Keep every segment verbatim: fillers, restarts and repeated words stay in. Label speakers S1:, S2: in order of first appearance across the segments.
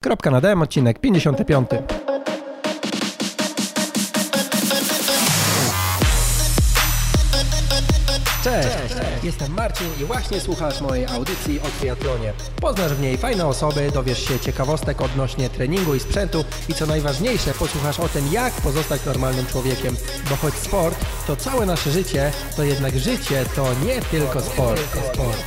S1: Kropka na D, odcinek pięćdziesiąty piąty. Cześć, Cześć, jestem Marcin i właśnie słuchasz mojej audycji o triatlonie. Poznasz w niej fajne osoby, dowiesz się ciekawostek odnośnie treningu i sprzętu i co najważniejsze, posłuchasz o tym, jak pozostać normalnym człowiekiem. Bo choć sport to całe nasze życie, to jednak życie to nie tylko sport. sport.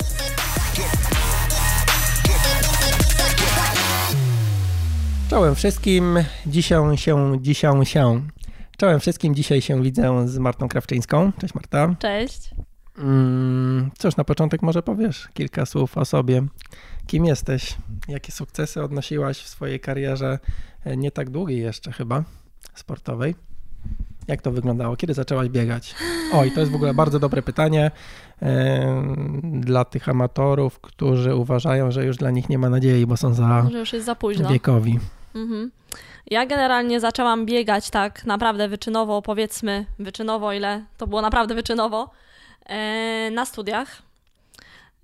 S1: Czołem wszystkim, dzisiaj się, dzisiaj się. Czołem wszystkim, dzisiaj się widzę z Martą Krawczyńską. Cześć Marta.
S2: Cześć.
S1: Hmm, cóż, na początek może powiesz kilka słów o sobie. Kim jesteś? Jakie sukcesy odnosiłaś w swojej karierze, nie tak długiej jeszcze chyba, sportowej? Jak to wyglądało? Kiedy zaczęłaś biegać? Oj, to jest w ogóle bardzo dobre pytanie yy, dla tych amatorów, którzy uważają, że już dla nich nie ma nadziei, bo są za,
S2: że już jest za późno.
S1: Wiekowi.
S2: Mhm. Ja generalnie zaczęłam biegać tak naprawdę wyczynowo, powiedzmy wyczynowo, ile to było naprawdę wyczynowo, yy, na studiach. Yy,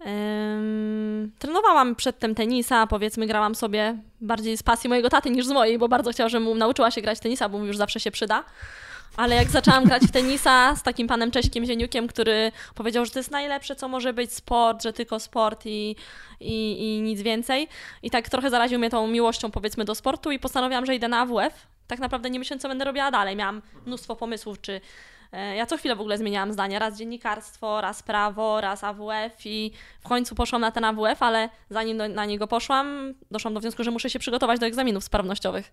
S2: trenowałam przedtem tenisa, powiedzmy grałam sobie bardziej z pasji mojego taty niż z mojej, bo bardzo chciał, żebym nauczyła się grać w tenisa, bo mu już zawsze się przyda. Ale jak zaczęłam grać w tenisa z takim panem Cześkiem Zieniukiem, który powiedział, że to jest najlepsze, co może być sport, że tylko sport i, i, i nic więcej. I tak trochę zaraził mnie tą miłością, powiedzmy, do sportu i postanowiłam, że idę na A W F. Tak naprawdę nie myśląc, co będę robiła dalej. Miałam mnóstwo pomysłów, czy... Ja co chwilę w ogóle zmieniałam zdanie. Raz dziennikarstwo, raz prawo, raz A W F i w końcu poszłam na ten A W F, ale zanim do, na niego poszłam, doszłam do wniosku, że muszę się przygotować do egzaminów sprawnościowych.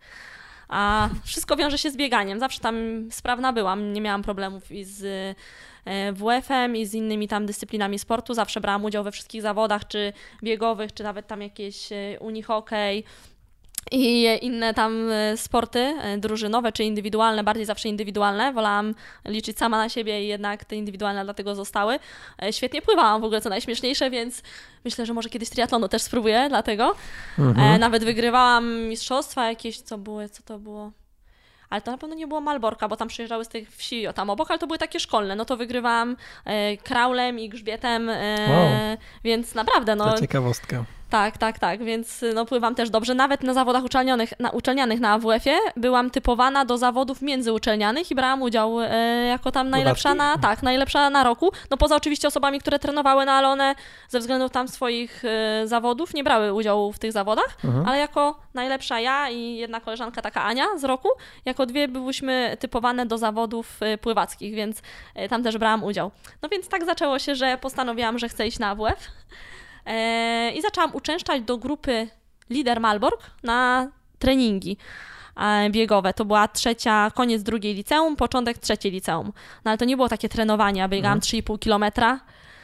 S2: A wszystko wiąże się z bieganiem. Zawsze tam sprawna byłam, nie miałam problemów i z W F-em i z innymi tam dyscyplinami sportu. Zawsze brałam udział we wszystkich zawodach, czy biegowych, czy nawet tam jakieś unihokej i inne tam sporty drużynowe, czy indywidualne, bardziej zawsze indywidualne. Wolałam liczyć sama na siebie i jednak te indywidualne dlatego zostały. Świetnie pływałam w ogóle, co najśmieszniejsze, więc myślę, że może kiedyś triatlonu też spróbuję, dlatego. Mhm. Nawet wygrywałam mistrzostwa jakieś, co były, co to było? Ale to na pewno nie było Malborka, bo tam przyjeżdżały z tych wsi o tam obok, ale to były takie szkolne. No to wygrywałam e, kraulem i grzbietem, e, wow. Więc naprawdę no...
S1: To ciekawostka.
S2: Tak, tak, tak, więc no, pływam też dobrze. Nawet na zawodach uczelnianych na, uczelnianych na A W F-ie byłam typowana do zawodów międzyuczelnianych i brałam udział e, jako tam najlepsza na, tak, najlepsza na roku. No poza oczywiście osobami, które trenowały, no ale one ze względu tam swoich e, zawodów nie brały udziału w tych zawodach, mhm. ale jako najlepsza ja i jedna koleżanka, taka Ania z roku, jako dwie byłyśmy typowane do zawodów e, pływackich, więc e, tam też brałam udział. No więc tak zaczęło się, że postanowiłam, że chcę iść na A W F. I zaczęłam uczęszczać do grupy Lider Malbork na treningi biegowe. To była trzecia, koniec drugiej liceum, początek trzeciej liceum. No ale to nie było takie trenowanie, biegałam trzy i pół kilometra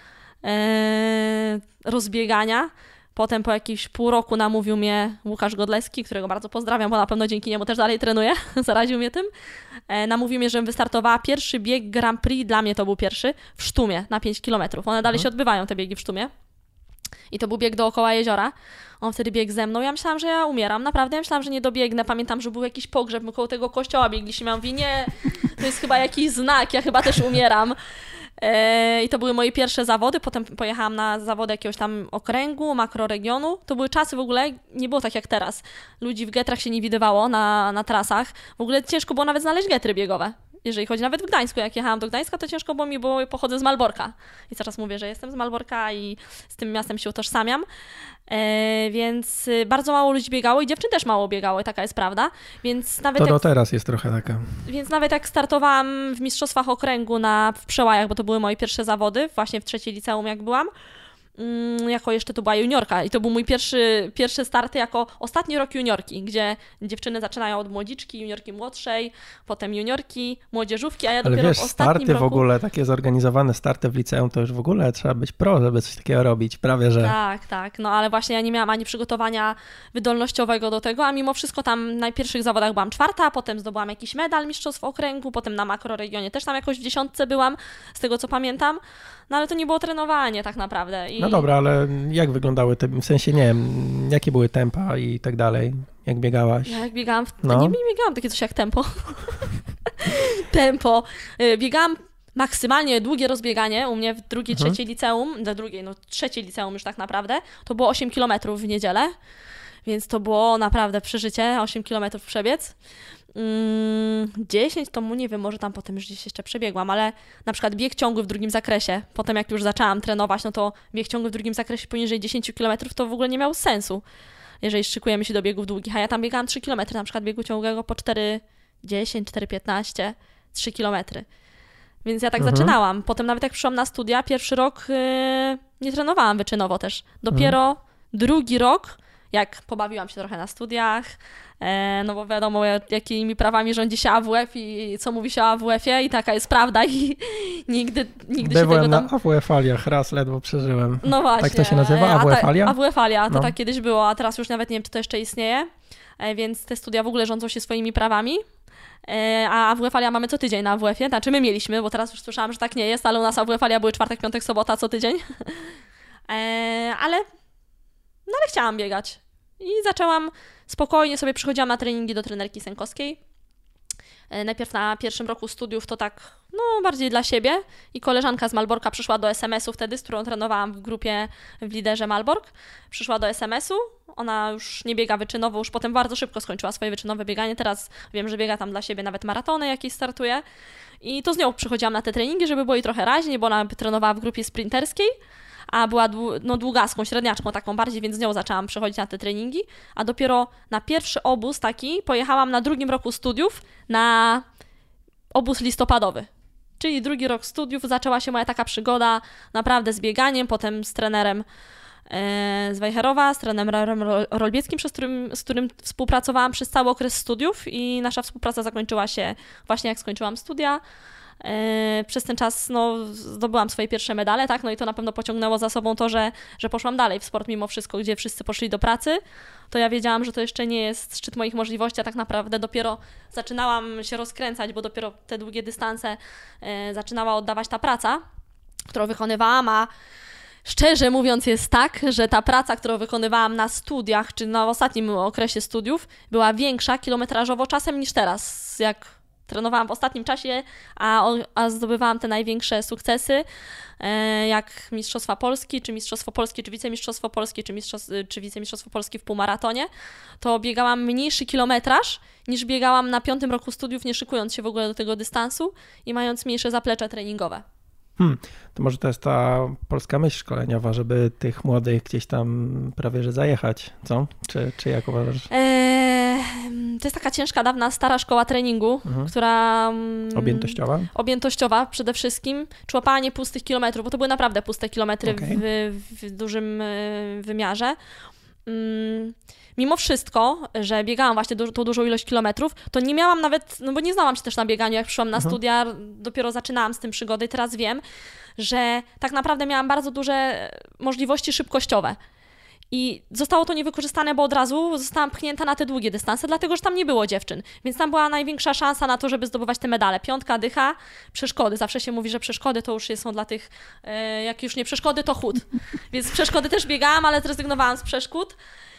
S2: rozbiegania. Potem po jakimś pół roku namówił mnie Łukasz Godleski, którego bardzo pozdrawiam, bo na pewno dzięki niemu też dalej trenuję, zaraził mnie tym. Namówił mnie, żebym wystartowała pierwszy bieg Grand Prix, dla mnie to był pierwszy, w Sztumie na pięć kilometrów. One dalej mhm. się odbywają, te biegi w Sztumie. I to był bieg dookoła jeziora. On wtedy biegł ze mną. Ja myślałam, że ja umieram. Naprawdę, ja myślałam, że nie dobiegnę. Pamiętam, że był jakiś pogrzeb, my koło tego kościoła biegliśmy. Ja mówię, nie, to jest chyba jakiś znak, ja chyba też umieram. I to były moje pierwsze zawody. Potem pojechałam na zawody jakiegoś tam okręgu, makroregionu. To były czasy w ogóle, nie było tak jak teraz. Ludzi w getrach się nie widywało na, na trasach. W ogóle ciężko było nawet znaleźć getry biegowe. Jeżeli chodzi nawet w Gdańsku, jak jechałam do Gdańska, to ciężko było mi, bo pochodzę z Malborka. I cały czas mówię, że jestem z Malborka i z tym miastem się utożsamiam. E, więc bardzo mało ludzi biegało i dziewczyn też mało biegało, taka jest prawda. Więc nawet
S1: to do
S2: jak,
S1: teraz jest trochę taka.
S2: Więc nawet jak startowałam w mistrzostwach okręgu na, w Przełajach, bo to były moje pierwsze zawody, właśnie w trzeciej liceum jak byłam, jako jeszcze to była juniorka i to był mój pierwszy, pierwszy start jako ostatni rok juniorki, gdzie dziewczyny zaczynają od młodziczki, juniorki młodszej, potem juniorki, młodzieżówki, a ja
S1: Ale
S2: dopiero
S1: wiesz,
S2: w ostatnim
S1: starty
S2: roku...
S1: w ogóle, takie zorganizowane starty w liceum, to już w ogóle trzeba być pro, żeby coś takiego robić, prawie że...
S2: Tak, tak, no ale właśnie ja nie miałam ani przygotowania wydolnościowego do tego, a mimo wszystko tam na pierwszych zawodach byłam czwarta, potem zdobyłam jakiś medal mistrzostw okręgu, potem na makroregionie też tam jakoś w dziesiątce byłam, z tego co pamiętam, no ale to nie było trenowanie tak naprawdę. I...
S1: No dobra, ale jak wyglądały te, w sensie nie wiem, jakie były tempa i tak dalej, jak biegałaś?
S2: Ja jak biegałam, w...
S1: no.
S2: nie, nie biegałam takie coś jak tempo. tempo. Biegałam maksymalnie długie rozbieganie u mnie w drugiej, mhm. trzeciej liceum, do drugiej, no trzeciej liceum już tak naprawdę, to było osiem kilometrów w niedzielę. więc to było naprawdę przeżycie, osiem kilometrów przebiec. Mm, dziesięć to mu nie wiem, może tam potem już gdzieś jeszcze przebiegłam, ale na przykład bieg ciągły w drugim zakresie, potem jak już zaczęłam trenować, no to bieg ciągły w drugim zakresie poniżej dziesięć kilometrów to w ogóle nie miał sensu, jeżeli szykujemy się do biegów długich, a ja tam biegałam trzy kilometry, na przykład biegu ciągłego po cztery dziesięć, cztery piętnaście, trzy kilometry. Więc ja tak mhm. zaczynałam. Potem nawet jak przyszłam na studia, pierwszy rok yy, nie trenowałam wyczynowo też. Dopiero mhm. drugi rok, jak pobawiłam się trochę na studiach, e, no bo wiadomo, jakimi prawami rządzi się A W F i co mówi się o A W F-ie i taka jest prawda i nigdy, nigdy się tego tam...
S1: Byłem na A W F-aliach, raz ledwo przeżyłem.
S2: No właśnie.
S1: Tak to się nazywa? A W F-alia?
S2: A W F-alia, to
S1: no.
S2: tak kiedyś było, a teraz już nawet nie wiem, czy to jeszcze istnieje, e, więc te studia w ogóle rządzą się swoimi prawami. A A W F-alia mamy co tydzień na A W F-ie, znaczy my mieliśmy, bo teraz już słyszałam, że tak nie jest, ale u nas A W F-alia były czwartek, piątek, sobota co tydzień, e, ale no ale chciałam biegać i zaczęłam spokojnie sobie, przychodziłam na treningi do trenerki Sękowskiej. E, najpierw na pierwszym roku studiów to tak, no bardziej dla siebie i koleżanka z Malborka przyszła do es em esu wtedy, z którą trenowałam w grupie w liderze Malbork, przyszła do es em esu. Ona już nie biega wyczynowo, już potem bardzo szybko skończyła swoje wyczynowe bieganie. Teraz wiem, że biega tam dla siebie nawet maratony jakieś startuje. I to z nią przychodziłam na te treningi, żeby było jej trochę raźniej, bo ona trenowała w grupie sprinterskiej, a była no, długaską, średniaczką taką bardziej, więc z nią zaczęłam przychodzić na te treningi. A dopiero na pierwszy obóz taki pojechałam na drugim roku studiów na obóz listopadowy. Czyli drugi rok studiów zaczęła się moja taka przygoda naprawdę z bieganiem, potem z trenerem z Wejherowa, z trenerem Rolbieckim, przez którym, z którym współpracowałam przez cały okres studiów i nasza współpraca zakończyła się właśnie jak skończyłam studia. Przez ten czas no, zdobyłam swoje pierwsze medale, tak? No i to na pewno pociągnęło za sobą to, że, że poszłam dalej w sport mimo wszystko, gdzie wszyscy poszli do pracy. To ja wiedziałam, że to jeszcze nie jest szczyt moich możliwości, a tak naprawdę dopiero zaczynałam się rozkręcać, bo dopiero te długie dystanse zaczynała oddawać ta praca, którą wykonywałam, a szczerze mówiąc jest tak, że ta praca, którą wykonywałam na studiach, czy na ostatnim okresie studiów, była większa kilometrażowo czasem niż teraz, jak trenowałam w ostatnim czasie, a, a zdobywałam te największe sukcesy, jak Mistrzostwa Polski, czy Mistrzostwo Polski, czy Wicemistrzostwo Polski, czy, mistrzostw, czy Wicemistrzostwo Polski w półmaratonie, to biegałam mniejszy kilometraż niż biegałam na piątym roku studiów, nie szykując się w ogóle do tego dystansu i mając mniejsze zaplecze treningowe.
S1: Hmm, to może to jest ta polska myśl szkoleniowa, żeby tych młodych gdzieś tam prawie że zajechać, co? Czy, czy jak uważasz? Eee,
S2: to jest taka ciężka, dawna, stara szkoła treningu, mhm. która...
S1: Objętościowa?
S2: Objętościowa przede wszystkim, czy łapanie pustych kilometrów, bo to były naprawdę puste kilometry okay. w, w dużym wymiarze. Mm. Mimo wszystko, że biegałam właśnie du- tą dużą ilość kilometrów, to nie miałam nawet, no bo nie znałam się też na bieganiu, jak przyszłam na mhm. studia, dopiero zaczynałam z tym przygody i teraz wiem, że tak naprawdę miałam bardzo duże możliwości szybkościowe. I zostało to niewykorzystane, bo od razu zostałam pchnięta na te długie dystanse, dlatego że tam nie było dziewczyn. Więc tam była największa szansa na to, żeby zdobywać te medale. Piątka, dycha, przeszkody. Zawsze się mówi, że przeszkody to już są dla tych, e, jak już nie przeszkody, to chód. Więc przeszkody też biegałam, ale zrezygnowałam z przeszkód.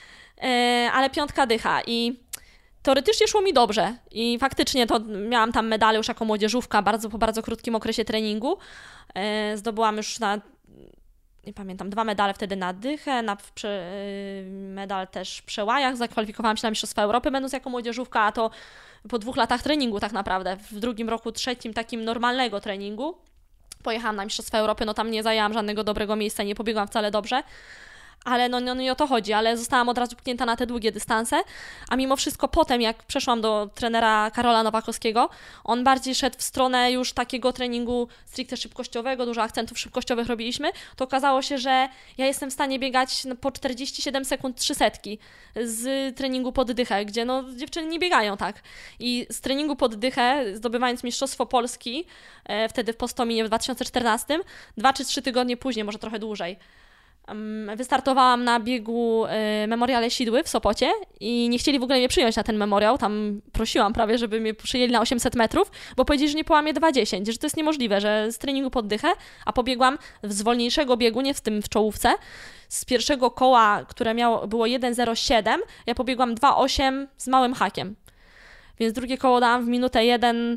S2: Ale piątka dycha i teoretycznie szło mi dobrze i faktycznie to miałam tam medale już jako młodzieżówka bardzo, po bardzo krótkim okresie treningu. Zdobyłam już na, nie pamiętam, dwa medale wtedy na dychę, na prze, medal też w przełajach, zakwalifikowałam się na Mistrzostwa Europy będąc jako młodzieżówka, a to po dwóch latach treningu tak naprawdę, w drugim roku, trzecim takim normalnego treningu. Pojechałam na Mistrzostwa Europy, no tam nie zajęłam żadnego dobrego miejsca, nie pobiegłam wcale dobrze. Ale no, no nie o to chodzi, ale zostałam od razu pchnięta na te długie dystanse, a mimo wszystko potem, jak przeszłam do trenera Karola Nowakowskiego, on bardziej szedł w stronę już takiego treningu stricte szybkościowego, dużo akcentów szybkościowych robiliśmy, to okazało się, że ja jestem w stanie biegać po czterdzieści siedem sekund trzy setki z treningu pod dychę, gdzie no dziewczyny nie biegają tak. I z treningu pod dychę, zdobywając Mistrzostwo Polski, e, wtedy w Postominie w dwa tysiące czternastym, dwa czy trzy tygodnie później, może trochę dłużej, wystartowałam na biegu y, Memoriale Sidły w Sopocie i nie chcieli w ogóle mnie przyjąć na ten memoriał, tam prosiłam prawie, żeby mnie przyjęli na osiemset metrów, bo powiedzieli, że nie połamię dwa dziesięć, że to jest niemożliwe, że z treningu pod dychę, a pobiegłam z wolniejszego biegu, nie w tym w czołówce, z pierwszego koła, które miało, było jeden zero siedem, ja pobiegłam dwa osiem z małym hakiem, więc drugie koło dałam w minutę jeden.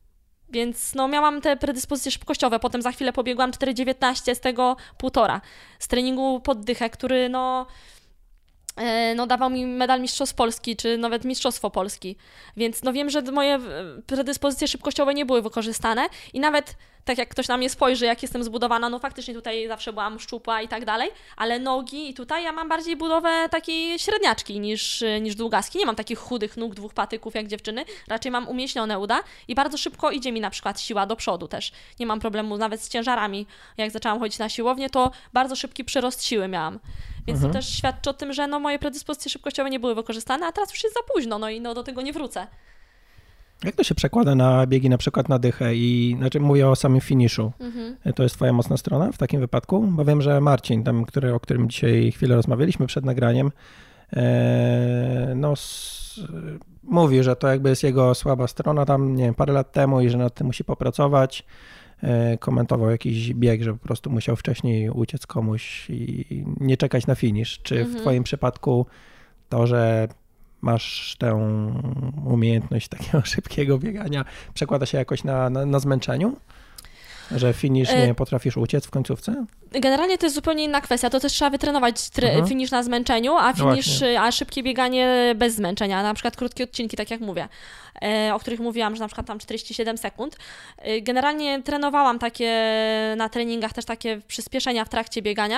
S2: Więc no, miałam te predyspozycje szybkościowe, potem za chwilę pobiegłam cztery dziewiętnaście, z tego półtora. Z treningu pod dychę, który no no dawał mi medal Mistrzostw Polski, czy nawet Mistrzostwo Polski. Więc no wiem, że moje predyspozycje szybkościowe nie były wykorzystane i nawet tak jak ktoś na mnie spojrzy, jak jestem zbudowana, no faktycznie tutaj zawsze byłam szczupła i tak dalej, ale nogi i tutaj ja mam bardziej budowę takiej średniaczki niż, niż długaski. Nie mam takich chudych nóg, dwóch patyków jak dziewczyny, raczej mam umieśnione uda i bardzo szybko idzie mi na przykład siła do przodu też. Nie mam problemu nawet z ciężarami. Jak zaczęłam chodzić na siłownię, to bardzo szybki przyrost siły miałam. Więc mhm. to też świadczy o tym, że no moje predyspozycje szybkościowe nie były wykorzystane, a teraz już jest za późno, no i no do tego nie wrócę.
S1: Jak to się przekłada na biegi, na przykład na dychę i, znaczy mówię o samym finiszu. Mhm. To jest twoja mocna strona w takim wypadku? Bo wiem, że Marcin, tam, który, o którym dzisiaj chwilę rozmawialiśmy przed nagraniem, e, no s, mówi, że to jakby jest jego słaba strona tam, nie wiem, parę lat temu i że nad tym musi popracować. E, komentował jakiś bieg, że po prostu musiał wcześniej uciec komuś i nie czekać na finisz. Czy mhm. w twoim przypadku to, że masz tę umiejętność takiego szybkiego biegania, przekłada się jakoś na, na, na zmęczeniu? Że finisz nie potrafisz uciec w końcówce?
S2: Generalnie to jest zupełnie inna kwestia. To też trzeba wytrenować tre- mhm. finisz na zmęczeniu, a finisz, no a szybkie bieganie bez zmęczenia. Na przykład krótkie odcinki, tak jak mówię, o których mówiłam, że na przykład tam czterdzieści siedem sekund. Generalnie trenowałam takie na treningach też takie przyspieszenia w trakcie biegania.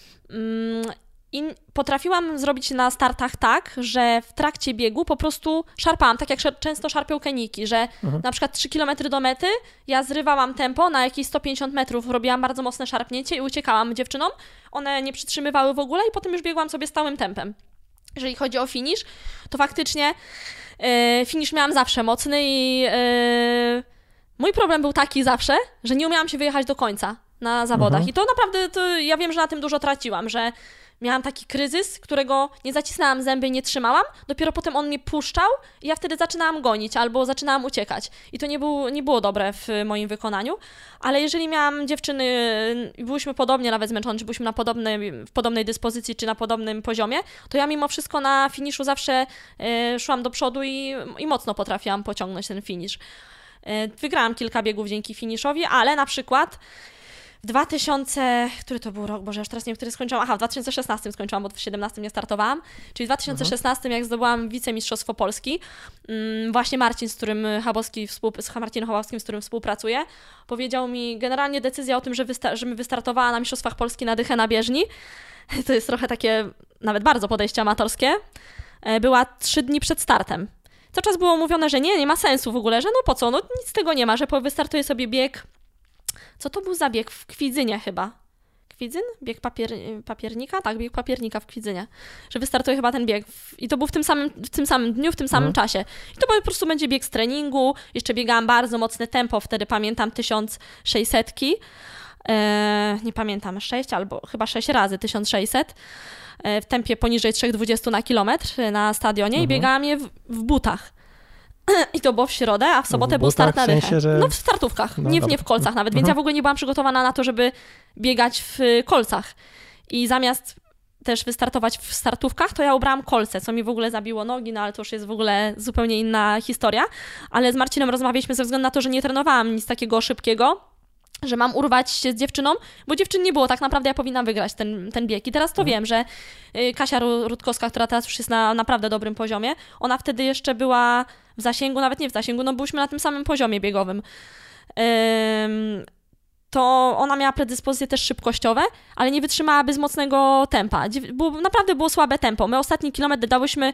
S2: I potrafiłam zrobić na startach tak, że w trakcie biegu po prostu szarpałam, tak jak szar- często szarpią keniki, że mhm. na przykład trzy kilometry do mety, ja zrywałam tempo na jakieś sto pięćdziesiąt metrów, robiłam bardzo mocne szarpnięcie i uciekałam dziewczynom. One nie przytrzymywały w ogóle i potem już biegłam sobie stałym tempem. Jeżeli chodzi o finisz, to faktycznie yy, finisz miałam zawsze mocny i yy, mój problem był taki zawsze, że nie umiałam się wyjechać do końca na zawodach. Mhm. I to naprawdę, to ja wiem, że na tym dużo traciłam, że miałam taki kryzys, którego nie zacisnęłam zęby i nie trzymałam, dopiero potem on mnie puszczał i ja wtedy zaczynałam gonić albo zaczynałam uciekać. I to nie, był, nie było dobre w moim wykonaniu, ale jeżeli miałam dziewczyny i byłyśmy podobnie nawet zmęczone, czy byłyśmy na podobnej, w podobnej dyspozycji, czy na podobnym poziomie, to ja mimo wszystko na finiszu zawsze y, szłam do przodu i, i mocno potrafiłam pociągnąć ten finisz. Y, wygrałam kilka biegów dzięki finiszowi, ale na przykład w dwa tysiące, który to był rok, Boże, już teraz nie wiem, który skończyłam, aha, w dwa tysiące szesnastym skończyłam, bo w dwa tysiące siedemnastym nie startowałam, czyli w dwa tysiące szesnastym mhm. jak zdobyłam wicemistrzostwo Polski, właśnie Marcin, z którym Chabowski, współ, z Marcinem Chabowskim, z którym współpracuję, powiedział mi generalnie decyzja o tym, że, wysta- że wystartowała na Mistrzostwach Polski na dychę na bieżni, to jest trochę takie, nawet bardzo podejście amatorskie, była trzy dni przed startem. Cały czas było mówione, że nie, nie ma sensu w ogóle, że no po co, no nic z tego nie ma, że wystartuje sobie bieg. Co to był za bieg? W Kwidzynie chyba. Kwidzyn? Bieg papier... papiernika? Tak, bieg papiernika w Kwidzynie. Że wystartuje chyba ten bieg. I to był w tym samym, w tym samym dniu, w tym samym mhm. czasie. I to po prostu będzie bieg z treningu. Jeszcze biegałam bardzo mocne tempo. Wtedy pamiętam tysiąc sześćset. Eee, nie pamiętam, sześć albo chyba sześć razy tysiąc sześćset. Eee, w tempie poniżej trzy dwadzieścia na kilometr na stadionie mhm. i biegałam je w, w butach. I to było w środę, a w sobotę w był start na dychę. W sensie, że... No w startówkach, no, nie, w, nie w kolcach nawet, więc mhm. ja w ogóle nie byłam przygotowana na to, żeby biegać w kolcach. I zamiast też wystartować w startówkach, to ja ubrałam kolce, co mi w ogóle zabiło nogi, no ale to już jest w ogóle zupełnie inna historia. Ale z Marcinem rozmawialiśmy ze względu na to, że nie trenowałam nic takiego szybkiego, że mam urwać się z dziewczyną, bo dziewczyn nie było, tak naprawdę ja powinnam wygrać ten, ten bieg. I teraz to mhm. wiem, że Kasia Rutkowska, która teraz już jest na naprawdę dobrym poziomie, ona wtedy jeszcze była w zasięgu, nawet nie w zasięgu, no byliśmy na tym samym poziomie biegowym. Ym, to ona miała predyspozycje też szybkościowe, ale nie wytrzymałaby z mocnego tempa. Było, naprawdę było słabe tempo. My ostatni kilometr dałyśmy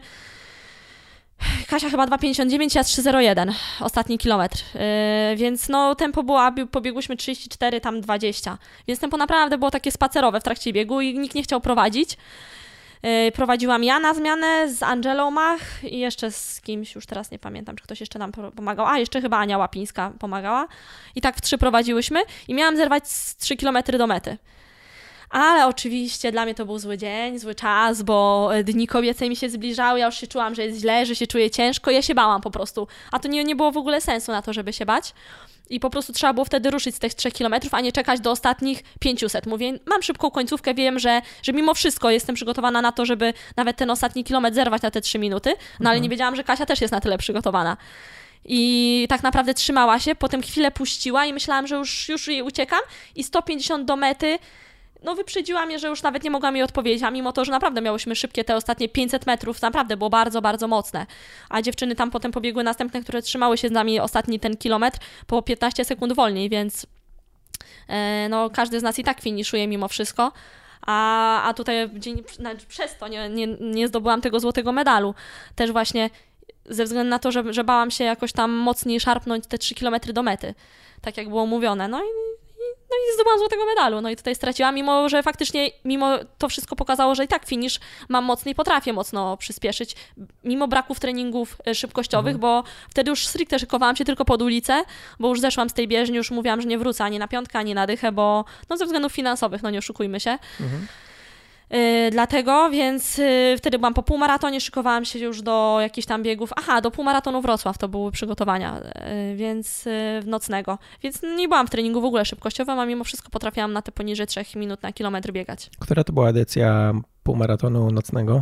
S2: Kasia chyba dwa pięćdziesiąt dziewięć, ja trzy zero jeden, ostatni kilometr, yy, więc no tempo było, pobiegłyśmy trzydzieści cztery, tam dwadzieścia, więc tempo naprawdę było takie spacerowe w trakcie biegu i nikt nie chciał prowadzić. Yy, prowadziłam ja na zmianę z Angelą Mach i jeszcze z kimś, już teraz nie pamiętam, czy ktoś jeszcze nam pomagał, a jeszcze chyba Ania Łapińska pomagała i tak w trzy prowadziłyśmy i miałam zerwać z trzy kilometry do mety. Ale oczywiście dla mnie to był zły dzień, zły czas, bo dni kobiece mi się zbliżały, ja już się czułam, że jest źle, że się czuję ciężko, ja się bałam po prostu. A to nie, nie było w ogóle sensu na to, żeby się bać. I po prostu trzeba było wtedy ruszyć z tych trzech kilometrów, a nie czekać do ostatnich pięciuset. Mówię, mam szybką końcówkę, wiem, że, że mimo wszystko jestem przygotowana na to, żeby nawet ten ostatni kilometr zerwać na te trzy minuty, no mhm. ale nie wiedziałam, że Kasia też jest na tyle przygotowana. I tak naprawdę trzymała się, potem chwilę puściła i myślałam, że już, już jej uciekam i sto pięćdziesiąt do mety no wyprzedziła mnie, że już nawet nie mogłam jej odpowiedzieć, a mimo to, że naprawdę miałyśmy szybkie te ostatnie pięćset metrów, naprawdę było bardzo, bardzo mocne. A dziewczyny tam potem pobiegły następne, które trzymały się z nami ostatni ten kilometr po piętnaście sekund wolniej, więc e, no każdy z nas i tak finiszuje mimo wszystko. A, a tutaj dzień, przez to nie, nie, nie zdobyłam tego złotego medalu. Też właśnie ze względu na to, że, że bałam się jakoś tam mocniej szarpnąć te trzy kilometry do mety, tak jak było mówione. No i, i, no i zdobyłam złotego medalu. No i tutaj straciłam, mimo że faktycznie, mimo to wszystko pokazało, że i tak finisz mam mocny i potrafię mocno przyspieszyć, mimo braków treningów szybkościowych, mhm. bo wtedy już stricte szykowałam się tylko pod ulicę, bo już zeszłam z tej bieżni, już mówiłam, że nie wrócę ani na piątkę, ani na dychę, bo no ze względów finansowych, no nie oszukujmy się. Mhm. Yy, dlatego, więc yy, wtedy byłam po półmaratonie, szykowałam się już do jakichś tam biegów, aha, do półmaratonu Wrocław to były przygotowania, yy, więc yy, nocnego, więc nie byłam w treningu w ogóle szybkościowym, a mimo wszystko potrafiłam na te poniżej trzech minut na kilometr biegać.
S1: Która to była edycja półmaratonu nocnego?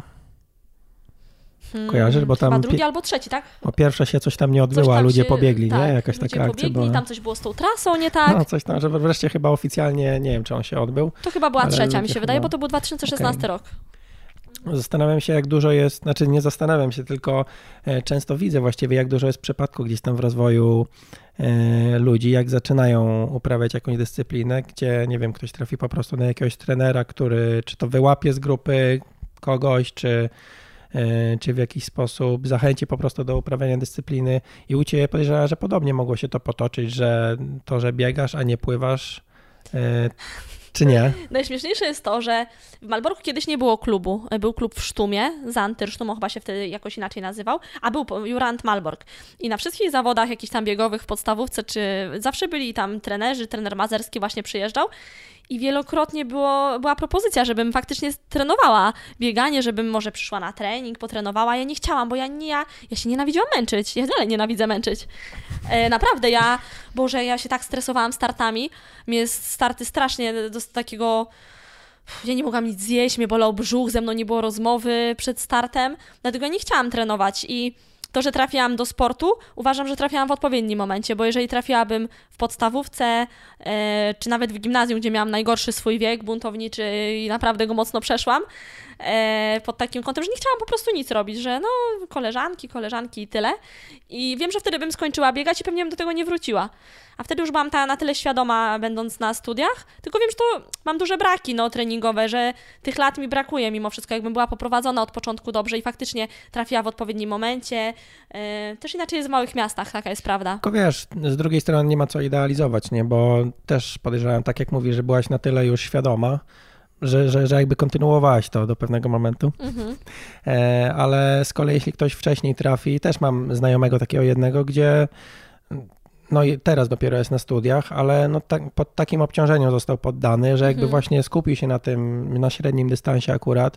S1: Kojarzysz? Bo tam
S2: chyba drugi pi- albo trzeci, tak?
S1: Bo pierwsza się coś tam nie odbyła, ludzie się, pobiegli,
S2: tak,
S1: nie? Jakaś
S2: ludzie
S1: taka akcja
S2: pobiegli,
S1: była.
S2: Tam coś było z tą trasą, nie tak?
S1: No, coś tam, że wreszcie chyba oficjalnie, nie wiem, czy on się odbył.
S2: To chyba była trzecia, mi się
S1: chyba...
S2: wydaje, bo to był dwa tysiące szesnasty okay. rok.
S1: Zastanawiam się, jak dużo jest, znaczy nie zastanawiam się, tylko często widzę właściwie, jak dużo jest przypadków gdzieś tam w rozwoju e, ludzi, jak zaczynają uprawiać jakąś dyscyplinę, gdzie, nie wiem, ktoś trafi po prostu na jakiegoś trenera, który czy to wyłapie z grupy kogoś, czy czy w jakiś sposób zachęci po prostu do uprawiania dyscypliny i u Ciebie podejrzewam, że podobnie mogło się to potoczyć, że to, że biegasz, a nie pływasz, czy nie?
S2: Najśmieszniejsze jest to, że w Malborku kiedyś nie było klubu. Był klub w Sztumie, Zantyrsztum, chyba się wtedy jakoś inaczej nazywał, a był Jurand Malbork. I na wszystkich zawodach jakichś tam biegowych w podstawówce, czy zawsze byli tam trenerzy, trener Mazerski właśnie przyjeżdżał. I wielokrotnie było, była propozycja, żebym faktycznie trenowała bieganie, żebym może przyszła na trening, potrenowała. Ja nie chciałam, bo ja, nie, ja, ja się nienawidziłam męczyć. Ja dalej nienawidzę męczyć. E, naprawdę, ja, Boże, ja się tak stresowałam startami. Mnie starty strasznie do takiego... Ja nie mogłam nic zjeść, mnie bolał brzuch, ze mną nie było rozmowy przed startem. Dlatego ja nie chciałam trenować i... To, że trafiłam do sportu, uważam, że trafiłam w odpowiednim momencie, bo jeżeli trafiłabym w podstawówce, e, czy nawet w gimnazjum, gdzie miałam najgorszy swój wiek buntowniczy i naprawdę go mocno przeszłam, e, pod takim kątem, że nie chciałam po prostu nic robić, że no koleżanki, koleżanki i tyle. I wiem, że wtedy bym skończyła biegać i pewnie bym do tego nie wróciła. A wtedy już byłam ta, na tyle świadoma, będąc na studiach, tylko wiem, że to mam duże braki no, treningowe, że tych lat mi brakuje mimo wszystko, jakbym była poprowadzona od początku dobrze i faktycznie trafiła w odpowiednim momencie. Yy, też inaczej jest w małych miastach, taka jest prawda.
S1: Tylko wiesz, z drugiej strony nie ma co idealizować, nie? Bo też podejrzewam, tak jak mówisz, że byłaś na tyle już świadoma, że, że, że jakby kontynuowałaś to do pewnego momentu. Mhm. E, ale z kolei jeśli ktoś wcześniej trafi, też mam znajomego takiego jednego, gdzie no i teraz dopiero jest na studiach, ale no tak, pod takim obciążeniem został poddany, że jakby mhm. właśnie skupił się na tym, na średnim dystansie akurat,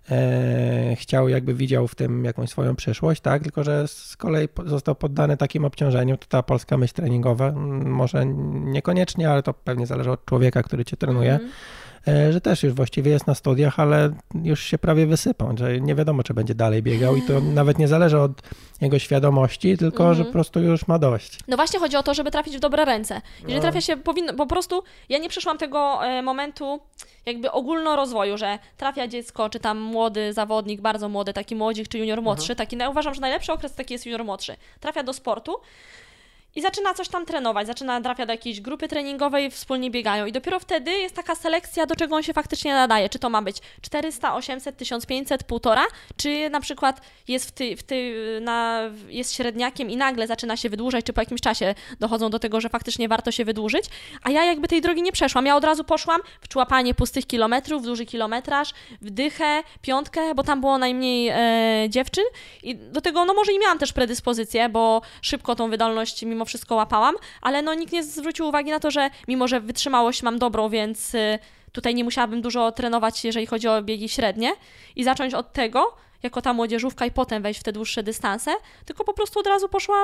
S1: e, chciał jakby widział w tym jakąś swoją przyszłość, tak, tylko że z kolei został poddany takim obciążeniu, to ta polska myśl treningowa, może niekoniecznie, ale to pewnie zależy od człowieka, który cię trenuje, mhm. że też już właściwie jest na studiach, ale już się prawie wysypał, że nie wiadomo, czy będzie dalej biegał i to nawet nie zależy od jego świadomości, tylko mm-hmm. że po prostu już ma dość.
S2: No właśnie chodzi o to, żeby trafić w dobre ręce. Jeżeli no. trafia się, powinno, po prostu ja nie przeszłam tego e, momentu jakby ogólnorozwoju, że trafia dziecko, czy tam młody zawodnik, bardzo młody, taki młodzik, czy junior młodszy, mm-hmm. taki, no ja uważam, że najlepszy okres taki jest junior młodszy. Trafia do sportu i zaczyna coś tam trenować, zaczyna trafia do jakiejś grupy treningowej, wspólnie biegają i dopiero wtedy jest taka selekcja, do czego on się faktycznie nadaje. Czy to ma być czterysta, osiemset, tysiąc pięćset, półtora, czy na przykład jest, w ty, w ty, na, jest średniakiem i nagle zaczyna się wydłużać, czy po jakimś czasie dochodzą do tego, że faktycznie warto się wydłużyć. A ja jakby tej drogi nie przeszłam. Ja od razu poszłam w człapanie pustych kilometrów, w duży kilometraż, w dychę, piątkę, bo tam było najmniej e, dziewczyn i do tego, no może i miałam też predyspozycję, bo szybko tą wydolność mimo wszystko łapałam, ale no nikt nie zwrócił uwagi na to, że mimo, że wytrzymałość mam dobrą, więc tutaj nie musiałabym dużo trenować, jeżeli chodzi o biegi średnie i zacząć od tego, jako ta młodzieżówka i potem wejść w te dłuższe dystanse, tylko po prostu od razu poszłam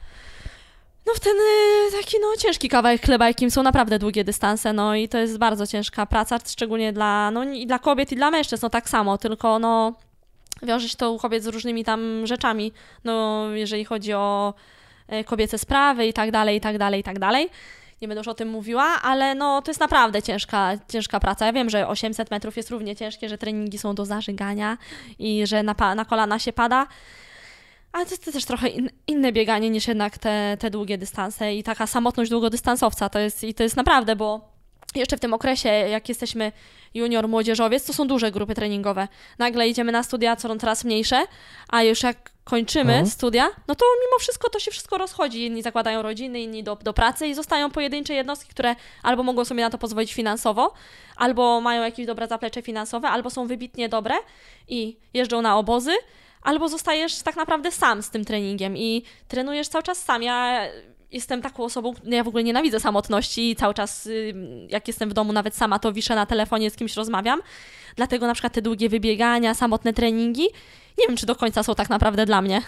S2: no w ten taki no ciężki kawałek chleba, jakim są naprawdę długie dystanse, no i to jest bardzo ciężka praca, szczególnie dla, no, i dla kobiet i dla mężczyzn, no tak samo, tylko no wiąże się to u kobiet z różnymi tam rzeczami, no jeżeli chodzi o kobiece sprawy i tak dalej, i tak dalej, i tak dalej. nie będę już o tym mówiła, ale no to jest naprawdę ciężka, ciężka praca. Ja wiem, że osiemset metrów jest równie ciężkie, że treningi są do zażygania i że na, na kolana się pada, ale to jest też trochę in, inne bieganie niż jednak te, te długie dystanse i taka samotność długodystansowca to jest, i to jest naprawdę, bo jeszcze w tym okresie, jak jesteśmy junior, młodzieżowiec, to są duże grupy treningowe. Nagle idziemy na studia, co coraz mniejsze, a już jak kończymy mhm. studia, no to mimo wszystko to się wszystko rozchodzi. Jedni zakładają rodziny, inni do, do pracy i zostają pojedyncze jednostki, które albo mogą sobie na to pozwolić finansowo, albo mają jakieś dobre zaplecze finansowe, albo są wybitnie dobre i jeżdżą na obozy, albo zostajesz tak naprawdę sam z tym treningiem i trenujesz cały czas sam. Ja jestem taką osobą, ja w ogóle nienawidzę samotności i cały czas, jak jestem w domu, nawet sama, to wiszę na telefonie, z kimś rozmawiam. Dlatego na przykład te długie wybiegania, samotne treningi, nie wiem, czy do końca są tak naprawdę dla mnie.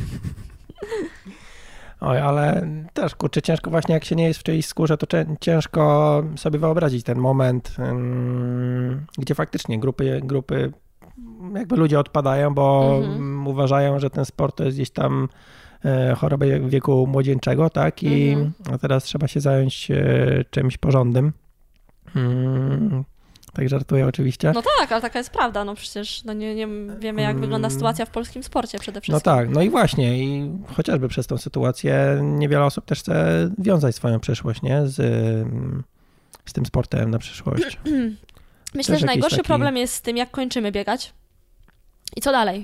S1: Oj, ale też, kurczę, ciężko właśnie, jak się nie jest w czyjejś skórze, to ciężko sobie wyobrazić ten moment, gdzie faktycznie grupy, grupy jakby ludzie odpadają, bo mhm. uważają, że ten sport to jest gdzieś tam choroba wieku młodzieńczego, tak? I mhm. a teraz trzeba się zająć czymś porządnym. Hmm. Tak żartuję oczywiście.
S2: No tak, ale taka jest prawda. No przecież no nie, nie wiemy, jak wygląda sytuacja w polskim sporcie przede wszystkim.
S1: No tak, no i właśnie. I chociażby przez tą sytuację niewiele osób też chce wiązać swoją przyszłość, nie? Z, z tym sportem na przyszłość.
S2: Myślę, też że najgorszy taki... problem jest z tym, jak kończymy biegać i co dalej.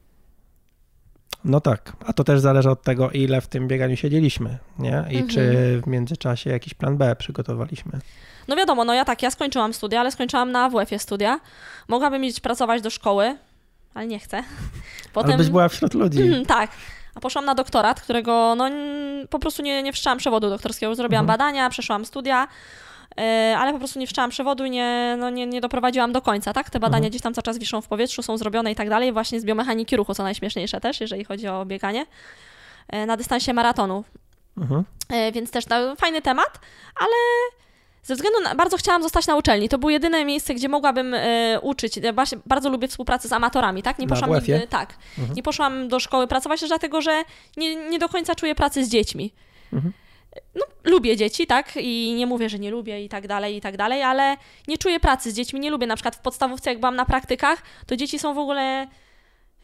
S1: No tak, a to też zależy od tego, ile w tym bieganiu siedzieliśmy, nie? I mhm. czy w międzyczasie jakiś plan B przygotowaliśmy.
S2: No wiadomo, no ja tak, ja skończyłam studia, ale skończyłam na A W F-ie studia. Mogłabym iść pracować do szkoły, ale nie chcę.
S1: Potem... Ale byś była wśród ludzi.
S2: Tak, a poszłam na doktorat, którego no po prostu nie, nie wszczęłam przewodu doktorskiego. Zrobiłam mhm. badania, przeszłam studia, ale po prostu nie wszczęłam przewodu i nie, no nie, nie doprowadziłam do końca, tak? Te badania mhm. gdzieś tam cały czas wiszą w powietrzu, są zrobione i tak dalej, właśnie z biomechaniki ruchu, co najśmieszniejsze też, jeżeli chodzi o bieganie na dystansie maratonu. Mhm. Więc też no, fajny temat, ale ze względu na... Bardzo chciałam zostać na uczelni. To było jedyne miejsce, gdzie mogłabym e, uczyć. Ja właśnie bardzo lubię współpracę z amatorami, tak? Nie poszłam nigdy, tak. Mhm. Nie poszłam do szkoły pracować też dlatego, że nie, nie do końca czuję pracy z dziećmi. Mhm. No, lubię dzieci, tak? I nie mówię, że nie lubię i tak dalej, i tak dalej, ale nie czuję pracy z dziećmi, nie lubię. Na przykład w podstawówce, jak byłam na praktykach, to dzieci są w ogóle e,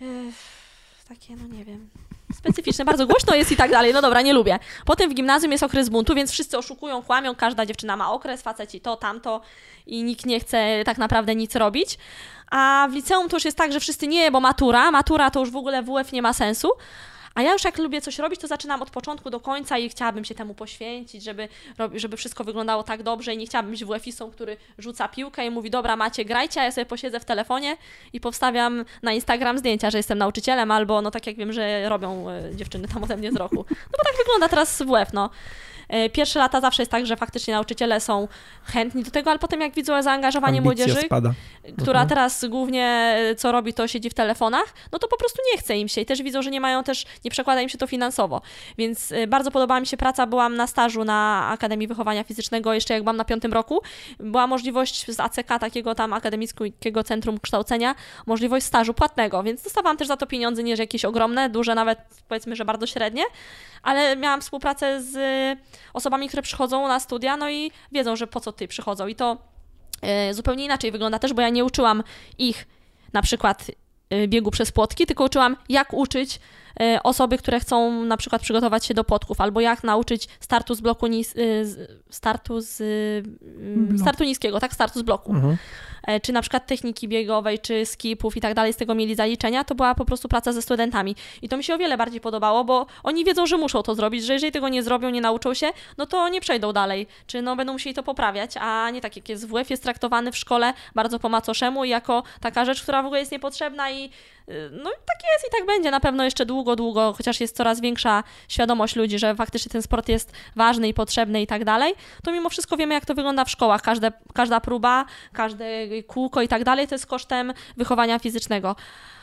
S2: takie, no nie wiem... specyficzne, bardzo głośno jest i tak dalej, no dobra, nie lubię. Potem w gimnazjum jest okres buntu, więc wszyscy oszukują, kłamią, każda dziewczyna ma okres, faceci to, tamto i nikt nie chce tak naprawdę nic robić. A w liceum to już jest tak, że wszyscy nie, bo matura, matura to już w ogóle W F nie ma sensu. A ja już jak lubię coś robić, to zaczynam od początku do końca i chciałabym się temu poświęcić, żeby, żeby wszystko wyglądało tak dobrze i nie chciałabym być W F-istą, który rzuca piłkę i mówi, dobra, macie, grajcie, a ja sobie posiedzę w telefonie i powstawiam na Instagram zdjęcia, że jestem nauczycielem, albo no tak jak wiem, że robią dziewczyny tam ode mnie z roku. No bo tak wygląda teraz W F, no. Pierwsze lata zawsze jest tak, że faktycznie nauczyciele są chętni do tego, ale potem jak widzą zaangażowanie
S1: Ambicja
S2: młodzieży,
S1: spada.
S2: która
S1: mhm.
S2: teraz głównie co robi, to siedzi w telefonach, no to po prostu nie chce im się i też widzą, że nie mają też, nie przekłada im się to finansowo. Więc bardzo podobała mi się praca, byłam na stażu na Akademii Wychowania Fizycznego, jeszcze jak byłam na piątym roku, była możliwość z A C K, takiego tam Akademickiego Centrum Kształcenia, możliwość stażu płatnego, więc dostawałam też za to pieniądze, nie że jakieś ogromne, duże, nawet powiedzmy, że bardzo średnie, ale miałam współpracę z osobami, które przychodzą na studia, no i wiedzą, że po co ty przychodzą i to y, zupełnie inaczej wygląda też, bo ja nie uczyłam ich na przykład y, biegu przez płotki, tylko uczyłam jak uczyć y, osoby, które chcą na przykład przygotować się do płotków, albo jak nauczyć startu z bloku nis- y, startu z y, startu niskiego, tak, startu z bloku. Mhm. Czy na przykład techniki biegowej, czy skipów i tak dalej, z tego mieli zaliczenia, to była po prostu praca ze studentami. I to mi się o wiele bardziej podobało, bo oni wiedzą, że muszą to zrobić, że jeżeli tego nie zrobią, nie nauczą się, no to nie przejdą dalej, czy no będą musieli to poprawiać, a nie tak jak jest W F, jest traktowany w szkole bardzo po macoszemu i jako taka rzecz, która w ogóle jest niepotrzebna i no tak jest i tak będzie na pewno jeszcze długo, długo, chociaż jest coraz większa świadomość ludzi, że faktycznie ten sport jest ważny i potrzebny i tak dalej, to mimo wszystko wiemy, jak to wygląda w szkołach. Każde, każda próba, każde kółko i tak dalej, to jest kosztem wychowania fizycznego.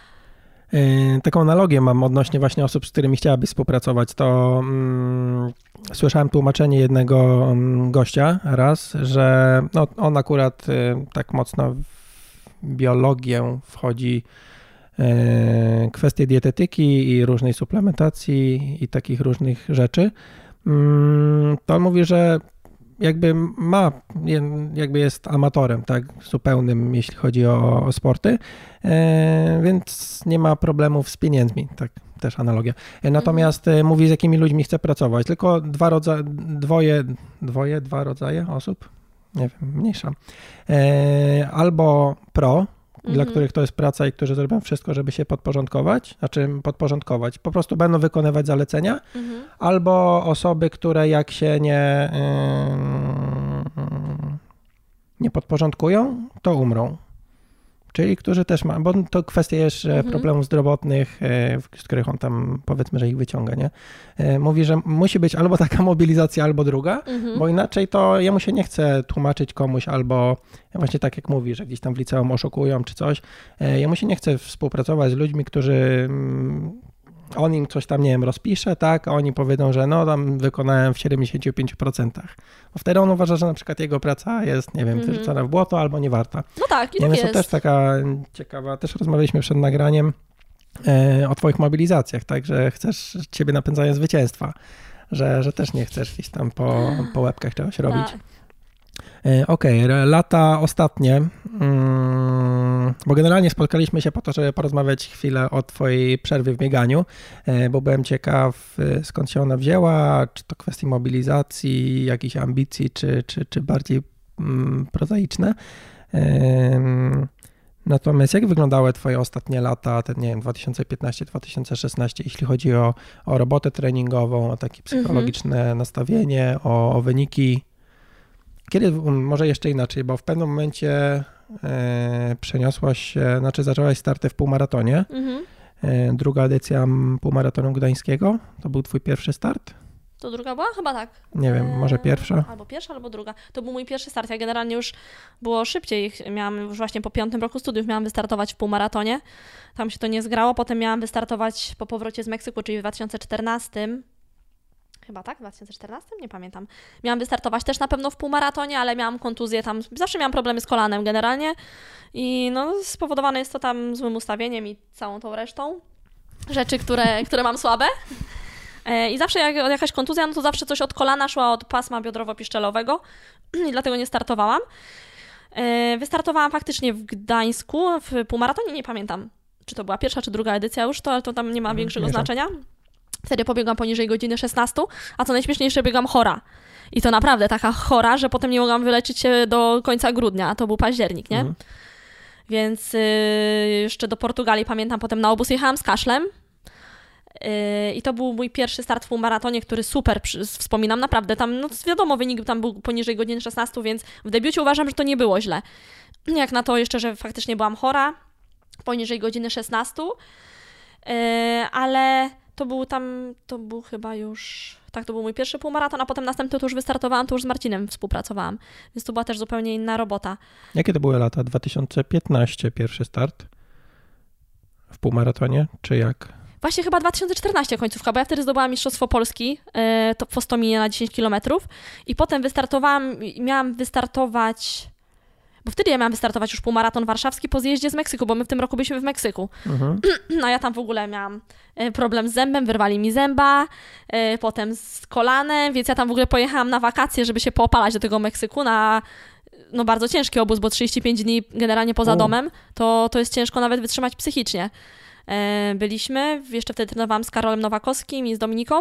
S1: Yy, taką analogię mam odnośnie właśnie osób, z którymi chciałabyś współpracować, to mm, słyszałem tłumaczenie jednego mm, gościa raz, że no, on akurat y, tak mocno w biologię wchodzi y, kwestie dietetyki i różnej suplementacji i takich różnych rzeczy. Mm, to on mówi, że jakby ma, jakby jest amatorem, tak, zupełnym, jeśli chodzi o, o sporty, e, więc nie ma problemów z pieniędzmi, tak, też analogia. Natomiast mhm. mówi, z jakimi ludźmi chce pracować, tylko dwa rodzaje, dwoje, dwoje, dwa rodzaje osób, nie wiem, mniejsza. E, albo pro, dla mhm. których to jest praca i którzy zrobią wszystko, żeby się podporządkować, znaczy podporządkować, po prostu będą wykonywać zalecenia, mhm. albo osoby, które jak się nie, yy, nie podporządkują, to umrą. Czyli którzy też mają, bo to kwestia jeszcze mhm. problemów zdrowotnych, z których on tam, powiedzmy, że ich wyciąga, nie? Mówi, że musi być albo taka mobilizacja, albo druga, mhm. bo inaczej to jemu się nie chce tłumaczyć komuś, albo właśnie tak jak mówi, że gdzieś tam w liceum oszukują czy coś, jemu się nie chce współpracować z ludźmi, którzy on im coś tam, nie wiem, rozpisze, tak, a oni powiedzą, że no tam wykonałem w siedemdziesiąt pięć procent. Bo wtedy on uważa, że na przykład jego praca jest, nie wiem, mm-hmm. wyrzucona w błoto albo nie warta.
S2: No tak, i
S1: tak
S2: jest.
S1: To też taka ciekawa, też rozmawialiśmy przed nagraniem e, o twoich mobilizacjach, tak, że chcesz, ciebie napędzają zwycięstwa, że, że też nie chcesz gdzieś tam po, po łebkach czegoś robić. Tak. Okej, okay, lata ostatnie, hmm, bo generalnie spotkaliśmy się po to, żeby porozmawiać chwilę o twojej przerwie w bieganiu, bo byłem ciekaw, skąd się ona wzięła, czy to kwestii mobilizacji, jakichś ambicji, czy, czy, czy bardziej hmm, prozaiczne. Hmm, natomiast jak wyglądały twoje ostatnie lata, ten, nie wiem, dwa tysiące piętnasty dwa tysiące szesnasty, jeśli chodzi o, o robotę treningową, o takie psychologiczne mhm. nastawienie, o, o wyniki? Kiedy, może jeszcze inaczej, bo w pewnym momencie e, przeniosłaś się, znaczy zaczęłaś starty w półmaratonie. Mhm. E, druga edycja półmaratonu gdańskiego, to był twój pierwszy start?
S2: To druga była? Chyba tak.
S1: Nie wiem, może pierwsza?
S2: Albo pierwsza, albo druga. To był mój pierwszy start. Ja generalnie już było szybciej. Miałam już właśnie po piątym roku studiów miałam wystartować w półmaratonie. Tam się to nie zgrało. Potem miałam wystartować po powrocie z Meksyku, czyli w dwa tysiące czternastym. Chyba tak, w dwa tysiące czternastym? Nie pamiętam. Miałam wystartować też na pewno w półmaratonie, ale miałam kontuzję tam, zawsze miałam problemy z kolanem generalnie i no spowodowane jest to tam złym ustawieniem i całą tą resztą rzeczy, które, które mam słabe. I zawsze jak jakaś kontuzja, no to zawsze coś od kolana szła od pasma biodrowo-piszczelowego i dlatego nie startowałam. Wystartowałam faktycznie w Gdańsku w półmaratonie, nie pamiętam, czy to była pierwsza, czy druga edycja już, to, ale to tam nie ma większego Mierze. znaczenia. Wtedy pobiegłam poniżej godziny szesnaście, a co najśmieszniejsze, biegłam chora. I to naprawdę taka chora, że potem nie mogłam wyleczyć się do końca grudnia, a to był październik, nie? Mhm. Więc yy, jeszcze do Portugalii, pamiętam, potem na obóz jechałam z kaszlem. Yy, I to był mój pierwszy start w półmaratonie, który super przy, wspominam, naprawdę. Tam, no wiadomo, wynik tam był poniżej godziny szesnaście, więc w debiucie uważam, że to nie było źle. Jak na to jeszcze, że faktycznie byłam chora, poniżej godziny szesnaście, yy, ale... To był tam, to był chyba już, tak, to był mój pierwszy półmaraton, a potem następny to już wystartowałam, to już z Marcinem współpracowałam, więc to była też zupełnie inna robota.
S1: Jakie to były lata? dwa tysiące piętnasty pierwszy start w półmaratonie, czy jak?
S2: Właśnie chyba dwa tysiące czternasty końcówka, bo ja wtedy zdobyłam Mistrzostwo Polski, yy, to w Postominie na dziesięć kilometrów i potem wystartowałam, miałam wystartować... Bo wtedy ja miałam wystartować już półmaraton warszawski po zjeździe z Meksyku, bo my w tym roku byliśmy w Meksyku. Mhm. No ja tam w ogóle miałam problem z zębem, wyrwali mi zęba, potem z kolanem, więc ja tam w ogóle pojechałam na wakacje, żeby się poopalać do tego Meksyku na no bardzo ciężki obóz, bo trzydzieści pięć dni generalnie poza U. domem, to, to jest ciężko nawet wytrzymać psychicznie. Byliśmy, jeszcze wtedy trenowałam z Karolem Nowakowskim i z Dominiką.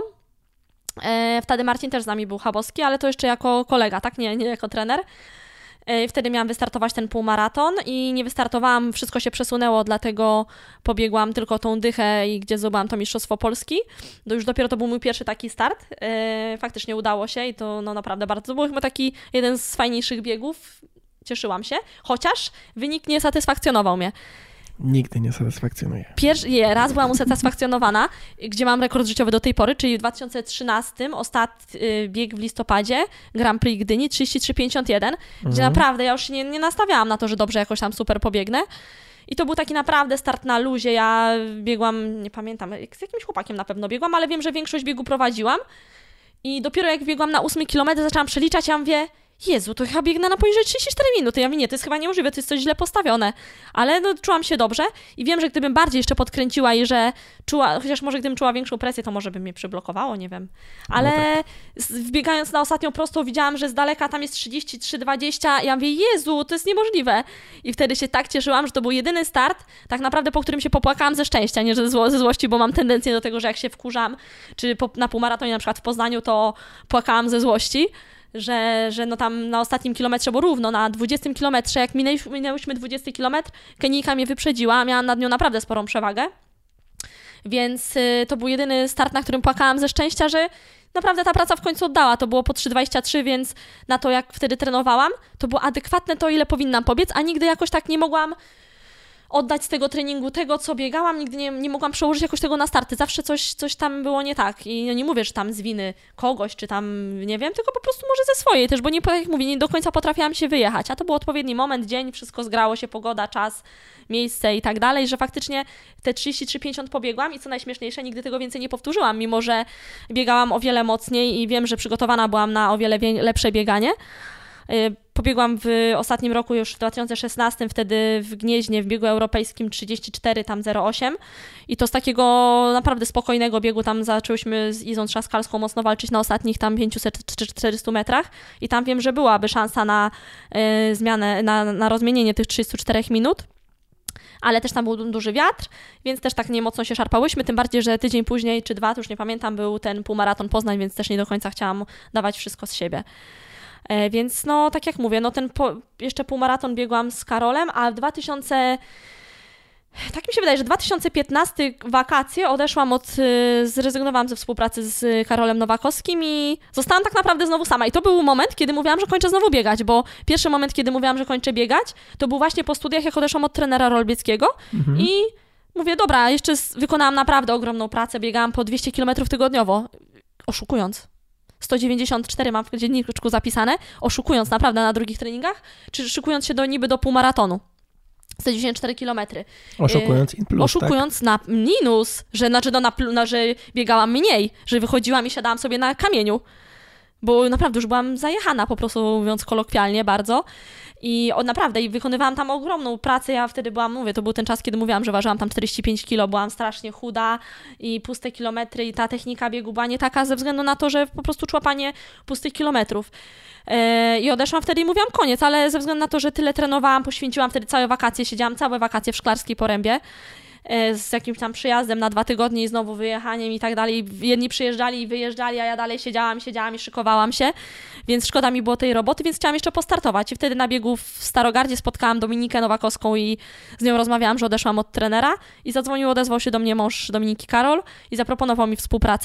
S2: Wtedy Marcin też z nami był Chabowski, ale to jeszcze jako kolega, tak? Nie, nie jako trener. Wtedy miałam wystartować ten półmaraton i nie wystartowałam, wszystko się przesunęło, dlatego pobiegłam tylko tą dychę, i gdzie zdobyłam to Mistrzostwo Polski. To już dopiero to był mój pierwszy taki start. Faktycznie udało się i to no naprawdę bardzo, to był chyba taki jeden z fajniejszych biegów. Cieszyłam się, chociaż wynik nie satysfakcjonował mnie.
S1: Nigdy nie satysfakcjonuje.
S2: Pierwszy, nie, raz byłam usatysfakcjonowana, gdzie mam rekord życiowy do tej pory, czyli w dwa tysiące trzynastym ostatni bieg w listopadzie, Grand Prix Gdyni, trzydzieści trzy pięćdziesiąt jeden, mhm. gdzie naprawdę ja już nie, nie nastawiałam na to, że dobrze jakoś tam super pobiegnę. I to był taki naprawdę start na luzie. Ja biegłam, nie pamiętam, z jakimś chłopakiem na pewno biegłam, ale wiem, że większość biegu prowadziłam. I dopiero jak biegłam na ósmy kilometr, zaczęłam przeliczać, ja mówię, Jezu, to chyba biegnę na poniżej trzydzieści cztery minuty. Ja mówię, nie, to jest chyba niemożliwe, to jest coś źle postawione. Ale no, czułam się dobrze i wiem, że gdybym bardziej jeszcze podkręciła i że czuła, chociaż może gdybym czuła większą presję, to może by mnie przyblokowało, nie wiem. Ale no tak. Wbiegając na ostatnią prostą widziałam, że z daleka tam jest trzydzieści trzy dwadzieścia. Ja mówię, Jezu, to jest niemożliwe. I wtedy się tak cieszyłam, że to był jedyny start, tak naprawdę po którym się popłakałam ze szczęścia, nie że ze, zło, ze złości, bo mam tendencję do tego, że jak się wkurzam, czy po, na półmaratonie na przykład w Poznaniu, to płakałam ze złości. Że, że no tam na ostatnim kilometrze, bo równo na dwudziestym kilometrze, jak minęliśmy, minęłyśmy dwudziesty kilometr, Kenijka mnie wyprzedziła, miałam nad nią naprawdę sporą przewagę, więc y, to był jedyny start, na którym płakałam ze szczęścia, że naprawdę ta praca w końcu oddała, to było po trzy dwadzieścia trzy, więc na to jak wtedy trenowałam, to było adekwatne to, ile powinnam pobiec, a nigdy jakoś tak nie mogłam oddać z tego treningu tego, co biegałam, nigdy nie, nie mogłam przełożyć jakoś tego na starty. Zawsze coś, coś tam było nie tak. I no nie mówię, że tam z winy kogoś, czy tam, nie wiem, tylko po prostu może ze swojej też, bo nie, jak mówię, nie do końca potrafiłam się wyjechać. A to był odpowiedni moment, dzień, wszystko zgrało się, pogoda, czas, miejsce i tak dalej, że faktycznie te trzydzieści trzy pięćdziesiąt pobiegłam i co najśmieszniejsze, nigdy tego więcej nie powtórzyłam, mimo że biegałam o wiele mocniej i wiem, że przygotowana byłam na o wiele wie- lepsze bieganie. Pobiegłam w ostatnim roku, już w dwa tysiące szesnastym, wtedy w Gnieźnie, w biegu europejskim trzydzieści cztery, tam zero osiem i to z takiego naprawdę spokojnego biegu, tam zaczęłyśmy z Izą Trzaskalską mocno walczyć na ostatnich tam pięćset czy czterystu metrach i tam wiem, że byłaby szansa na y, zmianę, na, na rozmienienie tych trzydziestu czterech minut. Ale też tam był duży wiatr, więc też tak nie mocno się szarpałyśmy, tym bardziej, że tydzień później, czy dwa, to już nie pamiętam, był ten półmaraton Poznań, więc też nie do końca chciałam dawać wszystko z siebie. E, więc no, tak jak mówię, no ten po, jeszcze półmaraton biegłam z Karolem, a w dwa tysiące... Tak mi się wydaje, że dwa tysiące piętnaście wakacje odeszłam od, zrezygnowałam ze współpracy z Karolem Nowakowskim i zostałam tak naprawdę znowu sama. I to był moment, kiedy mówiłam, że kończę znowu biegać, bo pierwszy moment, kiedy mówiłam, że kończę biegać, to był właśnie po studiach, jak odeszłam od trenera Rolbieckiego mhm. i mówię, dobra, jeszcze wykonałam naprawdę ogromną pracę, biegałam po dwieście kilometrów tygodniowo, oszukując. sto dziewięćdziesiąt cztery mam w dzienniczku zapisane, oszukując naprawdę na drugich treningach, czy szykując się do niby do półmaratonu. sto dziewięćdziesiąt cztery kilometry.
S1: Oszukując in plus,
S2: Oszukując tak? na minus, że, znaczy no na, na, że biegałam mniej, że wychodziłam i siadałam sobie na kamieniu, bo naprawdę już byłam zajechana, po prostu mówiąc kolokwialnie bardzo. I o, naprawdę, i wykonywałam tam ogromną pracę. Ja wtedy byłam, mówię, to był ten czas, kiedy mówiłam, że ważyłam tam czterdzieści pięć kilo, byłam strasznie chuda i puste kilometry i ta technika biegu była nie taka ze względu na to, że po prostu człapanie pustych kilometrów. Yy, I odeszłam wtedy i mówiłam koniec, ale ze względu na to, że tyle trenowałam, poświęciłam wtedy całe wakacje, siedziałam całe wakacje w Szklarskiej Porębie yy, z jakimś tam przyjazdem na dwa tygodnie i znowu wyjechaniem i tak dalej. Jedni przyjeżdżali i wyjeżdżali, a ja dalej siedziałam, siedziałam i szykowałam się, więc szkoda mi było tej roboty, więc chciałam jeszcze postartować. I wtedy na biegu w Starogardzie spotkałam Dominikę Nowakowską i z nią rozmawiałam, że odeszłam od trenera i zadzwonił, odezwał się do mnie mąż Dominiki Karol i zaproponował mi współpracę.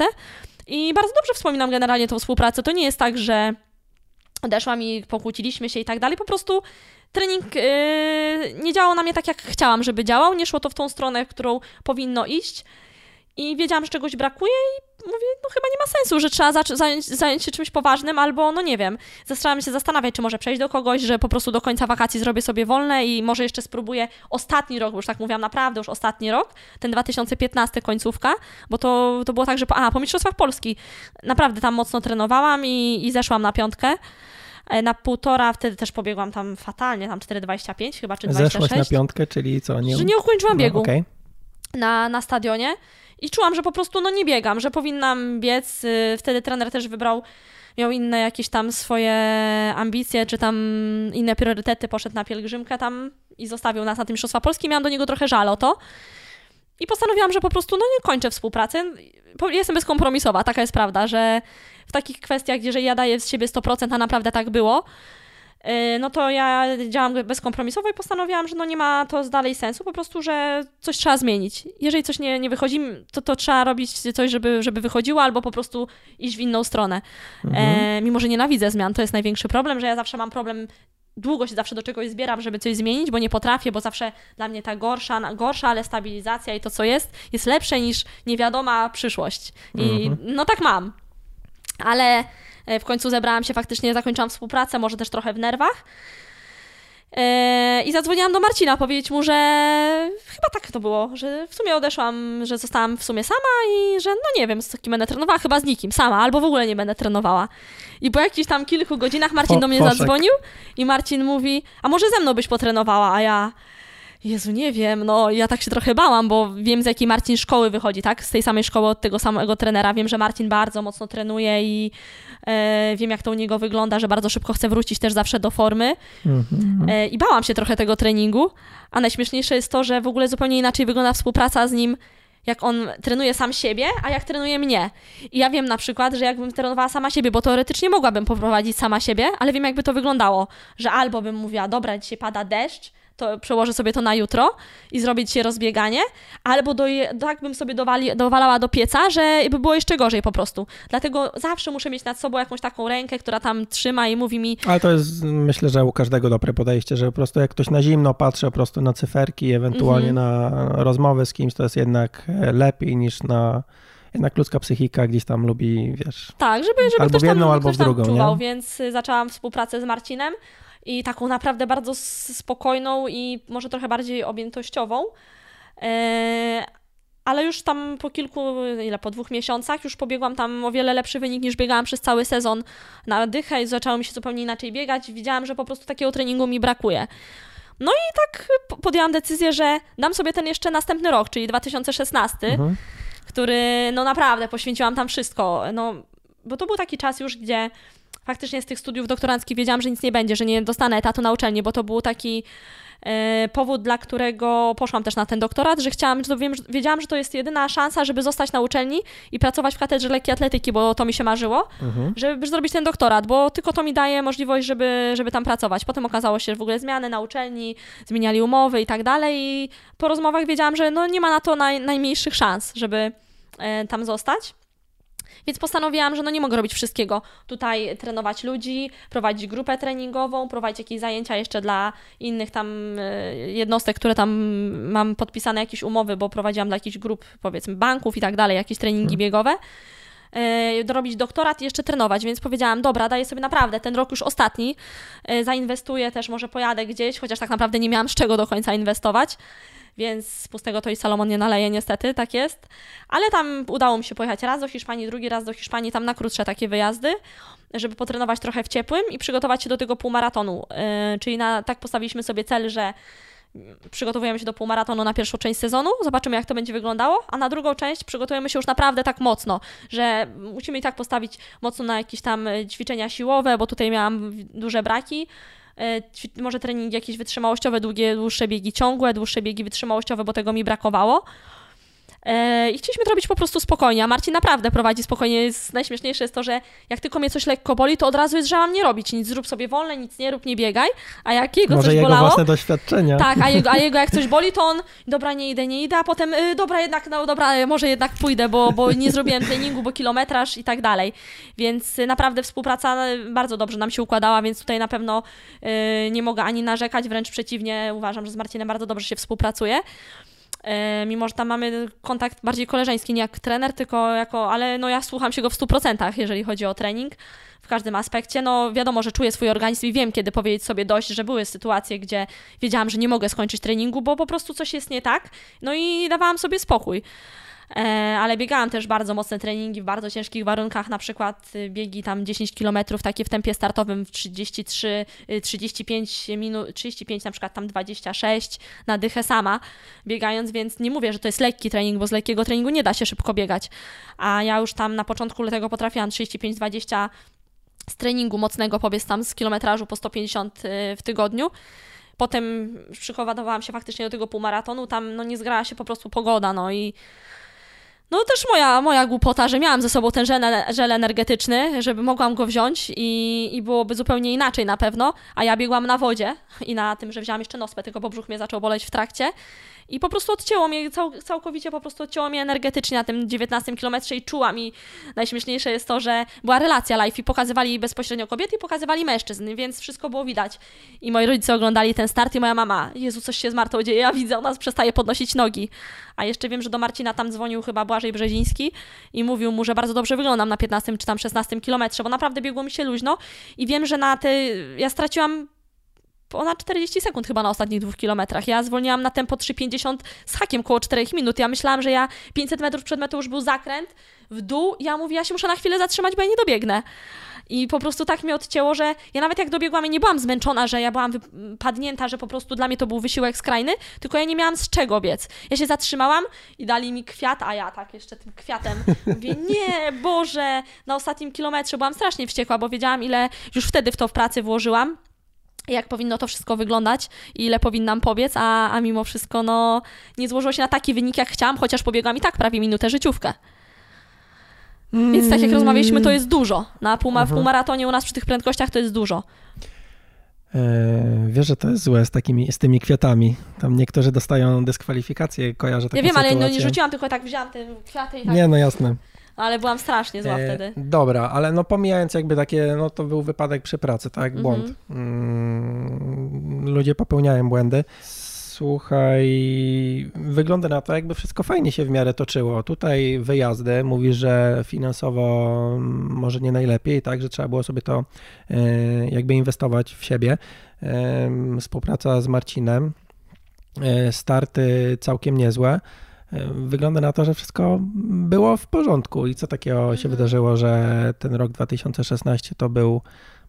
S2: I bardzo dobrze wspominam generalnie tą współpracę. To nie jest tak, że odeszłam i pokłóciliśmy się i tak dalej. Po prostu trening yy, nie działał na mnie tak, jak chciałam, żeby działał. Nie szło to w tą stronę, w którą powinno iść. I wiedziałam, że czegoś brakuje i mówię, no chyba nie ma sensu, że trzeba zac- zająć, zająć się czymś poważnym albo, no nie wiem. Zaczęłam się zastanawiać, czy może przejść do kogoś, że po prostu do końca wakacji zrobię sobie wolne i może jeszcze spróbuję ostatni rok, bo już tak mówiłam, naprawdę już ostatni rok, ten dwa tysiące piętnasty końcówka, bo to, to było tak, że po, aha, po Mistrzostwach Polski naprawdę tam mocno trenowałam i, i zeszłam na piątkę. Na półtora, wtedy też pobiegłam tam fatalnie, tam cztery dwadzieścia pięć chyba, czy dwadzieścia sześć.
S1: Zeszłaś na piątkę, czyli co? Nie...
S2: Że nie ukończyłam biegu
S1: no, okay.
S2: na, na stadionie i czułam, że po prostu no nie biegam, że powinnam biec. Wtedy trener też wybrał, miał inne jakieś tam swoje ambicje, czy tam inne priorytety, poszedł na pielgrzymkę tam i zostawił nas na tym Mistrzostwa Polski. Miałam do niego trochę żal o to. I postanowiłam, że po prostu no nie kończę współpracy. Jestem bezkompromisowa, taka jest prawda, że w takich kwestiach, jeżeli ja daję z siebie sto procent, a naprawdę tak było, no to ja działam bezkompromisowo i postanowiłam, że no nie ma to dalej sensu, po prostu, że coś trzeba zmienić. Jeżeli coś nie, nie wychodzi, to, to trzeba robić coś, żeby, żeby wychodziło, albo po prostu iść w inną stronę. Mhm. E, mimo, że nienawidzę zmian, to jest największy problem, że ja zawsze mam problem, długo się zawsze do czegoś zbieram, żeby coś zmienić, bo nie potrafię, bo zawsze dla mnie ta gorsza, gorsza, ale stabilizacja i to, co jest, jest lepsze niż niewiadoma przyszłość. I mhm. no tak mam. Ale w końcu zebrałam się, faktycznie zakończyłam współpracę, może też trochę w nerwach. I zadzwoniłam do Marcina powiedzieć mu, że chyba tak to było, że w sumie odeszłam, że zostałam w sumie sama i że no nie wiem, z kim będę trenowała, chyba z nikim, sama, albo w ogóle nie będę trenowała. I po jakichś tam kilku godzinach Marcin
S1: po,
S2: do mnie
S1: poszek.
S2: zadzwonił i Marcin mówi, a może ze mną byś potrenowała, a ja... Jezu, nie wiem, no ja tak się trochę bałam, bo wiem z jakiej Marcin szkoły wychodzi, tak? Z tej samej szkoły od tego samego trenera. Wiem, że Marcin bardzo mocno trenuje i e, wiem, jak to u niego wygląda, że bardzo szybko chce wrócić też zawsze do formy. Mm-hmm. E, I bałam się trochę tego treningu, a najśmieszniejsze jest to, że w ogóle zupełnie inaczej wygląda współpraca z nim, jak on trenuje sam siebie, a jak trenuje mnie. I ja wiem na przykład, że jakbym trenowała sama siebie, bo teoretycznie mogłabym poprowadzić sama siebie, ale wiem, jakby to wyglądało, że albo bym mówiła, dobra, dzisiaj pada deszcz, to przełożę sobie to na jutro i zrobię dzisiaj rozbieganie, albo do, tak bym sobie dowali, dowalała do pieca, że by było jeszcze gorzej po prostu. Dlatego zawsze muszę mieć nad sobą jakąś taką rękę, która tam trzyma i mówi mi...
S1: Ale to jest, myślę, że u każdego dobre podejście, że po prostu jak ktoś na zimno patrzy po prostu na cyferki, ewentualnie mm-hmm. na rozmowy z kimś, to jest jednak lepiej niż na... Jednak ludzka psychika gdzieś tam lubi, wiesz...
S2: Tak, żeby, żeby
S1: albo
S2: ktoś
S1: w jedną,
S2: tam,
S1: albo
S2: ktoś
S1: w drugą,
S2: tam czuwał,
S1: nie?
S2: Więc zaczęłam współpracę z Marcinem i taką naprawdę bardzo spokojną i może trochę bardziej objętościową. Yy, ale już tam po kilku, ile, po dwóch miesiącach już pobiegłam tam o wiele lepszy wynik niż biegałam przez cały sezon na dychę i zaczęło mi się zupełnie inaczej biegać. Widziałam, że po prostu takiego treningu mi brakuje. No i tak podjęłam decyzję, że dam sobie ten jeszcze następny rok, czyli dwa tysiące szesnasty, mhm. który no naprawdę poświęciłam tam wszystko, no bo to był taki czas już, gdzie faktycznie z tych studiów doktoranckich wiedziałam, że nic nie będzie, że nie dostanę etatu na uczelni, bo to był taki e, powód, dla którego poszłam też na ten doktorat, że chciałam, że to wiem, że wiedziałam, że to jest jedyna szansa, żeby zostać na uczelni i pracować w katedrze lekkiej atletyki, bo to mi się marzyło, mhm. żeby zrobić ten doktorat, bo tylko to mi daje możliwość, żeby, żeby tam pracować. Potem okazało się, że w ogóle zmiany na uczelni, zmieniali umowy i tak dalej i po rozmowach wiedziałam, że no nie ma na to naj, najmniejszych szans, żeby e, tam zostać. Więc postanowiłam, że no nie mogę robić wszystkiego. Tutaj trenować ludzi, prowadzić grupę treningową, prowadzić jakieś zajęcia jeszcze dla innych tam jednostek, które tam mam podpisane jakieś umowy, bo prowadziłam dla jakichś grup, powiedzmy banków i tak dalej, jakieś treningi hmm. biegowe. Dorobić doktorat i jeszcze trenować, więc powiedziałam, dobra, daję sobie naprawdę ten rok już ostatni, zainwestuję też, może pojadę gdzieś, chociaż tak naprawdę nie miałam z czego do końca inwestować. Więc z pustego to i Salomon nie naleje, niestety, tak jest. Ale tam udało mi się pojechać raz do Hiszpanii, drugi raz do Hiszpanii, tam na krótsze takie wyjazdy, żeby potrenować trochę w ciepłym i przygotować się do tego półmaratonu. Yy, czyli na, tak postawiliśmy sobie cel, że przygotowujemy się do półmaratonu na pierwszą część sezonu, zobaczymy jak to będzie wyglądało, a na drugą część przygotujemy się już naprawdę tak mocno, że musimy i tak postawić mocno na jakieś tam ćwiczenia siłowe, bo tutaj miałam duże braki. Może treningi jakieś wytrzymałościowe, długie, dłuższe biegi ciągłe, dłuższe biegi wytrzymałościowe, bo tego mi brakowało. I chcieliśmy to robić po prostu spokojnie, a Marcin naprawdę prowadzi spokojnie. Najśmieszniejsze jest to, że jak tylko mnie coś lekko boli, to od razu jest, że mam nie robić nic, zrób sobie wolne, nic nie rób, nie biegaj, a jak jego
S1: Może
S2: coś
S1: jego
S2: bolało...
S1: własne doświadczenia.
S2: Tak, a jego, a jego jak coś boli, to on, dobra, nie idę, nie idę, a potem, y, dobra, jednak, no dobra, może jednak pójdę, bo, bo nie zrobiłem treningu, bo kilometraż i tak dalej. Więc y, naprawdę współpraca bardzo dobrze nam się układała, więc tutaj na pewno y, nie mogę ani narzekać, wręcz przeciwnie, uważam, że z Marcinem bardzo dobrze się współpracuje. Mimo że tam mamy kontakt bardziej koleżeński, nie jak trener, tylko jako, ale no ja słucham się go w stu procentach, jeżeli chodzi o trening, w każdym aspekcie. No wiadomo, że czuję swój organizm i wiem, kiedy powiedzieć sobie dość, że były sytuacje, gdzie wiedziałam, że nie mogę skończyć treningu, bo po prostu coś jest nie tak, no i dawałam sobie spokój. Ale biegałam też bardzo mocne treningi w bardzo ciężkich warunkach, na przykład biegi tam dziesięć kilometrów, takie w tempie startowym w trzydzieści trzy, trzydzieści pięć minut, trzydzieści pięć na przykład tam dwadzieścia sześć na dychę sama biegając, więc nie mówię, że to jest lekki trening, bo z lekkiego treningu nie da się szybko biegać, a ja już tam na początku tego potrafiłam trzydzieści pięć dwadzieścia z treningu mocnego pobiec tam z kilometrażu po sto pięćdziesiąt w tygodniu. Potem przygotowałam się faktycznie do tego półmaratonu, tam no nie zgrała się po prostu pogoda, no i no też moja, moja głupota, że miałam ze sobą ten żel, żel energetyczny, żeby mogłam go wziąć i, i byłoby zupełnie inaczej na pewno, a ja biegłam na wodzie i na tym, że wzięłam jeszcze nospę, tylko bo brzuch mnie zaczął boleć w trakcie i po prostu odcięło mnie, cał, całkowicie po prostu odcięło mnie energetycznie na tym dziewiętnastym kilometrze i czułam i najśmieszniejsze jest to, że była relacja live i pokazywali bezpośrednio kobiety i pokazywali mężczyzn, więc wszystko było widać i moi rodzice oglądali ten start i moja mama, Jezu, coś się z Martą dzieje, ja widzę, ona przestaje podnosić nogi, a jeszcze wiem, że do Marcina tam dzwonił chyba Błażej Brzeziński i mówił mu, że bardzo dobrze wyglądam na piętnastym czy tam szesnastym kilometrze, bo naprawdę biegło mi się luźno i wiem, że na te, ja straciłam ponad czterdzieści sekund chyba na ostatnich dwóch kilometrach. Ja zwolniłam na tempo trzy pięćdziesiąt z hakiem koło czterech minut. Ja myślałam, że ja pięćset metrów przed metą już był zakręt w dół. Ja mówię, ja się muszę na chwilę zatrzymać, bo ja nie dobiegnę. I po prostu tak mnie odcięło, że ja nawet jak dobiegłam, ja nie byłam zmęczona, że ja byłam wypadnięta, że po prostu dla mnie to był wysiłek skrajny, tylko ja nie miałam z czego biec. Ja się zatrzymałam i dali mi kwiat, a ja tak jeszcze tym kwiatem mówię, nie, Boże, na ostatnim kilometrze byłam strasznie wściekła, bo wiedziałam, ile już wtedy w to w pracy włożyłam, jak powinno to wszystko wyglądać i ile powinnam pobiec, a, a mimo wszystko no, nie złożyło się na taki wynik, jak chciałam, chociaż pobiegłam i tak prawie minutę życiówkę. Mm. Więc tak jak rozmawialiśmy, to jest dużo. Na półma- w półmaratonie u nas przy tych prędkościach to jest dużo.
S1: Eee, wiesz, że to jest złe z, takimi, z tymi kwiatami. Tam niektórzy dostają dyskwalifikację, kojarzę taką
S2: Ja wiem,
S1: sytuację.
S2: ale no, nie rzuciłam, tylko tak wzięłam te kwiaty i tak.
S1: Nie, no jasne.
S2: Ale byłam strasznie zła
S1: eee,
S2: wtedy.
S1: Dobra, ale no pomijając jakby takie, no to był wypadek przy pracy, tak? Błąd.
S2: Mhm.
S1: Mm, ludzie popełniają błędy. Słuchaj, wygląda na to, jakby wszystko fajnie się w miarę toczyło. Tutaj wyjazdy, mówisz, że finansowo może nie najlepiej, tak, że trzeba było sobie to jakby inwestować w siebie. Współpraca z Marcinem, starty całkiem niezłe. Wygląda na to, że wszystko było w porządku. I co takiego się mhm. wydarzyło, że ten rok dwa tysiące szesnasty to był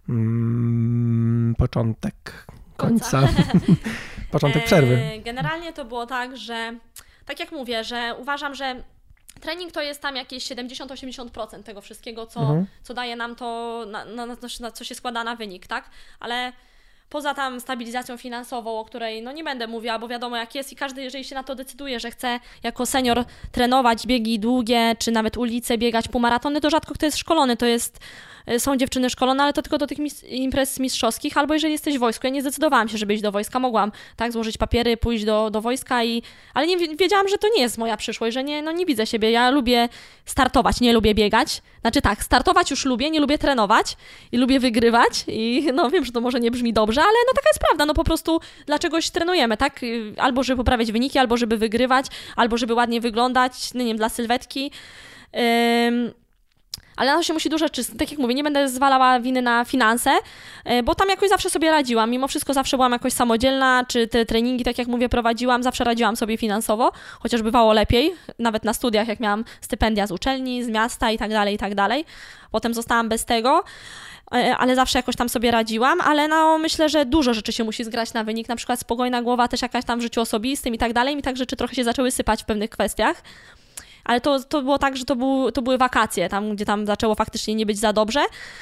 S1: mm, początek końca. Początek przerwy.
S2: Generalnie to było tak, że tak jak mówię, że uważam, że trening to jest tam jakieś siedemdziesiąt do osiemdziesięciu procent tego wszystkiego, co, mhm. co daje nam to, na, na, na, na co się składa na wynik, tak? Ale poza tam stabilizacją finansową, o której no nie będę mówiła, bo wiadomo jak jest i każdy, jeżeli się na to decyduje, że chce jako senior trenować biegi długie, czy nawet ulice, biegać półmaratony, to rzadko kto jest szkolony, to jest, są dziewczyny szkolone, ale to tylko do tych mis- imprez mistrzowskich, albo jeżeli jesteś w wojsku. Ja nie zdecydowałam się, żeby iść do wojska, mogłam tak złożyć papiery, pójść do, do wojska, i, ale nie wiedziałam, że to nie jest moja przyszłość, że nie, no nie widzę siebie. Ja lubię startować, nie lubię biegać. Znaczy tak, startować już lubię, nie lubię trenować i lubię wygrywać i no wiem, że to może nie brzmi dobrze, ale no taka jest prawda, no po prostu dla czegoś trenujemy, tak? Albo żeby poprawiać wyniki, albo żeby wygrywać, albo żeby ładnie wyglądać, no nie wiem, dla sylwetki. Ym... Ale na to się musi dużo rzeczy, tak jak mówię, nie będę zwalała winy na finanse, bo tam jakoś zawsze sobie radziłam. Mimo wszystko zawsze byłam jakoś samodzielna, czy te treningi, tak jak mówię, prowadziłam, zawsze radziłam sobie finansowo, chociaż bywało lepiej, nawet na studiach, jak miałam stypendia z uczelni, z miasta i tak dalej, i tak dalej. Potem zostałam bez tego, ale zawsze jakoś tam sobie radziłam, ale no myślę, że dużo rzeczy się musi zgrać na wynik, na przykład spokojna głowa, też jakaś tam w życiu osobistym i tak dalej. Mi tak rzeczy trochę się zaczęły sypać w pewnych kwestiach. Ale to, to było tak, że to, był, to były wakacje, tam gdzie tam zaczęło faktycznie nie być za dobrze.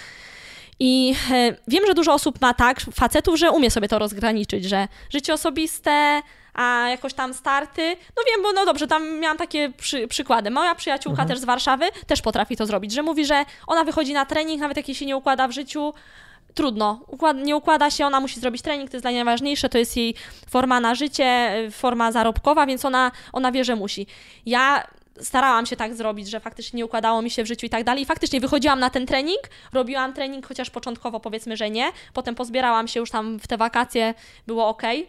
S2: I e, wiem, że dużo osób ma tak, facetów, że umie sobie to rozgraniczyć, że życie osobiste, a jakoś tam starty. No wiem, bo no dobrze, tam miałam takie przy, przykłady. Moja przyjaciółka mhm. też z Warszawy też potrafi to zrobić, że mówi, że ona wychodzi na trening, nawet jak jej się nie układa w życiu, trudno, Układ, nie układa się, ona musi zrobić trening, to jest dla niej najważniejsze, to jest jej forma na życie, forma zarobkowa, więc ona, ona wie, że musi. Ja starałam się tak zrobić, że faktycznie nie układało mi się w życiu i tak dalej. I faktycznie wychodziłam na ten trening, robiłam trening, chociaż początkowo powiedzmy, że nie. Potem pozbierałam się już tam w te wakacje, było okej.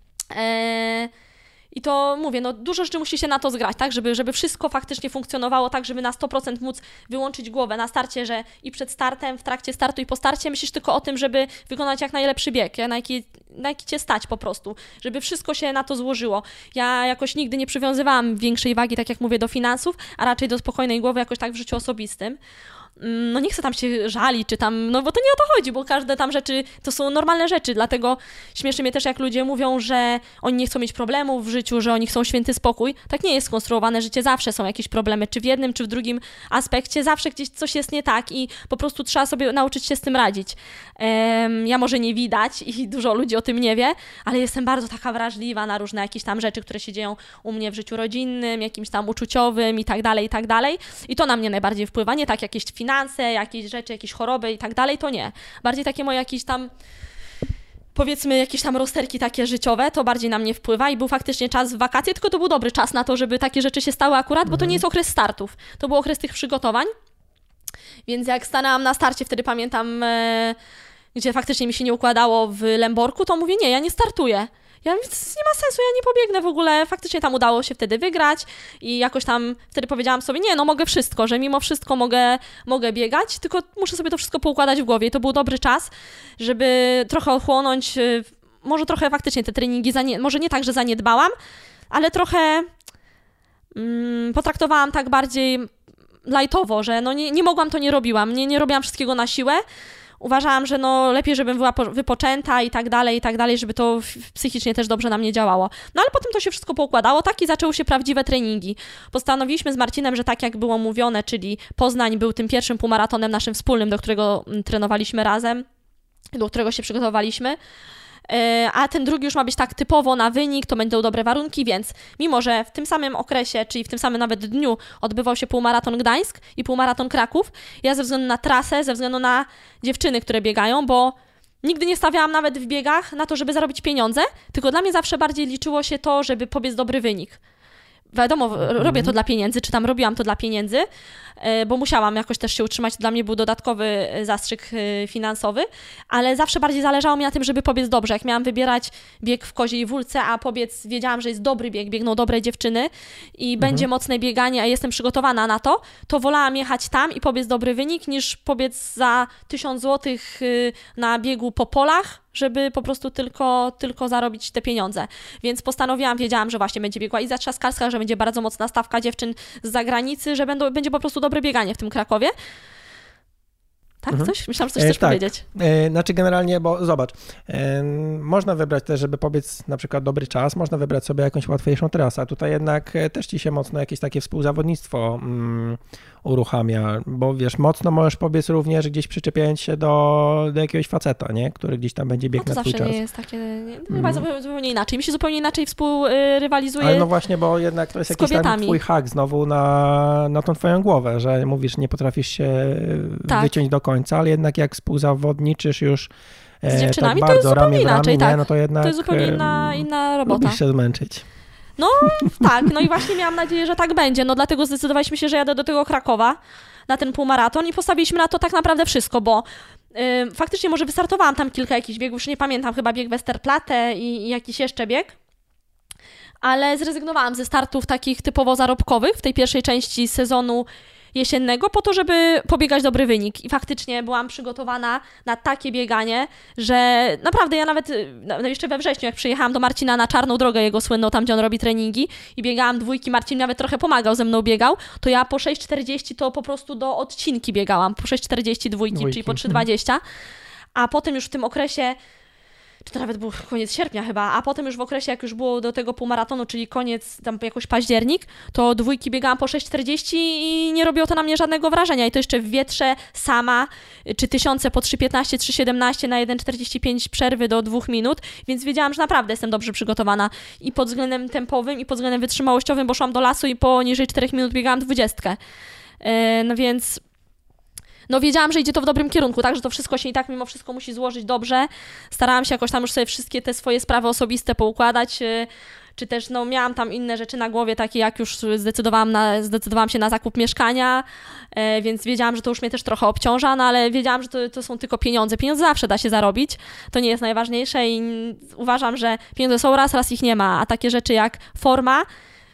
S2: Eee, I to mówię, no dużo rzeczy musi się na to zgrać, tak, żeby, żeby wszystko faktycznie funkcjonowało tak, żeby na sto procent móc wyłączyć głowę na starcie, że i przed startem, w trakcie startu i po starcie myślisz tylko o tym, żeby wykonać jak najlepszy bieg, na jaki, na jaki cię stać po prostu, żeby wszystko się na to złożyło. Ja jakoś nigdy nie przywiązywałam większej wagi, tak jak mówię, do finansów, a raczej do spokojnej głowy jakoś tak w życiu osobistym. No nie chcę tam się żalić, czy tam, no bo to nie o to chodzi, bo każde tam rzeczy to są normalne rzeczy, dlatego śmieszy mnie też, jak ludzie mówią, że oni nie chcą mieć problemów w życiu, że oni chcą święty spokój. Tak nie jest skonstruowane życie, zawsze są jakieś problemy, czy w jednym, czy w drugim aspekcie, zawsze gdzieś coś jest nie tak i po prostu trzeba sobie nauczyć się z tym radzić. Um, ja może nie widać i dużo ludzi o tym nie wie, ale jestem bardzo taka wrażliwa na różne jakieś tam rzeczy, które się dzieją u mnie w życiu rodzinnym, jakimś tam uczuciowym i tak dalej, i tak dalej. I to na mnie najbardziej wpływa, nie tak jakieś finanse, jakieś rzeczy, jakieś choroby i tak dalej, to nie. Bardziej takie moje jakieś tam, powiedzmy, jakieś tam rozterki takie życiowe, to bardziej na mnie wpływa i był faktycznie czas w wakacje, tylko to był dobry czas na to, żeby takie rzeczy się stały akurat, bo to nie jest okres startów, to był okres tych przygotowań, więc jak stanęłam na starcie, wtedy pamiętam, e, gdzie faktycznie mi się nie układało w Lęborku, to mówię, nie, ja nie startuję. Ja mówię, nie ma sensu, ja nie pobiegnę w ogóle. Faktycznie tam udało się wtedy wygrać i jakoś tam wtedy powiedziałam sobie, nie, no mogę wszystko, że mimo wszystko mogę, mogę biegać, tylko muszę sobie to wszystko poukładać w głowie. I to był dobry czas, żeby trochę ochłonąć może trochę faktycznie te treningi, zanie- może nie tak, że zaniedbałam, ale trochę mm, potraktowałam tak bardziej lajtowo, że no nie, nie mogłam, to nie robiłam, nie, nie robiłam wszystkiego na siłę. Uważałam, że no lepiej, żebym była wypoczęta i tak dalej, i tak dalej, żeby to psychicznie też dobrze na mnie działało. No ale potem to się wszystko poukładało, tak i zaczęły się prawdziwe treningi. Postanowiliśmy z Marcinem, że tak jak było mówione, czyli Poznań był tym pierwszym półmaratonem naszym wspólnym, do którego trenowaliśmy razem, do którego się przygotowaliśmy. A ten drugi już ma być tak typowo na wynik, to będą dobre warunki, więc mimo, że w tym samym okresie, czyli w tym samym nawet dniu odbywał się półmaraton Gdańsk i półmaraton Kraków, ja ze względu na trasę, ze względu na dziewczyny, które biegają, bo nigdy nie stawiałam nawet w biegach na to, żeby zarobić pieniądze, tylko dla mnie zawsze bardziej liczyło się to, żeby pobiec dobry wynik. Wiadomo, robię to dla pieniędzy, czy tam robiłam to dla pieniędzy, bo musiałam jakoś też się utrzymać, dla mnie był dodatkowy zastrzyk finansowy, ale zawsze bardziej zależało mi na tym, żeby pobiec dobrze. Jak miałam wybierać bieg w Koziej Wólce, a pobiec, wiedziałam, że jest dobry bieg, biegną dobre dziewczyny i mhm. będzie mocne bieganie, a jestem przygotowana na to, to wolałam jechać tam i pobiec dobry wynik, niż pobiec za tysiąc złotych na biegu po polach, żeby po prostu tylko, tylko zarobić te pieniądze. Więc postanowiłam, wiedziałam, że właśnie będzie biegła Iza Trzaskalska, że będzie bardzo mocna stawka dziewczyn z zagranicy, że będą, będzie po prostu dobre bieganie w tym Krakowie. Tak, mhm. coś? Myślałam, że coś chcesz e, tak. powiedzieć.
S1: E, znaczy generalnie, bo zobacz, e, można wybrać też, żeby pobiec na przykład dobry czas, można wybrać sobie jakąś łatwiejszą trasę, a tutaj jednak też ci się mocno jakieś takie współzawodnictwo mm, uruchamia, bo wiesz, mocno możesz pobiec również gdzieś przyczepiając się do, do jakiegoś faceta, nie? Który gdzieś tam będzie biegł
S2: no
S1: na swój czas.
S2: To zawsze nie jest takie, nie, no chyba mm. zupełnie inaczej. Mi się zupełnie inaczej współrywalizuje. Ale
S1: no właśnie, bo jednak to jest jakiś tam twój hak znowu na, na tą twoją głowę, że mówisz, nie potrafisz się tak. wyciąć do końca, ale jednak jak współzawodniczysz już
S2: z dziewczynami,
S1: tak
S2: to jest zupełnie inaczej,
S1: ramię,
S2: tak.
S1: Nie, no to, jednak,
S2: to jest zupełnie inna, inna robota.
S1: Lubisz się zmęczyć.
S2: No tak, no i właśnie miałam nadzieję, że tak będzie, no dlatego zdecydowaliśmy się, że jadę do tego Krakowa na ten półmaraton i postawiliśmy na to tak naprawdę wszystko, bo yy, faktycznie może wystartowałam tam kilka jakichś biegów, już nie pamiętam, chyba bieg Westerplatte i, i jakiś jeszcze bieg, ale zrezygnowałam ze startów takich typowo zarobkowych w tej pierwszej części sezonu jesiennego po to, żeby pobiegać dobry wynik. I faktycznie byłam przygotowana na takie bieganie, że naprawdę ja nawet no jeszcze we wrześniu, jak przyjechałam do Marcina na Czarną Drogę, jego słynną, tam gdzie on robi treningi i biegałam dwójki, Marcin nawet trochę pomagał, ze mną biegał, to ja po sześć czterdzieści to po prostu do odcinki biegałam, po sześć czterdzieści dwójki, dwójki, czyli po trzy dwadzieścia, a potem już w tym okresie, czy to nawet był koniec sierpnia chyba, a potem już w okresie, jak już było do tego półmaratonu, czyli koniec, tam jakoś październik, to dwójki biegałam po sześć czterdzieści i nie robiło to na mnie żadnego wrażenia. I to jeszcze w wietrze sama, czy tysiące po trzy piętnaście, trzy siedemnaście na jeden czterdzieści pięć przerwy do dwóch minut, więc wiedziałam, że naprawdę jestem dobrze przygotowana i pod względem tempowym, i pod względem wytrzymałościowym, bo szłam do lasu i poniżej czterech minut biegałam dwudziestkę. Yy, no więc... No wiedziałam, że idzie to w dobrym kierunku, tak, że to wszystko się i tak mimo wszystko musi złożyć dobrze. Starałam się jakoś tam już sobie wszystkie te swoje sprawy osobiste poukładać, czy też no miałam tam inne rzeczy na głowie, takie jak już zdecydowałam, na, zdecydowałam się na zakup mieszkania, więc wiedziałam, że to już mnie też trochę obciąża, no ale wiedziałam, że to, to są tylko pieniądze. Pieniądze zawsze da się zarobić, to nie jest najważniejsze i uważam, że pieniądze są raz, raz ich nie ma, a takie rzeczy jak forma,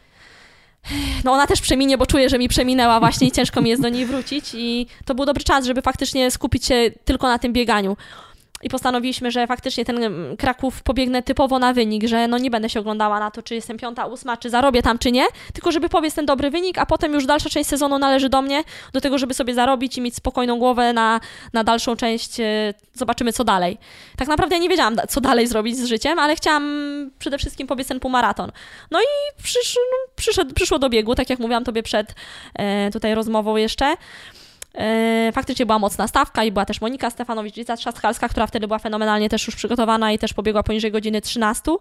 S2: no ona też przeminie, bo czuję, że mi przeminęła właśnie i ciężko mi jest do niej wrócić i to był dobry czas, żeby faktycznie skupić się tylko na tym bieganiu. I postanowiliśmy, że faktycznie ten Kraków pobiegnę typowo na wynik, że no nie będę się oglądała na to, czy jestem piąta, ósma, czy zarobię tam, czy nie, tylko żeby pobiec ten dobry wynik, a potem już dalsza część sezonu należy do mnie, do tego, żeby sobie zarobić i mieć spokojną głowę na, na dalszą część, zobaczymy co dalej. Tak naprawdę ja nie wiedziałam, co dalej zrobić z życiem, ale chciałam przede wszystkim pobiec ten półmaraton. No i przysz, no, przyszedł, przyszło do biegu, tak jak mówiłam tobie przed e, tutaj rozmową jeszcze. Faktycznie była mocna stawka i była też Monika Stefanowicz, Iza Trzaskalska, która wtedy była fenomenalnie też już przygotowana i też pobiegła poniżej godziny trzynaście.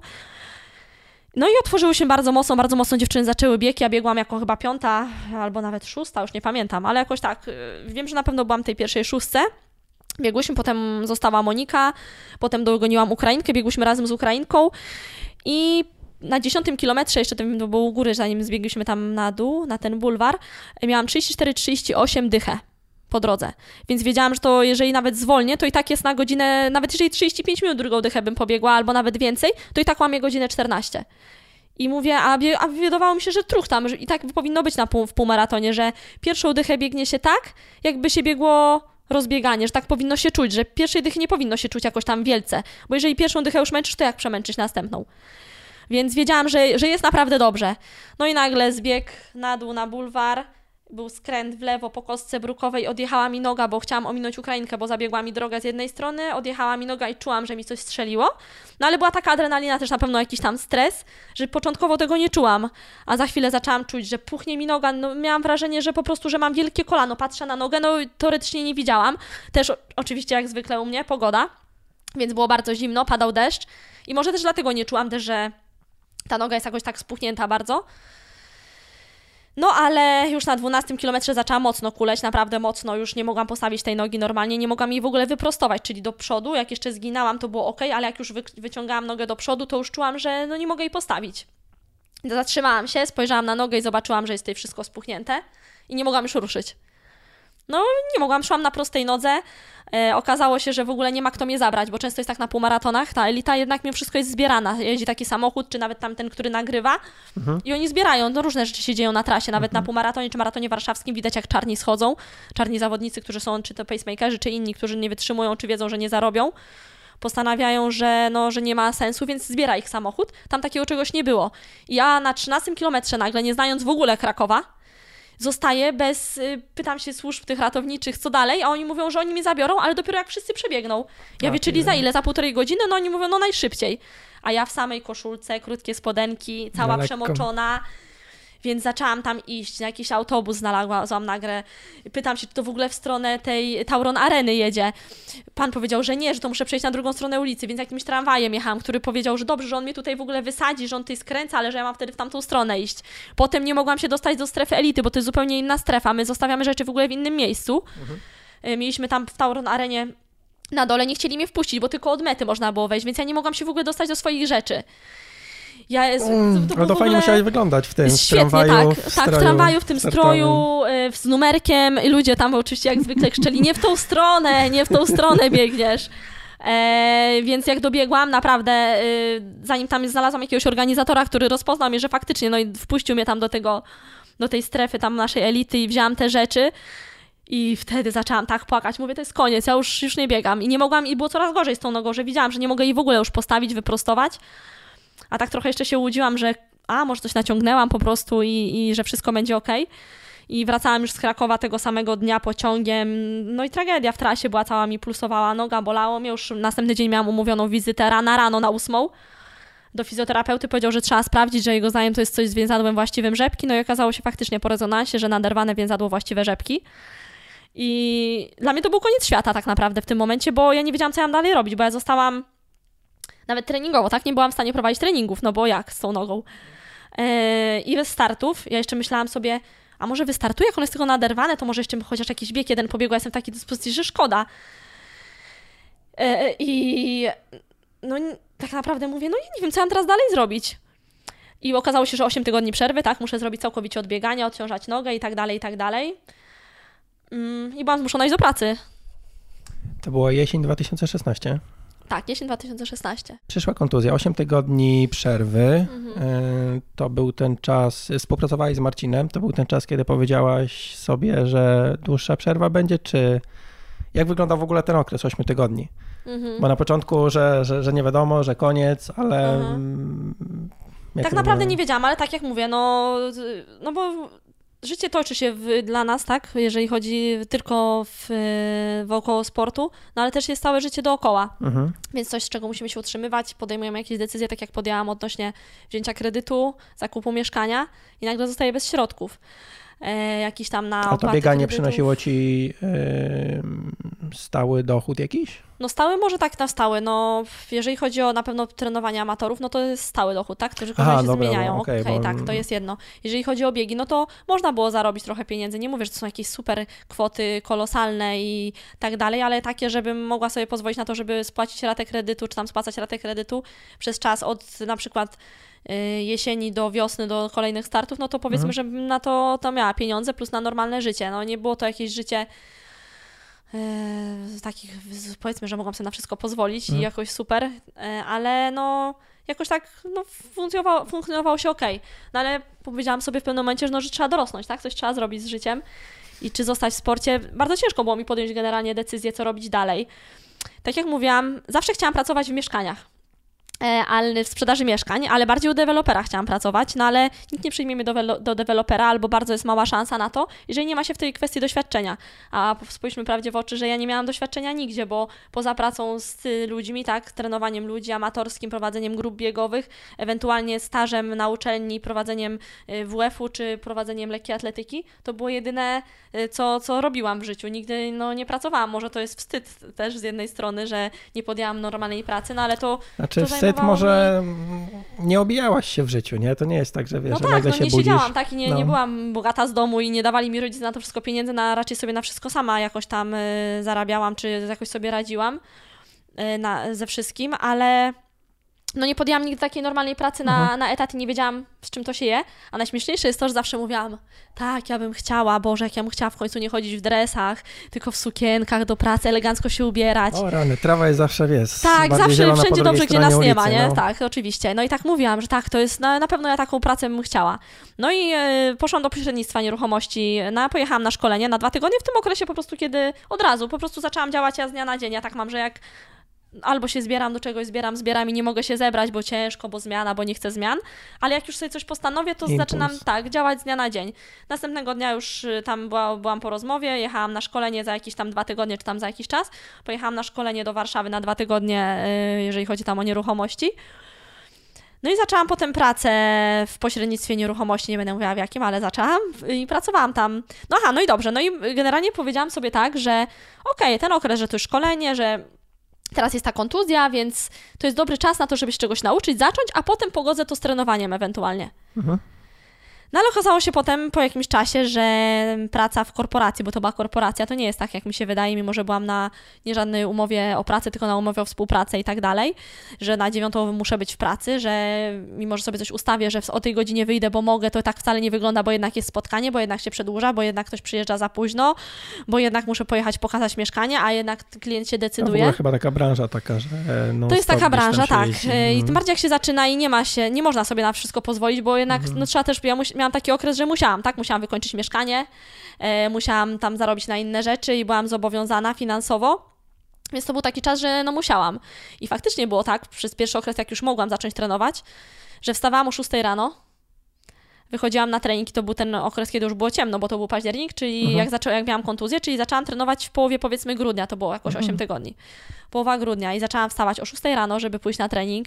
S2: No i otworzyły się bardzo mocno, bardzo mocno dziewczyny zaczęły bieg. Ja biegłam jako chyba piąta albo nawet szósta, już nie pamiętam, ale jakoś tak, wiem, że na pewno byłam tej pierwszej szóstce. Biegłyśmy, potem została Monika, potem dogoniłam Ukrainkę, biegłyśmy razem z Ukrainką i na dziesiątym kilometrze, jeszcze to było u góry, zanim zbiegliśmy tam na dół, na ten bulwar, miałam trzydzieści cztery trzydzieści osiem dychę po drodze. Więc wiedziałam, że to jeżeli nawet zwolnię, to i tak jest na godzinę, nawet jeżeli trzydzieści pięć minut drugą dychę bym pobiegła, albo nawet więcej, to i tak łamię godzinę czternaście. I mówię, a, bie, a wydawało mi się, że truchtam, że i tak powinno być na pół, w półmaratonie, że pierwszą dychę biegnie się tak, jakby się biegło rozbieganie, że tak powinno się czuć, że pierwszej dychy nie powinno się czuć jakoś tam wielce, bo jeżeli pierwszą dychę już męczysz, to jak przemęczyć następną? Więc wiedziałam, że, że jest naprawdę dobrze. No i nagle zbieg na dół na bulwar, był skręt w lewo po kostce brukowej, odjechała mi noga, bo chciałam ominąć Ukrainkę, bo zabiegła mi droga z jednej strony, odjechała mi noga i czułam, że mi coś strzeliło. No ale była taka adrenalina, też na pewno jakiś tam stres, że początkowo tego nie czułam, a za chwilę zaczęłam czuć, że puchnie mi noga, no miałam wrażenie, że po prostu, że mam wielkie kolano, patrzę na nogę, no teoretycznie nie widziałam. Też oczywiście jak zwykle u mnie pogoda, więc było bardzo zimno, padał deszcz i może też dlatego nie czułam też, że ta noga jest jakoś tak spuchnięta bardzo. No ale już na dwunastym kilometrze zaczęłam mocno kuleć, naprawdę mocno, już nie mogłam postawić tej nogi normalnie, nie mogłam jej w ogóle wyprostować, czyli do przodu, jak jeszcze zginałam to było ok, ale jak już wy- wyciągałam nogę do przodu, to już czułam, że no nie mogę jej postawić. Zatrzymałam się, spojrzałam na nogę i zobaczyłam, że jest tutaj wszystko spuchnięte i nie mogłam już ruszyć. No nie mogłam, szłam na prostej nodze, e, okazało się, że w ogóle nie ma kto mnie zabrać, bo często jest tak na półmaratonach, ta elita jednak mimo wszystko jest zbierana, jeździ taki samochód, czy nawet tamten, który nagrywa mhm. i oni zbierają, no różne rzeczy się dzieją na trasie, nawet mhm. na półmaratonie, czy maratonie warszawskim widać jak czarni schodzą, czarni zawodnicy, którzy są czy to pacemakerzy, czy inni, którzy nie wytrzymują, czy wiedzą, że nie zarobią, postanawiają, że, no, że nie ma sensu, więc zbiera ich samochód, tam takiego czegoś nie było. I ja na trzynastym kilometrze nagle, nie znając w ogóle Krakowa, zostaję bez, pytam się służb tych ratowniczych, co dalej, a oni mówią, że oni mnie zabiorą, ale dopiero jak wszyscy przebiegną. Ja wie, czyli za ile? Za półtorej godziny? No oni mówią, no najszybciej. A ja w samej koszulce, krótkie spodenki, cała przemoczona, więc zaczęłam tam iść, na jakiś autobus znalazłam nagle. Pytam się, czy to w ogóle w stronę tej Tauron Areny jedzie. Pan powiedział, że nie, że to muszę przejść na drugą stronę ulicy, więc jakimś tramwajem jechałam, który powiedział, że dobrze, że on mnie tutaj w ogóle wysadzi, że on tutaj skręca, ale że ja mam wtedy w tamtą stronę iść. Potem nie mogłam się dostać do strefy elity, bo to jest zupełnie inna strefa. My zostawiamy rzeczy w ogóle w innym miejscu. Mhm. Mieliśmy tam w Tauron Arenie na dole, nie chcieli mnie wpuścić, bo tylko od mety można było wejść, więc ja nie mogłam się w ogóle dostać do swoich rzeczy. Ja jest,
S1: mm, to, to, to fajnie musiałeś wyglądać w tym
S2: świetnie,
S1: w tramwaju,
S2: tak,
S1: w
S2: tak, w tramwaju, w tym startowym. Stroju, z numerkiem i ludzie tam oczywiście jak zwykle krzyczeli, nie w tą stronę, nie w tą stronę biegniesz. E, więc jak dobiegłam, naprawdę, e, zanim tam znalazłam jakiegoś organizatora, który rozpoznał mnie, że faktycznie, no i wpuścił mnie tam do tego, do tej strefy tam naszej elity i wzięłam te rzeczy. I wtedy zaczęłam tak płakać. Mówię, to jest koniec, ja już, już nie biegam. I nie mogłam, i było coraz gorzej z tą nogą, że widziałam, że nie mogę jej w ogóle już postawić, wyprostować. A tak trochę jeszcze się łudziłam, że a, może coś naciągnęłam po prostu i, i że wszystko będzie okej. I wracałam już z Krakowa tego samego dnia pociągiem. No i tragedia w trasie była, cała mi pulsowała noga, bolało mnie. Już następny dzień miałam umówioną wizytę rana rano na ósmą. Do fizjoterapeuty powiedział, że trzeba sprawdzić, że jego zdaniem to jest coś z więzadłem właściwym rzepki. No i okazało się faktycznie po rezonansie, że naderwane więzadło właściwe rzepki. I dla mnie to był koniec świata tak naprawdę w tym momencie, bo ja nie wiedziałam, co ja mam dalej robić, bo ja zostałam nawet treningowo, tak? Nie byłam w stanie prowadzić treningów, no bo jak z tą nogą? Yy, I bez startów, ja jeszcze myślałam sobie, a może wystartuję, jak one jest tylko naderwane, to może jeszcze chociaż jakiś bieg jeden pobiegła, jestem w takiej dyspozycji, że szkoda. Yy, I no tak naprawdę mówię, no ja nie wiem, co ja mam teraz dalej zrobić. I okazało się, że osiem tygodni przerwy, tak? Muszę zrobić całkowicie odbieganie, odciążać nogę i tak dalej, i tak dalej. Yy, I byłam zmuszona iść do pracy.
S1: To było jesień dwa tysiące szesnaście.
S2: Tak, jesień dwa tysiące szesnaście.
S1: Przyszła kontuzja, osiem tygodni przerwy. Mhm. To był ten czas, współpracowałeś z Marcinem, to był ten czas, kiedy powiedziałaś sobie, że dłuższa przerwa będzie, czy jak wyglądał w ogóle ten okres ośmiu tygodni? Mhm. Bo na początku, że, że, że nie wiadomo, że koniec, ale... Mhm.
S2: Tak naprawdę nie wiedziałam, ale tak jak mówię, no, no bo... Życie toczy się w, dla nas, tak, jeżeli chodzi tylko w, wokoło sportu, no ale też jest całe życie dookoła, mhm. więc coś, z czego musimy się utrzymywać, podejmujemy jakieś decyzje, tak jak podjęłam odnośnie wzięcia kredytu, zakupu mieszkania i nagle zostaję bez środków. E, jakiś tam na
S1: A to bieganie kredytów. Przynosiło ci yy, stały dochód jakiś?
S2: No stały może tak na stały, no jeżeli chodzi o na pewno trenowanie amatorów, no to jest stały dochód, tak, którzy się dobra, zmieniają, okej, okay, okay, bo... tak, to jest jedno. Jeżeli chodzi o biegi, no to można było zarobić trochę pieniędzy, nie mówię, że to są jakieś super kwoty kolosalne i tak dalej, ale takie, żebym mogła sobie pozwolić na to, żeby spłacić ratę kredytu, czy tam spłacać ratę kredytu przez czas od na przykład jesieni do wiosny, do kolejnych startów, no to powiedzmy, mhm. żebym na to, to miała pieniądze plus na normalne życie. No nie było to jakieś życie e, takich, powiedzmy, że mogłam sobie na wszystko pozwolić mhm. i jakoś super, e, ale no jakoś tak no, funkcjonowało, funkcjonowało się okej. Okay. No ale powiedziałam sobie w pewnym momencie, że, no, że trzeba dorosnąć, tak? Coś trzeba zrobić z życiem. i czy zostać w sporcie. Bardzo ciężko było mi podjąć generalnie decyzję, co robić dalej. Tak jak mówiłam, zawsze chciałam pracować w mieszkaniach. Ale w sprzedaży mieszkań, ale bardziej u dewelopera chciałam pracować, no ale nikt nie przyjmie mnie do, do dewelopera, albo bardzo jest mała szansa na to, jeżeli nie ma się w tej kwestii doświadczenia. A spójrzmy prawdzie w oczy, że ja nie miałam doświadczenia nigdzie, bo poza pracą z ludźmi, tak, trenowaniem ludzi, amatorskim, prowadzeniem grup biegowych, ewentualnie stażem na uczelni, prowadzeniem W F-u czy prowadzeniem lekkiej atletyki, to było jedyne, co, co robiłam w życiu. Nigdy no, nie pracowałam. Może to jest wstyd też z jednej strony, że nie podjęłam normalnej pracy, no ale to...
S1: Znaczy
S2: to
S1: wstyd może mi... nie obijałaś się w życiu, nie? To nie jest tak, że wiesz,
S2: no
S1: że
S2: tak,
S1: nagle
S2: no
S1: się
S2: nie
S1: budzisz.
S2: siedziałam, tak, i nie,
S1: no.
S2: nie byłam bogata z domu i nie dawali mi rodzice na to wszystko pieniędzy, na, raczej sobie na wszystko sama jakoś tam y, zarabiałam, czy jakoś sobie radziłam y, na, ze wszystkim, ale no nie podjęłam nigdy takiej normalnej pracy na,
S1: mhm.
S2: na etat i nie wiedziałam, z czym to się je, a najśmieszniejsze jest to, że zawsze mówiłam, tak, ja bym chciała, Boże, jak ja bym chciała w końcu nie chodzić w dresach, tylko w sukienkach do pracy, elegancko się ubierać.
S1: O rany, trawa jest zawsze, wiesz,
S2: tak, zawsze wszędzie dobrze, gdzie nas
S1: ulicy,
S2: nie ma, nie?
S1: No.
S2: Tak, oczywiście. No i tak mówiłam, że tak, to jest, na, na pewno ja taką pracę bym chciała. No i e, poszłam do pośrednictwa nieruchomości, na, pojechałam na szkolenie na dwa tygodnie, w tym okresie po prostu, kiedy od razu, po prostu zaczęłam działać ja z dnia na dzień. Ja tak mam, że jak albo się zbieram do czegoś, zbieram, zbieram i nie mogę się zebrać, bo ciężko, bo zmiana, bo nie chcę zmian, ale jak już sobie coś postanowię, to
S1: Impuls.
S2: zaczynam tak, działać z dnia na dzień. Następnego dnia już tam była, byłam po rozmowie, jechałam na szkolenie za jakieś tam dwa tygodnie, czy tam za jakiś czas, pojechałam na szkolenie do Warszawy na dwa tygodnie, jeżeli chodzi tam o nieruchomości. No i zaczęłam potem pracę w pośrednictwie nieruchomości, nie będę mówiła w jakim, ale zaczęłam i pracowałam tam. No aha, no i dobrze, no i generalnie powiedziałam sobie tak, że okej, okay, ten okres, że to już szkolenie, że teraz jest ta kontuzja, więc to jest dobry czas na to, żeby się czegoś nauczyć, zacząć, a potem pogodzę to z trenowaniem ewentualnie. Mhm. No ale okazało się potem po jakimś czasie, że praca w korporacji, bo to była korporacja, to nie jest tak, jak mi się wydaje, mimo że byłam na nie żadnej umowie o pracy, tylko na umowie o współpracę i tak dalej, że na dziewiątą muszę być w pracy, że mimo, że sobie coś ustawię, że o tej godzinie wyjdę, bo mogę, to tak wcale nie wygląda, bo jednak jest spotkanie, bo jednak się przedłuża, bo jednak ktoś przyjeżdża za późno, bo jednak muszę pojechać pokazać mieszkanie, a jednak klient się decyduje.
S1: To w ogóle chyba taka branża taka, że
S2: to jest taka branża, tak.
S1: Jeździ.
S2: I tym bardziej jak się zaczyna i nie ma się, nie można sobie na wszystko pozwolić, bo jednak mhm. no, trzeba też, ja musi, miałam taki okres, że musiałam, tak, musiałam wykończyć mieszkanie, e, musiałam tam zarobić na inne rzeczy i byłam zobowiązana finansowo, więc to był taki czas, że no musiałam. I faktycznie było tak, przez pierwszy okres, jak już mogłam zacząć trenować, że wstawałam o szóstej rano, wychodziłam na trening i to był ten okres, kiedy już było ciemno, bo to był październik, czyli mhm. jak, zaczą, jak miałam kontuzję, czyli zaczęłam trenować w połowie, powiedzmy, grudnia, to było jakoś mhm. osiem tygodni. Połowa grudnia i zaczęłam wstawać o szóstej rano, żeby pójść na trening.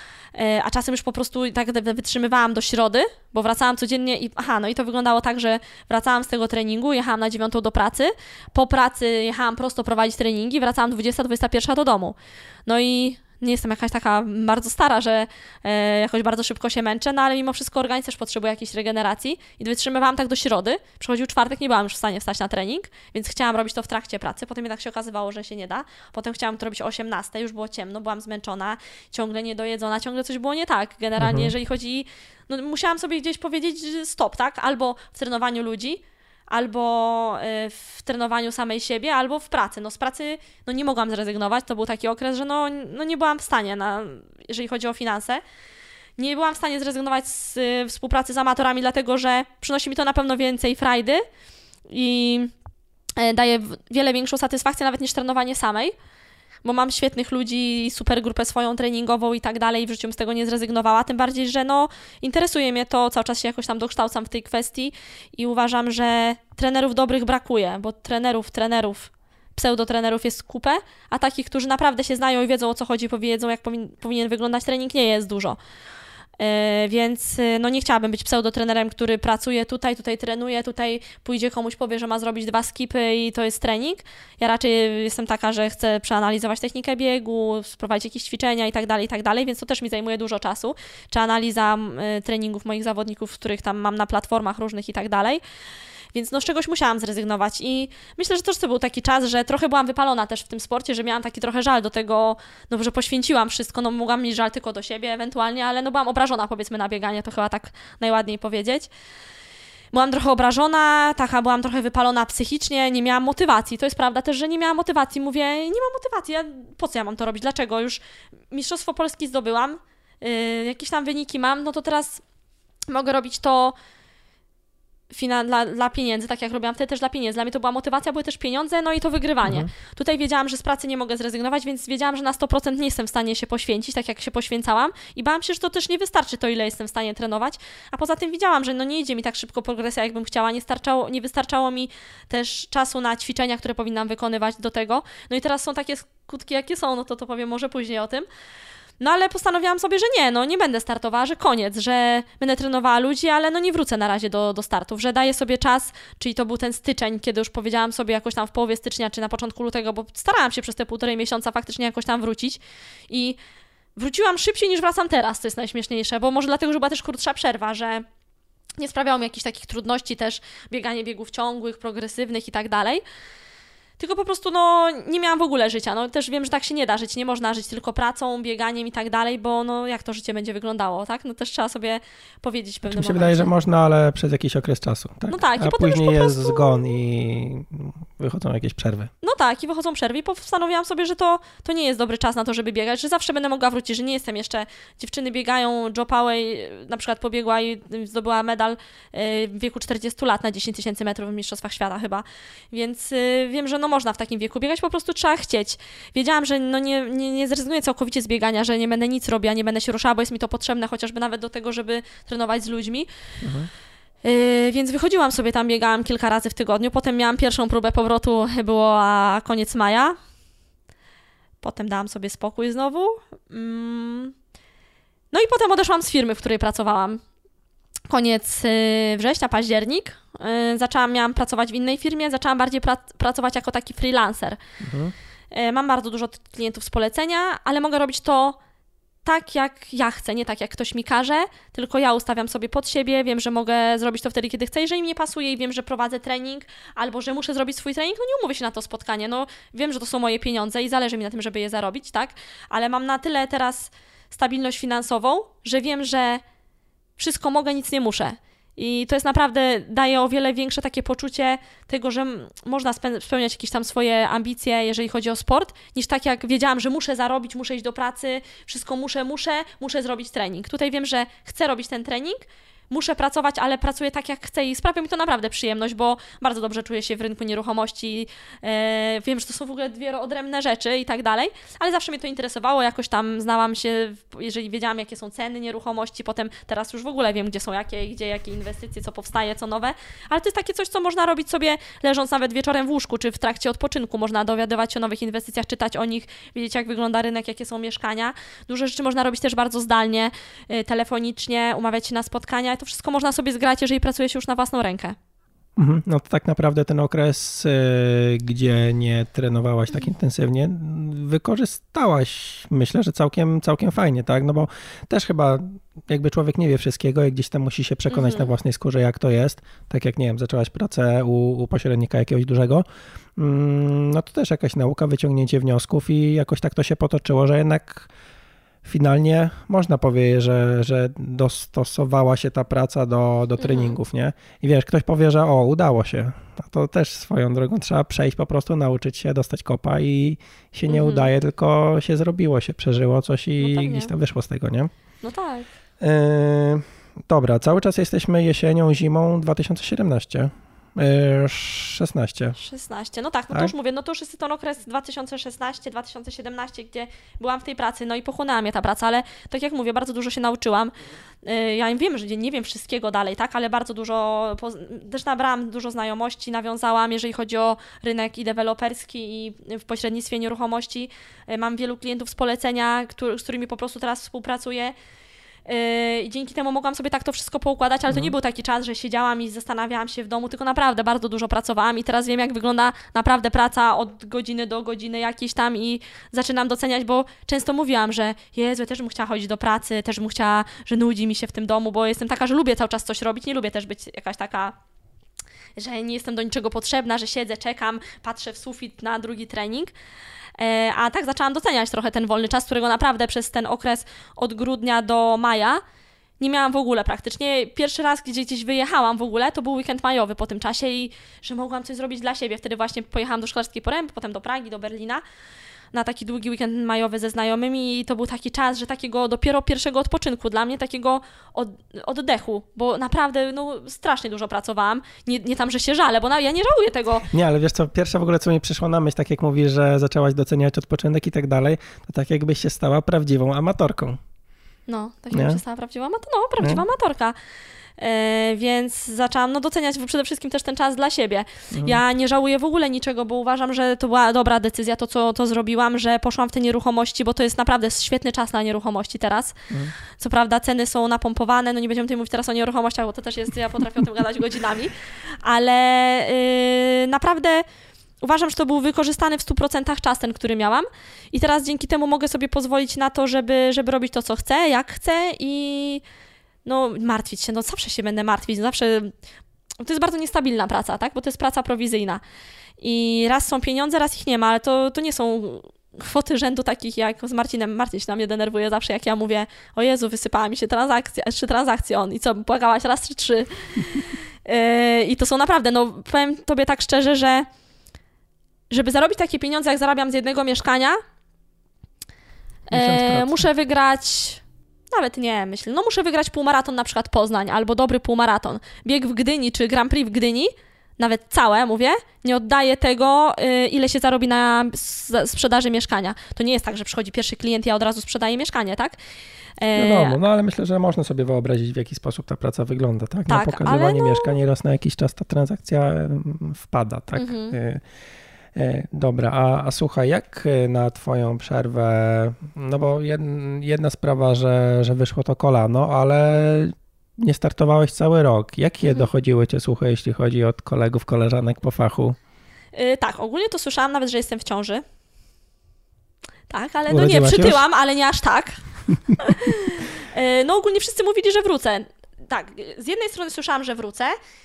S2: A czasem już po prostu tak wytrzymywałam do środy, bo wracałam codziennie i aha, no i to wyglądało tak, że wracałam z tego treningu, jechałam na dziewiątą do pracy, po pracy jechałam prosto prowadzić treningi, wracałam dwudziesta, dwudziesta pierwsza do domu. No i nie jestem jakaś taka bardzo stara, że e, jakoś bardzo szybko się męczę, no ale mimo wszystko organizm też potrzebuje jakiejś regeneracji i wytrzymywałam tak do środy. Przychodził czwartek, nie byłam już w stanie wstać na trening, więc chciałam robić to w trakcie pracy. Potem jednak się okazywało, że się nie da. Potem chciałam to robić o osiemnastej, już było ciemno, byłam zmęczona, ciągle niedojedzona, ciągle coś było nie tak. Generalnie, mhm. jeżeli chodzi, no musiałam sobie gdzieś powiedzieć stop, tak? Albo w trenowaniu ludzi, albo w trenowaniu samej siebie, albo w pracy. No z pracy no nie mogłam zrezygnować, to był taki okres, że no, no nie byłam w stanie, na, jeżeli chodzi o finanse. Nie byłam w stanie zrezygnować z y, współpracy z amatorami, dlatego że przynosi mi to na pewno więcej frajdy i y, daje w, wiele większą satysfakcję nawet niż trenowanie samej, bo mam świetnych ludzi, super grupę swoją treningową i tak dalej, w życiu bym z tego nie zrezygnowała, tym bardziej, że no interesuje mnie to, cały czas się jakoś tam dokształcam w tej kwestii i uważam, że trenerów dobrych brakuje, bo trenerów, trenerów, pseudotrenerów jest kupę, a takich, którzy naprawdę się znają i wiedzą, o co chodzi, wiedzą, jak powin, powinien wyglądać trening, nie jest dużo. Yy, więc no nie chciałabym być pseudotrenerem, który pracuje tutaj, tutaj trenuje, tutaj pójdzie komuś, powie, że ma zrobić dwa skipy i to jest trening. Ja raczej jestem taka, że chcę przeanalizować technikę biegu, sprowadzić jakieś ćwiczenia i tak dalej, i tak dalej, więc to też mi zajmuje dużo czasu, czy analiza y, treningów moich zawodników, których tam mam na platformach różnych i tak dalej. Więc no z czegoś musiałam zrezygnować i myślę, że też to był taki czas, że trochę byłam wypalona też w tym sporcie, że miałam taki trochę żal do tego, no że poświęciłam wszystko, no mogłam mieć żal tylko do siebie ewentualnie, ale no byłam obrażona powiedzmy na bieganie, to chyba tak najładniej powiedzieć. Byłam trochę obrażona, taka byłam trochę wypalona psychicznie, nie miałam motywacji. To jest prawda też, że nie miałam motywacji. Mówię, nie mam motywacji, ja, po co ja mam to robić, dlaczego? Już Mistrzostwo Polski zdobyłam, yy, jakieś tam wyniki mam, no to teraz mogę robić to fina- dla, dla pieniędzy, tak jak robiłam wtedy też dla pieniędzy. Dla mnie to była motywacja, były też pieniądze, no i to wygrywanie. Mhm. Tutaj wiedziałam, że z pracy nie mogę zrezygnować, więc wiedziałam, że na sto procent nie jestem w stanie się poświęcić, tak jak się poświęcałam i bałam się, że to też nie wystarczy to, ile jestem w stanie trenować, a poza tym widziałam, że no nie idzie mi tak szybko progresja, jakbym chciała, nie, starczało, nie wystarczało mi też czasu na ćwiczenia, które powinnam wykonywać do tego. No i teraz są takie skutki, jakie są, no to to powiem może później o tym. No ale postanowiłam sobie, że nie, no nie będę startowała, że koniec, że będę trenowała ludzi, ale no nie wrócę na razie do, do startów, że daję sobie czas, czyli to był ten styczeń, kiedy już powiedziałam sobie jakoś tam w połowie stycznia, czy na początku lutego, bo starałam się przez te półtorej miesiąca faktycznie jakoś tam wrócić i wróciłam szybciej niż wracam teraz, to jest najśmieszniejsze, bo może dlatego, że była też krótsza przerwa, że nie sprawiało mi jakichś takich trudności też bieganie biegów ciągłych, progresywnych i tak dalej. Tylko po prostu no, nie miałam w ogóle życia. No, też wiem, że tak się nie da żyć. Nie można żyć tylko pracą, bieganiem i tak dalej, bo no, jak to życie będzie wyglądało, tak? No też trzeba sobie powiedzieć w pewnym
S1: momencie. Mi się
S2: momencie.
S1: wydaje, że można, ale przez jakiś okres czasu. Tak?
S2: No tak.
S1: A
S2: i potem
S1: później
S2: już po
S1: jest
S2: prostu...
S1: zgon i wychodzą jakieś przerwy.
S2: No tak, i wychodzą przerwy i postanowiłam sobie, że to, to nie jest dobry czas na to, żeby biegać, że zawsze będę mogła wrócić, że nie jestem jeszcze... Dziewczyny biegają, Jo Poway na przykład pobiegła i zdobyła medal w wieku czterdziestu lat na dziesięć tysięcy metrów w Mistrzostwach Świata chyba. Więc wiem, że no można w takim wieku biegać, po prostu trzeba chcieć. Wiedziałam, że no nie, nie, nie zrezygnuję całkowicie z biegania, że nie będę nic robiła, nie będę się ruszała, bo jest mi to potrzebne chociażby nawet do tego, żeby trenować z ludźmi. Mhm. Yy, więc wychodziłam sobie tam, biegałam kilka razy w tygodniu. Potem miałam pierwszą próbę powrotu, było a koniec maja. Potem dałam sobie spokój znowu. Mm. No i potem odeszłam z firmy, w której pracowałam. Koniec września, październik. Zaczęłam, miałam pracować w innej firmie, zaczęłam bardziej pra- pracować jako taki freelancer. Mhm. Mam bardzo dużo klientów z polecenia, ale mogę robić to tak, jak ja chcę, nie tak, jak ktoś mi każe, tylko ja ustawiam sobie pod siebie, wiem, że mogę zrobić to wtedy, kiedy chcę, jeżeli mi nie pasuje i wiem, że prowadzę trening, albo że muszę zrobić swój trening, no nie umówię się na to spotkanie, no wiem, że to są moje pieniądze i zależy mi na tym, żeby je zarobić, tak, ale mam na tyle teraz stabilność finansową, że wiem, że wszystko mogę, nic nie muszę. I to jest naprawdę, daje o wiele większe takie poczucie tego, że m- można spe- spełniać jakieś tam swoje ambicje, jeżeli chodzi o sport, niż tak jak wiedziałam, że muszę zarobić, muszę iść do pracy, wszystko muszę, muszę, muszę zrobić trening. Tutaj wiem, że chcę robić ten trening, muszę pracować, ale pracuję tak, jak chcę i sprawia mi to naprawdę przyjemność, bo bardzo dobrze czuję się w rynku nieruchomości. E, wiem, że to są w ogóle dwie odrębne rzeczy i tak dalej, ale zawsze mnie to interesowało, jakoś tam znałam się, jeżeli wiedziałam, jakie są ceny nieruchomości, potem teraz już w ogóle wiem, gdzie są jakie, gdzie jakie inwestycje, co powstaje, co nowe, ale to jest takie coś, co można robić sobie leżąc nawet wieczorem w łóżku, czy w trakcie odpoczynku, można dowiadywać się o nowych inwestycjach, czytać o nich, wiedzieć, jak wygląda rynek, jakie są mieszkania. Dużo rzeczy można robić też bardzo zdalnie, telefonicznie, umawiać się na spotkania. To wszystko można sobie zgrać, jeżeli pracuje się już na własną rękę.
S1: Mhm. No to tak naprawdę ten okres, yy, gdzie nie trenowałaś tak intensywnie, wykorzystałaś, myślę, że całkiem, całkiem fajnie, tak? No bo też chyba jakby człowiek nie wie wszystkiego i gdzieś tam musi się przekonać mhm. na własnej skórze, jak to jest. Tak jak, nie wiem, zaczęłaś pracę u, u pośrednika jakiegoś dużego, yy, no to też jakaś nauka, wyciągnięcie wniosków i jakoś tak to się potoczyło, że jednak finalnie można powiedzieć, że, że dostosowała się ta praca do, do treningów, nie? I wiesz, ktoś powie, że o, udało się. No to też swoją drogą trzeba przejść, po prostu nauczyć się, dostać kopa i się nie mhm. udaje, tylko się zrobiło, się przeżyło coś i no gdzieś tam wyszło z tego, nie?
S2: No tak.
S1: Yy, dobra, cały czas jesteśmy jesienią, zimą dwa tysiące siedemnaście. szesnaście.
S2: szesnaście, no tak, no tak? to już mówię, no to już jest ten okres dwa tysiące szesnasty dwa tysiące siedemnaście, gdzie byłam w tej pracy, no i pochłonęła mnie ta praca, ale tak jak mówię, bardzo dużo się nauczyłam. Ja wiem, że nie wiem wszystkiego dalej, tak, ale bardzo dużo, też nabrałam dużo znajomości, nawiązałam, jeżeli chodzi o rynek i deweloperski i w pośrednictwie nieruchomości. Mam wielu klientów z polecenia, który, z którymi po prostu teraz współpracuję. I dzięki temu mogłam sobie tak to wszystko poukładać, ale to nie był taki czas, że siedziałam i zastanawiałam się w domu, tylko naprawdę bardzo dużo pracowałam i teraz wiem, jak wygląda naprawdę praca od godziny do godziny jakiejś tam i zaczynam doceniać, bo często mówiłam, że Jezu, ja też bym chciała chodzić do pracy, też bym chciała, że nudzi mi się w tym domu, bo jestem taka, że lubię cały czas coś robić, nie lubię też być jakaś taka, że nie jestem do niczego potrzebna, że siedzę, czekam, patrzę w sufit na drugi trening. A tak zaczęłam doceniać trochę ten wolny czas, którego naprawdę przez ten okres od grudnia do maja Nie miałam w ogóle praktycznie. Pierwszy raz, gdzie gdzieś wyjechałam w ogóle, to był weekend majowy po tym czasie i że mogłam coś zrobić dla siebie. Wtedy właśnie pojechałam do Szklarskiej Poręby, potem do Pragi, do Berlina na taki długi weekend majowy ze znajomymi i to był taki czas, że takiego dopiero pierwszego odpoczynku dla mnie, takiego od, oddechu, bo naprawdę no, strasznie dużo pracowałam. Nie, nie tam, że się żalę, bo na, ja nie żałuję tego.
S1: Nie, ale wiesz co, pierwsze w ogóle, co mi przyszło na myśl, tak jak mówisz, że zaczęłaś doceniać odpoczynek i tak dalej, to tak jakbyś się stała prawdziwą amatorką.
S2: No, tak jakbym się stała prawdziwa amatorka. No, prawdziwa nie? amatorka. Yy, więc zaczęłam no, doceniać przede wszystkim też ten czas dla siebie. Mhm. Ja nie żałuję w ogóle niczego, bo uważam, że to była dobra decyzja, to co to zrobiłam, że poszłam w te nieruchomości, bo to jest naprawdę świetny czas na nieruchomości teraz. Mhm. Co prawda ceny są napompowane, no nie będziemy tutaj mówić teraz o nieruchomościach, bo to też jest, ja potrafię o tym gadać godzinami, ale yy, naprawdę uważam, że to był wykorzystany w stu procentach czas ten, który miałam i teraz dzięki temu mogę sobie pozwolić na to, żeby, żeby robić to, co chcę, jak chcę i no martwić się, no zawsze się będę martwić, zawsze, to jest bardzo niestabilna praca, tak, bo to jest praca prowizyjna i raz są pieniądze, raz ich nie ma, ale to, to nie są kwoty rzędu takich jak z Marcinem. Marcin się na mnie denerwuje zawsze, jak ja mówię, o Jezu, wysypała mi się transakcja, trzy transakcje, on i co, płakałaś raz czy trzy yy, i to są naprawdę, no powiem tobie tak szczerze, że żeby zarobić takie pieniądze, jak zarabiam z jednego mieszkania, yy, muszę wygrać... Nawet nie, myślę, no muszę wygrać półmaraton na przykład Poznań albo dobry półmaraton. Bieg w Gdyni czy Grand Prix w Gdyni, nawet całe, mówię, nie oddaje tego, ile się zarobi na sprzedaży mieszkania. To nie jest tak, że przychodzi pierwszy klient i ja od razu sprzedaję mieszkanie, tak?
S1: Wiadomo, no ale myślę, że można sobie wyobrazić, w jaki sposób ta praca wygląda, tak? tak na pokazywanie no... mieszkań i raz na jakiś czas ta transakcja wpada, tak? Mhm. Dobra, a, a słuchaj, jak na twoją przerwę, no bo jedna sprawa, że, że wyszło to kolano, ale nie startowałeś cały rok. Jakie mhm. dochodziły cię słuchy, jeśli chodzi o kolegów, koleżanek po fachu? Yy,
S2: tak, ogólnie to słyszałam nawet, że jestem w ciąży. Tak, ale no nie, przytyłam, ale nie aż tak. yy, no ogólnie wszyscy mówili, że wrócę. Tak, z jednej strony słyszałam, że wrócę.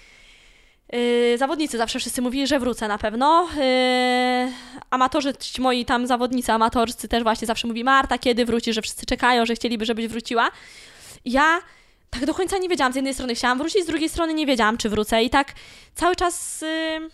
S2: Yy, zawodnicy zawsze wszyscy mówili, że wrócę na pewno. Yy, amatorzy, ci moi tam zawodnicy amatorscy też właśnie zawsze mówi, Marta, kiedy wróci, że wszyscy czekają, że chcieliby, żebyś wróciła. Ja tak do końca nie wiedziałam. Z jednej strony chciałam wrócić, z drugiej strony nie wiedziałam, czy wrócę. I tak cały czas... Yy...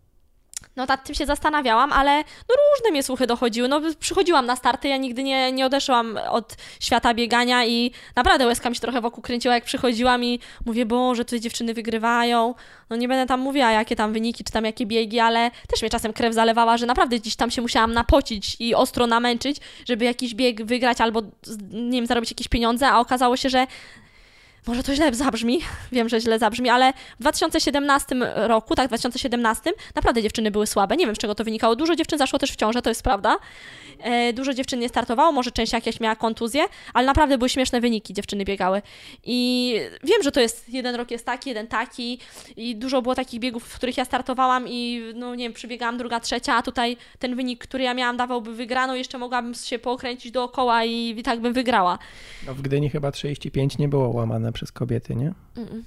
S2: No nad tym się zastanawiałam, ale no różne mnie słuchy dochodziły. No przychodziłam na starty, ja nigdy nie, nie odeszłam od świata biegania i naprawdę łezka mi się trochę wokół kręciła, jak przychodziłam i mówię, Boże, tutaj dziewczyny wygrywają. No nie będę tam mówiła, jakie tam wyniki, czy tam jakie biegi, ale też mnie czasem krew zalewała, że naprawdę gdzieś tam się musiałam napocić i ostro namęczyć, żeby jakiś bieg wygrać albo, nie wiem, zarobić jakieś pieniądze, a okazało się, że może to źle zabrzmi, wiem, że źle zabrzmi, ale w dwa tysiące siedemnastym roku, tak, w dwa tysiące siedemnastym naprawdę dziewczyny były słabe, nie wiem, z czego to wynikało. Dużo dziewczyn zaszło też w ciążę, to jest prawda. E, dużo dziewczyn nie startowało, może część jakieś miała kontuzję, ale naprawdę były śmieszne wyniki, dziewczyny biegały. I wiem, że to jest, jeden rok jest taki, jeden taki i dużo było takich biegów, w których ja startowałam i, no nie wiem, przybiegałam druga, trzecia, a tutaj ten wynik, który ja miałam, dawałby wygraną, jeszcze mogłabym się pokręcić dookoła i, i tak bym wygrała.
S1: No w Gdyni chyba trzydzieści pięć nie było łamane przez kobiety, nie? Mm-mm.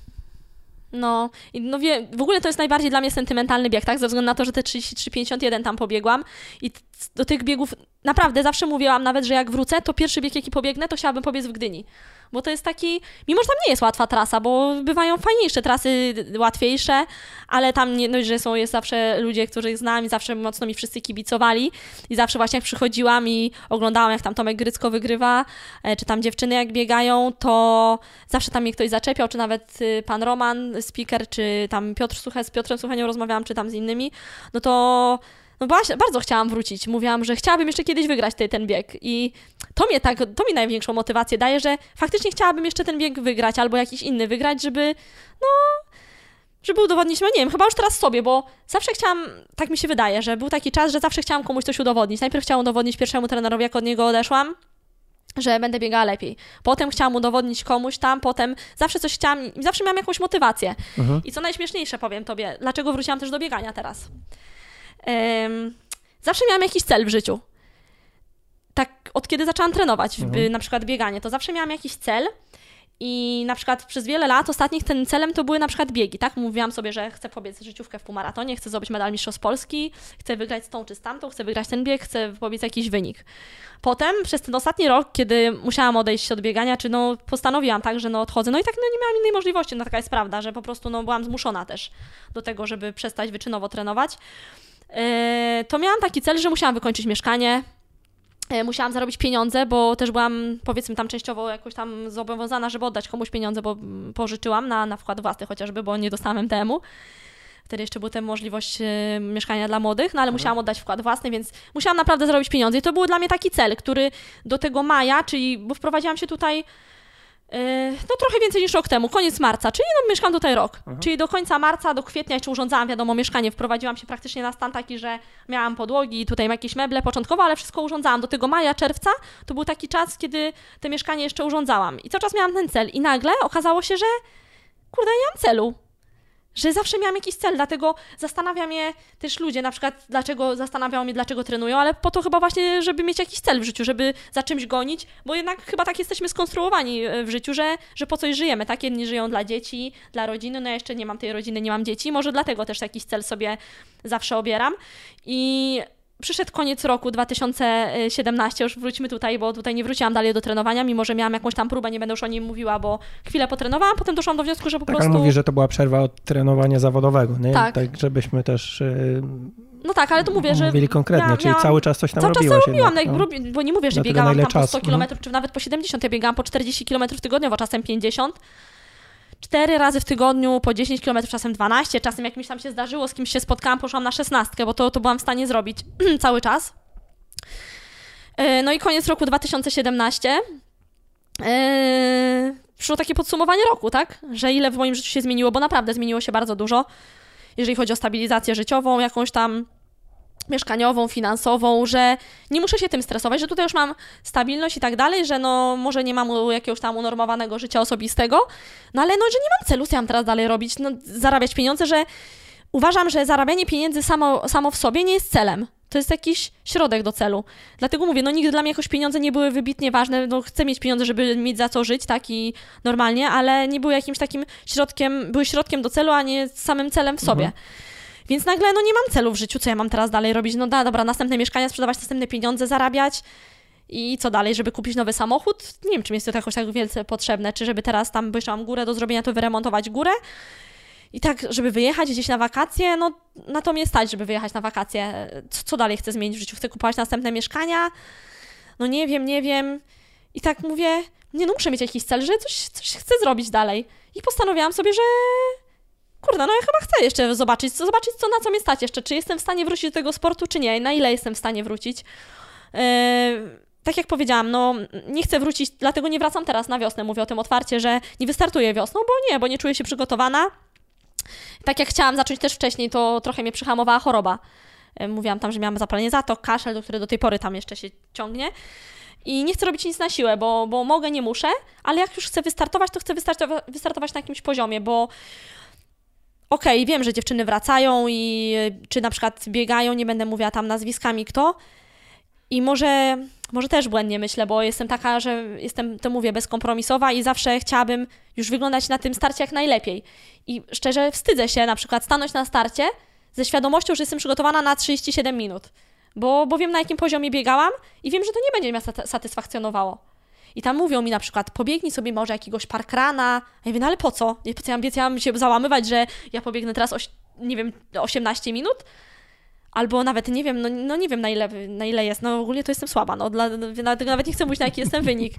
S2: No, no wie, w ogóle to jest najbardziej dla mnie sentymentalny bieg, tak? Ze względu na to, że te trzydzieści trzy pięćdziesiąt jeden tam pobiegłam i do tych biegów naprawdę zawsze mówiłam nawet, że jak wrócę, to pierwszy bieg, jaki pobiegnę, to chciałabym pobiec w Gdyni. Bo to jest taki, mimo że tam nie jest łatwa trasa, bo bywają fajniejsze trasy, łatwiejsze, ale tam nie, no, że są, jest zawsze ludzie, których znam i zawsze mocno mi wszyscy kibicowali i zawsze właśnie jak przychodziłam i oglądałam, jak tam Tomek Grycko wygrywa, czy tam dziewczyny jak biegają, to zawsze tam mnie ktoś zaczepiał, czy nawet pan Roman, speaker, czy tam Piotr Suche, z Piotrem Suchenią rozmawiałam, czy tam z innymi, no to no właśnie, bardzo chciałam wrócić. Mówiłam, że chciałabym jeszcze kiedyś wygrać ten, ten bieg i to mnie tak, to mi największą motywację daje, że faktycznie chciałabym jeszcze ten bieg wygrać albo jakiś inny wygrać, żeby no, żeby udowodnić, no nie wiem, chyba już teraz sobie, bo zawsze chciałam, tak mi się wydaje, że był taki czas, że zawsze chciałam komuś coś udowodnić. Najpierw chciałam udowodnić pierwszemu trenerowi, jak od niego odeszłam, że będę biegała lepiej. Potem chciałam udowodnić komuś tam, potem zawsze coś chciałam, zawsze miałam jakąś motywację. Mhm. I co najśmieszniejsze, powiem tobie, dlaczego wróciłam też do biegania teraz. Um, zawsze miałam jakiś cel w życiu. Tak od kiedy zaczęłam trenować, mhm. na przykład bieganie, to zawsze miałam jakiś cel I na przykład przez wiele lat ostatnich tym celem to były na przykład biegi, tak? Mówiłam sobie, że chcę pobiec życiówkę w półmaratonie, chcę zdobyć medal mistrzostw Polski, chcę wygrać z tą czy z tamtą, chcę wygrać ten bieg, chcę pobiec jakiś wynik. Potem przez ten ostatni rok, kiedy musiałam odejść od biegania, czy no postanowiłam tak, że no odchodzę, no i tak no nie miałam innej możliwości, no taka jest prawda, że po prostu no byłam zmuszona też do tego, żeby przestać wyczynowo trenować. Yy, to miałam taki cel, że musiałam wykończyć mieszkanie, musiałam zarobić pieniądze, bo też byłam, powiedzmy, tam częściowo jakoś tam zobowiązana, żeby oddać komuś pieniądze, bo pożyczyłam na, na wkład własny chociażby, bo nie dostałam em te emu. Wtedy jeszcze była ta możliwość y, mieszkania dla młodych, no ale mhm. musiałam oddać wkład własny, więc musiałam naprawdę zarobić pieniądze. I to był dla mnie taki cel, który do tego maja, czyli, bo wprowadziłam się tutaj no trochę więcej niż rok temu, koniec marca, czyli no mieszkam tutaj rok, Aha. czyli do końca marca, do kwietnia jeszcze urządzałam, wiadomo, mieszkanie, wprowadziłam się praktycznie na stan taki, że miałam podłogi, tutaj jakieś meble początkowo, ale wszystko urządzałam. Do tego maja, czerwca to był taki czas, kiedy te mieszkanie jeszcze urządzałam i cały czas miałam ten cel i nagle okazało się, że kurde, nie mam celu. Że zawsze miałam jakiś cel, dlatego zastanawia mnie też ludzie, na przykład dlaczego zastanawiają mnie, dlaczego trenują, ale po to chyba właśnie, żeby mieć jakiś cel w życiu, żeby za czymś gonić, bo jednak chyba tak jesteśmy skonstruowani w życiu, że, że po coś żyjemy, tak? Jedni żyją dla dzieci, dla rodziny, no ja jeszcze nie mam tej rodziny, nie mam dzieci, może dlatego też jakiś cel sobie zawsze obieram i przyszedł koniec roku dwa tysiące siedemnastego, już wróćmy tutaj, bo tutaj nie wróciłam dalej do trenowania, mimo że miałam jakąś tam próbę, nie będę już o niej mówiła, bo chwilę potrenowałam, potem doszłam do wniosku, że po
S1: tak,
S2: prostu...
S1: ale mówi, że to była przerwa od trenowania zawodowego, nie?
S2: Tak.
S1: Tak, żebyśmy też... Yy...
S2: No tak, ale to mówię, że...
S1: Mówili konkretnie, miałam, czyli cały czas coś tam
S2: cały
S1: robiłaś.
S2: Cały czas robiłam,
S1: jednak,
S2: no. bo nie mówię, że biegałam tam po sto
S1: mhm.
S2: kilometrów, czy nawet po siedemdziesiąt, ja biegałam po czterdzieści kilometrów tygodniowo, czasem pięćdziesiąt. Cztery razy w tygodniu, po dziesięć kilometrów, czasem dwanaście, czasem jak mi tam się zdarzyło, z kimś się spotkałam, poszłam na szesnastkę, bo to, to byłam w stanie zrobić cały czas. No i koniec roku dwa tysiące siedemnastego. Yy, przyszło takie podsumowanie roku, tak? Że ile w moim życiu się zmieniło, bo naprawdę zmieniło się bardzo dużo, jeżeli chodzi o stabilizację życiową, jakąś tam mieszkaniową, finansową, że nie muszę się tym stresować, że tutaj już mam stabilność i tak dalej, że no może nie mam jakiegoś tam unormowanego życia osobistego, no ale no, że nie mam celu, co ja mam teraz dalej robić, no zarabiać pieniądze, że uważam, że zarabianie pieniędzy samo, samo w sobie nie jest celem. To jest jakiś środek do celu. Dlatego mówię, no nigdy dla mnie jakoś pieniądze nie były wybitnie ważne, no chcę mieć pieniądze, żeby mieć za co żyć, tak i normalnie, ale nie były jakimś takim środkiem, były środkiem do celu, a nie samym celem w sobie. Mhm. Więc nagle, no nie mam celu w życiu, co ja mam teraz dalej robić, no da, dobra, następne mieszkania, sprzedawać następne pieniądze, zarabiać i co dalej, żeby kupić nowy samochód? Nie wiem, czy mi jest to jakoś tak wielce potrzebne, czy żeby teraz tam, bo jeszcze mam górę do zrobienia, to wyremontować górę. I tak, żeby wyjechać gdzieś na wakacje, no na to mnie stać, żeby wyjechać na wakacje. Co, co dalej chcę zmienić w życiu? Chcę kupować następne mieszkania? No nie wiem, nie wiem. I tak mówię, nie no muszę mieć jakiś cel, że coś, coś chcę zrobić dalej. I postanowiłam sobie, że kurde, no ja chyba chcę jeszcze zobaczyć, co, zobaczyć co, na co mnie stać jeszcze. Czy jestem w stanie wrócić do tego sportu, czy nie? Na ile jestem w stanie wrócić? Yy, tak jak powiedziałam, no nie chcę wrócić, dlatego nie wracam teraz na wiosnę. Mówię o tym otwarcie, że nie wystartuję wiosną, bo nie, bo nie czuję się przygotowana. Tak jak chciałam zacząć też wcześniej, to trochę mnie przyhamowała choroba. Mówiłam tam, że miałam zapalenie zatok, kaszel, do który do tej pory tam jeszcze się ciągnie. I nie chcę robić nic na siłę, bo, bo mogę, nie muszę, ale jak już chcę wystartować, to chcę wystartować, wystartować na jakimś poziomie, bo okej, okay, wiem, że dziewczyny wracają i czy na przykład biegają, nie będę mówiła tam nazwiskami kto. I może, może też błędnie myślę, bo jestem taka, że jestem, to mówię, bezkompromisowa i zawsze chciałabym już wyglądać na tym starcie jak najlepiej. I szczerze wstydzę się na przykład stanąć na starcie ze świadomością, że jestem przygotowana na trzydzieści siedem minut, bo, bo wiem na jakim poziomie biegałam i wiem, że to nie będzie mnie satysfakcjonowało. I tam mówią mi na przykład, pobiegnij sobie może jakiegoś parkrana. A ja mówię, no ale po co? Po co ja mam, ja mam się załamywać, że ja pobiegnę teraz, oś, nie wiem, osiemnaście minut? Albo nawet nie wiem, no, no nie wiem na ile, na ile jest, no ogólnie to jestem słaba, no dla, nawet, nawet nie chcę mówić na jaki jest ten wynik.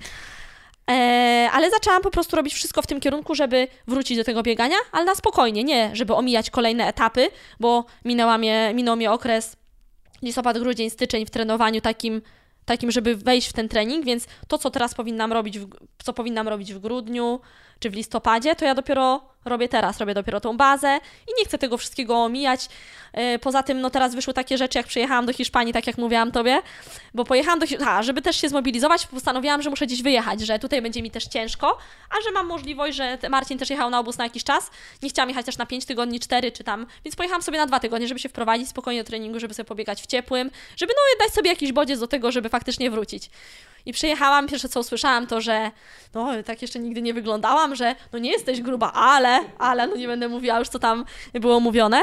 S2: E, ale zaczęłam po prostu robić wszystko w tym kierunku, żeby wrócić do tego biegania, ale na spokojnie, nie żeby omijać kolejne etapy, bo minęła mnie, minął mnie okres listopad, grudzień, styczeń w trenowaniu takim, takim, żeby wejść w ten trening, więc to, co teraz powinnam robić, w, co powinnam robić w grudniu czy w listopadzie, to ja dopiero robię teraz, robię dopiero tą bazę i nie chcę tego wszystkiego omijać. Poza tym, no teraz wyszły takie rzeczy, jak przyjechałam do Hiszpanii, tak jak mówiłam tobie, bo pojechałam do Hiszpanii, a żeby też się zmobilizować, postanowiłam, że muszę gdzieś wyjechać, że tutaj będzie mi też ciężko, a że mam możliwość, że Marcin też jechał na obóz na jakiś czas, nie chciałam jechać też na pięć tygodni, cztery czy tam, więc pojechałam sobie na dwa tygodnie, żeby się wprowadzić spokojnie do treningu, żeby sobie pobiegać w ciepłym, żeby no dać sobie jakiś bodziec do tego, żeby faktycznie wrócić. I przyjechałam, pierwsze co usłyszałam to, że no tak jeszcze nigdy nie wyglądałam, że no nie jesteś gruba, ale, ale, no nie będę mówiła już co tam było mówione.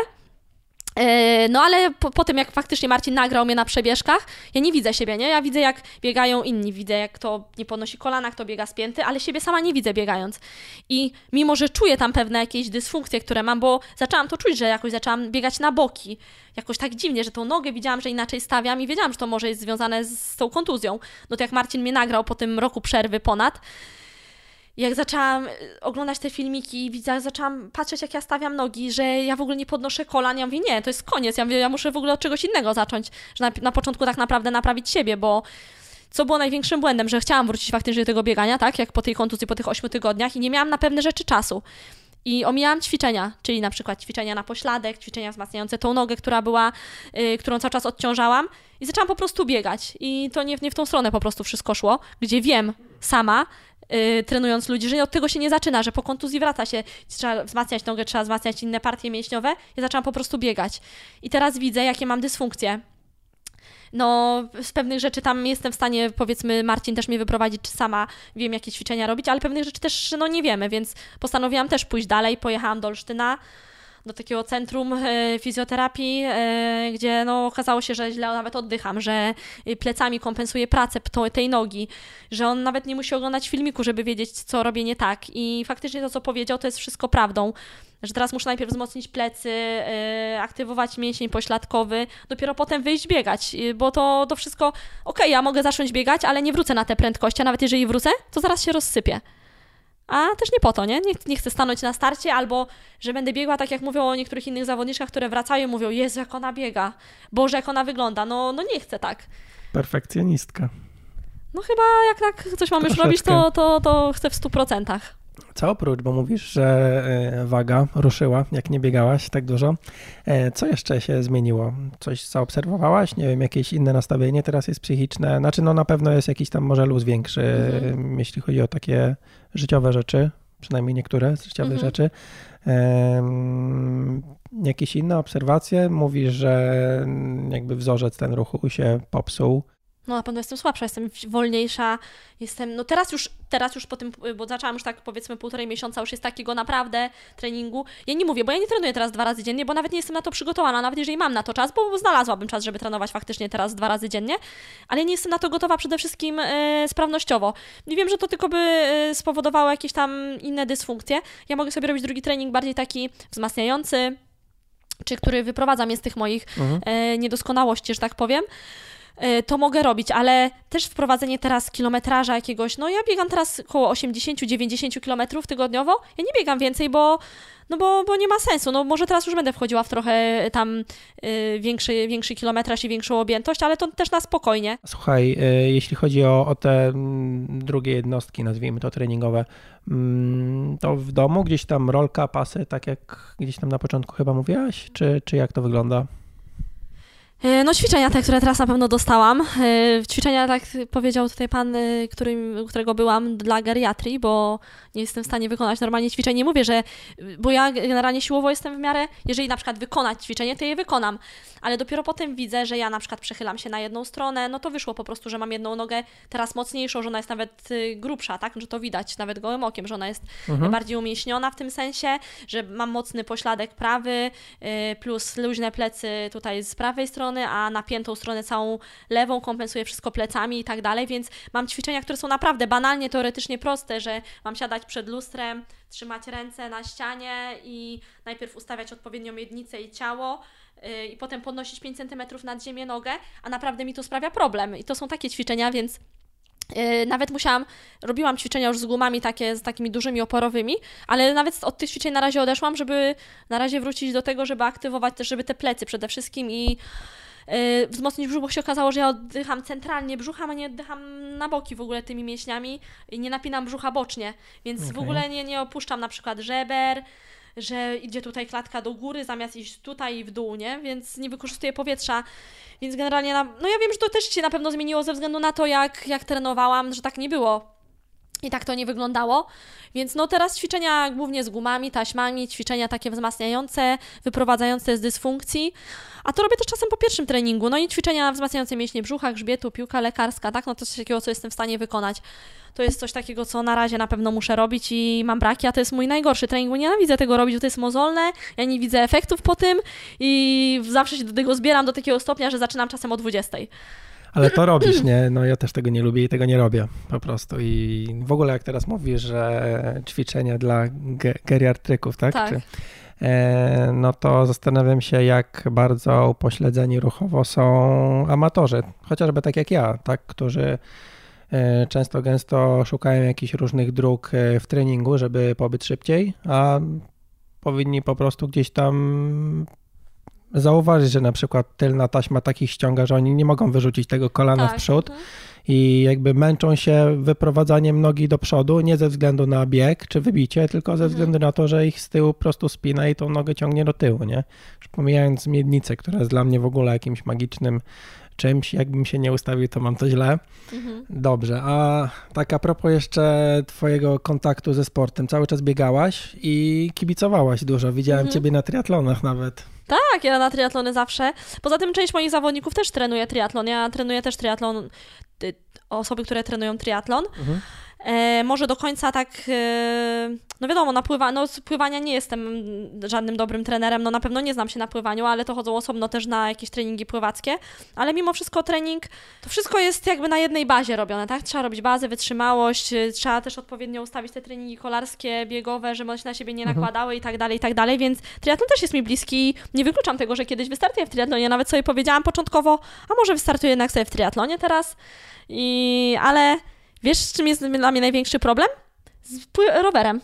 S2: No ale po, po tym, jak faktycznie Marcin nagrał mnie na przebieżkach, ja nie widzę siebie, nie? Ja widzę, jak biegają inni, widzę, jak kto nie podnosi kolana, kto biega spięty, ale siebie sama nie widzę biegając. I mimo, że czuję tam pewne jakieś dysfunkcje, które mam, bo zaczęłam to czuć, że jakoś zaczęłam biegać na boki, jakoś tak dziwnie, że tą nogę widziałam, że inaczej stawiam i wiedziałam, że to może jest związane z, z tą kontuzją. No to jak Marcin mnie nagrał po tym roku przerwy ponad, jak zaczęłam oglądać te filmiki i widzę, zaczęłam patrzeć, jak ja stawiam nogi, że ja w ogóle nie podnoszę kolan, ja mówię, nie, to jest koniec, ja mówię, ja muszę w ogóle od czegoś innego zacząć, że na, na początku tak naprawdę naprawić siebie, bo co było największym błędem, że chciałam wrócić faktycznie do tego biegania, tak, jak po tej kontuzji, po tych ośmiu tygodniach i nie miałam na pewne rzeczy czasu. I omijałam ćwiczenia, czyli na przykład ćwiczenia na pośladek, ćwiczenia wzmacniające tą nogę, która była, yy, którą cały czas odciążałam i zaczęłam po prostu biegać. I to nie, nie w tą stronę po prostu wszystko szło, gdzie wiem sama, Yy, trenując ludzi, że od tego się nie zaczyna, że po kontuzji wraca się, trzeba wzmacniać nogę, trzeba wzmacniać inne partie mięśniowe. Ja zaczęłam po prostu biegać. I teraz widzę, jakie mam dysfunkcje. No, z pewnych rzeczy tam jestem w stanie, powiedzmy, Marcin też mnie wyprowadzić, czy sama wiem, jakie ćwiczenia robić, ale pewnych rzeczy też, no, nie wiemy, więc postanowiłam też pójść dalej. Pojechałam do Olsztyna, do takiego centrum e, fizjoterapii, e, gdzie no, okazało się, że źle nawet oddycham, że plecami kompensuję pracę to, tej nogi, że on nawet nie musi oglądać filmiku, żeby wiedzieć, co robię nie tak. I faktycznie to, co powiedział, to jest wszystko prawdą, że teraz muszę najpierw wzmocnić plecy, e, aktywować mięsień pośladkowy, dopiero potem wyjść biegać, bo to, to wszystko, okej, okay, ja mogę zacząć biegać, ale nie wrócę na te prędkości, a nawet jeżeli wrócę, to zaraz się rozsypię. A też nie po to, nie? nie? Nie chcę stanąć na starcie albo, że będę biegła tak jak mówią o niektórych innych zawodniczkach, które wracają i mówią, Jezu, jak ona biega, Boże, jak ona wygląda. No, no nie chcę tak.
S1: Perfekcjonistka.
S2: No chyba jak tak coś mam już robić, to, to, to chcę w stu procentach.
S1: Co oprócz, bo mówisz, że waga ruszyła, jak nie biegałaś tak dużo. Co jeszcze się zmieniło? Coś zaobserwowałaś? Nie wiem, jakieś inne nastawienie teraz jest psychiczne? Znaczy, no na pewno jest jakiś tam może luz większy, mhm. jeśli chodzi o takie życiowe rzeczy, przynajmniej niektóre z życiowych mhm. rzeczy. Um, jakieś inne obserwacje? Mówisz, że jakby wzorzec ten ruchu się popsuł.
S2: No na pewno jestem słabsza, jestem wolniejsza, jestem, no teraz już, teraz już po tym, bo zaczęłam już tak powiedzmy półtorej miesiąca, już jest takiego naprawdę treningu. Ja nie mówię, bo ja nie trenuję teraz dwa razy dziennie, bo nawet nie jestem na to przygotowana, nawet jeżeli mam na to czas, bo znalazłabym czas, żeby trenować faktycznie teraz dwa razy dziennie, ale nie jestem na to gotowa przede wszystkim e, sprawnościowo. I wiem, że to tylko by e, spowodowało jakieś tam inne dysfunkcje. Ja mogę sobie robić drugi trening bardziej taki wzmacniający, czy który wyprowadza mnie z tych moich mhm. e, niedoskonałości, że tak powiem. To mogę robić, ale też wprowadzenie teraz kilometraża jakiegoś, no ja biegam teraz około osiemdziesiąt do dziewięćdziesięciu kilometrów tygodniowo, ja nie biegam więcej, bo, no bo, bo nie ma sensu, no może teraz już będę wchodziła w trochę tam y, większy, większy kilometraż i większą objętość, ale to też na spokojnie.
S1: Słuchaj, y, jeśli chodzi o, o te m, drugie jednostki, nazwijmy to treningowe, m, to w domu gdzieś tam rolka, pasy, tak jak gdzieś tam na początku chyba mówiłaś, czy, czy jak to wygląda?
S2: No ćwiczenia te, które teraz na pewno dostałam. Ćwiczenia, tak powiedział tutaj pan, którym, którego byłam, dla geriatrii, bo nie jestem w stanie wykonać normalnie ćwiczeń. Nie mówię, że, bo ja generalnie siłowo jestem w miarę, jeżeli na przykład wykonać ćwiczenie, to je wykonam, ale dopiero potem widzę, że ja na przykład przechylam się na jedną stronę, no to wyszło po prostu, że mam jedną nogę teraz mocniejszą, że ona jest nawet grubsza, tak, że to widać nawet gołym okiem, że ona jest mhm. bardziej umięśniona w tym sensie, że mam mocny pośladek prawy, plus luźne plecy tutaj z prawej strony, a napiętą stronę całą lewą, kompensuję wszystko plecami i tak dalej, więc mam ćwiczenia, które są naprawdę banalnie, teoretycznie proste, że mam siadać przed lustrem, trzymać ręce na ścianie i najpierw ustawiać odpowiednią miednicę i ciało yy, i potem podnosić pięć centymetrów nad ziemię nogę, a naprawdę mi to sprawia problem i to są takie ćwiczenia, więc Yy, nawet musiałam, robiłam ćwiczenia już z gumami takie, z takimi dużymi oporowymi, ale nawet od tych ćwiczeń na razie odeszłam, żeby na razie wrócić do tego, żeby aktywować też, żeby te plecy przede wszystkim i yy, wzmocnić brzuch, bo się okazało, że ja oddycham centralnie brzuchem, a nie oddycham na boki w ogóle tymi mięśniami i nie napinam brzucha bocznie, więc okay. w ogóle nie, nie opuszczam na przykład żeber, że idzie tutaj klatka do góry zamiast iść tutaj i w dół, nie? Więc nie wykorzystuję powietrza. Więc generalnie, na... no ja wiem, że to też się na pewno zmieniło ze względu na to, jak, jak trenowałam, że tak nie było I tak to nie wyglądało, więc no teraz ćwiczenia głównie z gumami, taśmami, ćwiczenia takie wzmacniające, wyprowadzające z dysfunkcji, a to robię też czasem po pierwszym treningu, no i ćwiczenia wzmacniające mięśnie brzucha, grzbietu, piłka lekarska, tak, no to coś takiego, co jestem w stanie wykonać. To jest coś takiego, co na razie na pewno muszę robić i mam braki, a to jest mój najgorszy trening, bo nienawidzę tego robić, bo to jest mozolne, ja nie widzę efektów po tym i zawsze się do tego zbieram do takiego stopnia, że zaczynam czasem o dwudziestej.
S1: Ale to robisz, nie? No ja też tego nie lubię i tego nie robię po prostu. I w ogóle jak teraz mówisz, że ćwiczenia dla ge- geriatryków, tak?
S2: Tak.
S1: Czy, e, no to zastanawiam się, jak bardzo upośledzeni ruchowo są amatorzy, chociażby tak jak ja, tak? Którzy e, często, gęsto szukają jakichś różnych dróg w treningu, żeby pobyć szybciej, a powinni po prostu gdzieś tam zauważyć, że na przykład tylna taśma takich ściąga, że oni nie mogą wyrzucić tego kolana
S2: Tak.
S1: w przód
S2: Mhm.
S1: i jakby męczą się wyprowadzaniem nogi do przodu, nie ze względu na bieg czy wybicie, tylko ze
S2: Mhm.
S1: względu na to, że ich z tyłu po prostu spina i tą nogę ciągnie do tyłu, nie? Już pomijając miednicę, która jest dla mnie w ogóle jakimś magicznym czymś, jakbym się nie ustawił, to mam to źle.
S2: Mhm.
S1: Dobrze, a tak a propos jeszcze twojego kontaktu ze sportem, cały czas biegałaś i kibicowałaś dużo, widziałem
S2: Mhm.
S1: ciebie na triatlonach nawet.
S2: Tak, ja na triatlony zawsze. Poza tym część moich zawodników też trenuje triatlon. Ja trenuję też triatlon, y, osoby, które trenują triatlon.
S1: Mhm.
S2: E, może do końca tak, e, no wiadomo, na pływa, no z pływania nie jestem żadnym dobrym trenerem, no na pewno nie znam się na pływaniu, ale to chodzą osobno też na jakieś treningi pływackie, ale mimo wszystko trening, to wszystko jest jakby na jednej bazie robione, tak? Trzeba robić bazę, wytrzymałość, trzeba też odpowiednio ustawić te treningi kolarskie, biegowe, żeby one się na siebie nie nakładały i tak dalej, i tak dalej, więc triatlon też jest mi bliski, nie wykluczam tego, że kiedyś wystartuję w triatlonie, nawet sobie powiedziałam początkowo, a może wystartuję jednak sobie w triatlonie teraz, i, ale wiesz, z czym jest dla mnie największy problem? Z pły- rowerem.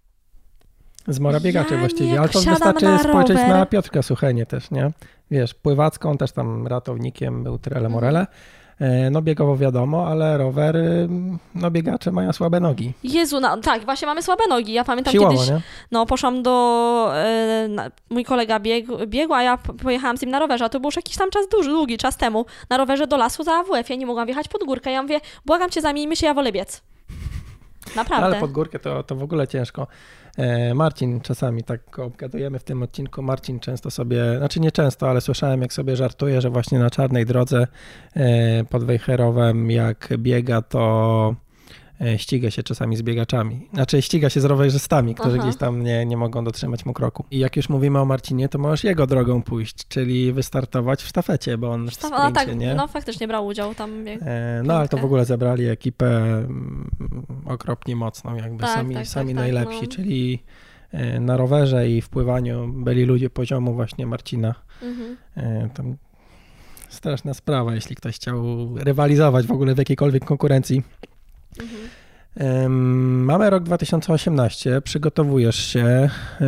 S1: Z mora biegaczy
S2: Ja
S1: właściwie,
S2: nie
S1: ale to
S2: wsiadam
S1: wystarczy
S2: na
S1: spojrzeć
S2: rower.
S1: na Piotrka Suchenię też, nie? Wiesz, pływacką, też tam ratownikiem był Trele Morele. No biegowo wiadomo, ale rower, no biegacze mają słabe nogi.
S2: Jezu, no, tak, właśnie mamy słabe nogi. Ja pamiętam
S1: Siłowo,
S2: kiedyś,
S1: nie?
S2: no poszłam do, e, na, mój kolega biegł, biegł, a ja p- pojechałam z nim na rowerze, a to był już jakiś tam czas duży, długi czas temu, na rowerze do lasu za A W F. Ja nie mogłam wjechać pod górkę. Ja mówię, błagam cię, zamijmy się, ja wolę biec. Naprawdę.
S1: Ale pod górkę to, to w ogóle ciężko. E, Marcin, czasami tak go obgadujemy w tym odcinku, Marcin często sobie, znaczy nie często, ale słyszałem jak sobie żartuje, że właśnie na czarnej drodze e, pod Wejherowem jak biega, to e, ściga się czasami z biegaczami. Znaczy ściga się z rowerzystami, którzy
S2: Aha.
S1: gdzieś tam nie, nie mogą dotrzymać mu kroku. I jak już mówimy o Marcinie, to możesz jego drogą pójść, czyli wystartować w sztafecie, bo on w
S2: Sztab-
S1: sprincie,
S2: a tak,
S1: nie?
S2: no faktycznie brał udział tam. Bieg.
S1: E, No ale to
S2: piątkę.
S1: w ogóle zebrali ekipę mm, okropnie mocną, jakby
S2: Tak,
S1: sami,
S2: tak,
S1: sami
S2: tak, tak,
S1: najlepsi,
S2: no.
S1: czyli e, na rowerze i w pływaniu byli ludzie poziomu właśnie Marcina.
S2: Mhm.
S1: E, Tam straszna sprawa, jeśli ktoś chciał rywalizować w ogóle w jakiejkolwiek konkurencji.
S2: Mhm.
S1: Em, Mamy rok dwa tysiące osiemnasty, przygotowujesz się. E,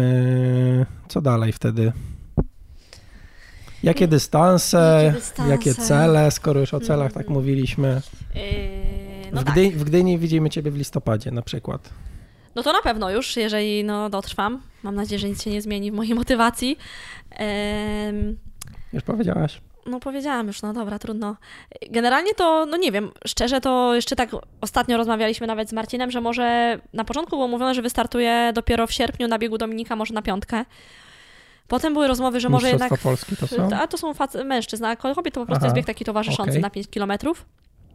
S1: Co dalej wtedy? Jakie dystanse,
S2: Jakie dystanse?
S1: jakie cele, skoro już o celach
S2: Mhm.
S1: tak mówiliśmy.
S2: Yy, no
S1: w,
S2: tak.
S1: Gdyni, w Gdyni widzimy ciebie w listopadzie na przykład.
S2: No to na pewno już, jeżeli no, dotrwam. Mam nadzieję, że nic się nie zmieni w mojej motywacji. Ehm,
S1: Już powiedziałaś.
S2: no powiedziałam już, no dobra, trudno. Generalnie to, no nie wiem, szczerze to jeszcze tak ostatnio rozmawialiśmy nawet z Marcinem, że może na początku było mówione, że wystartuje dopiero w sierpniu na biegu Dominika, może na piątkę. Potem były rozmowy, że może
S1: Mistrzostwa
S2: jednak...
S1: Polski to są?
S2: A to są fac- mężczyzn, a kobiety to po prostu
S1: Aha,
S2: jest bieg taki towarzyszący
S1: okej.
S2: na pięć kilometrów.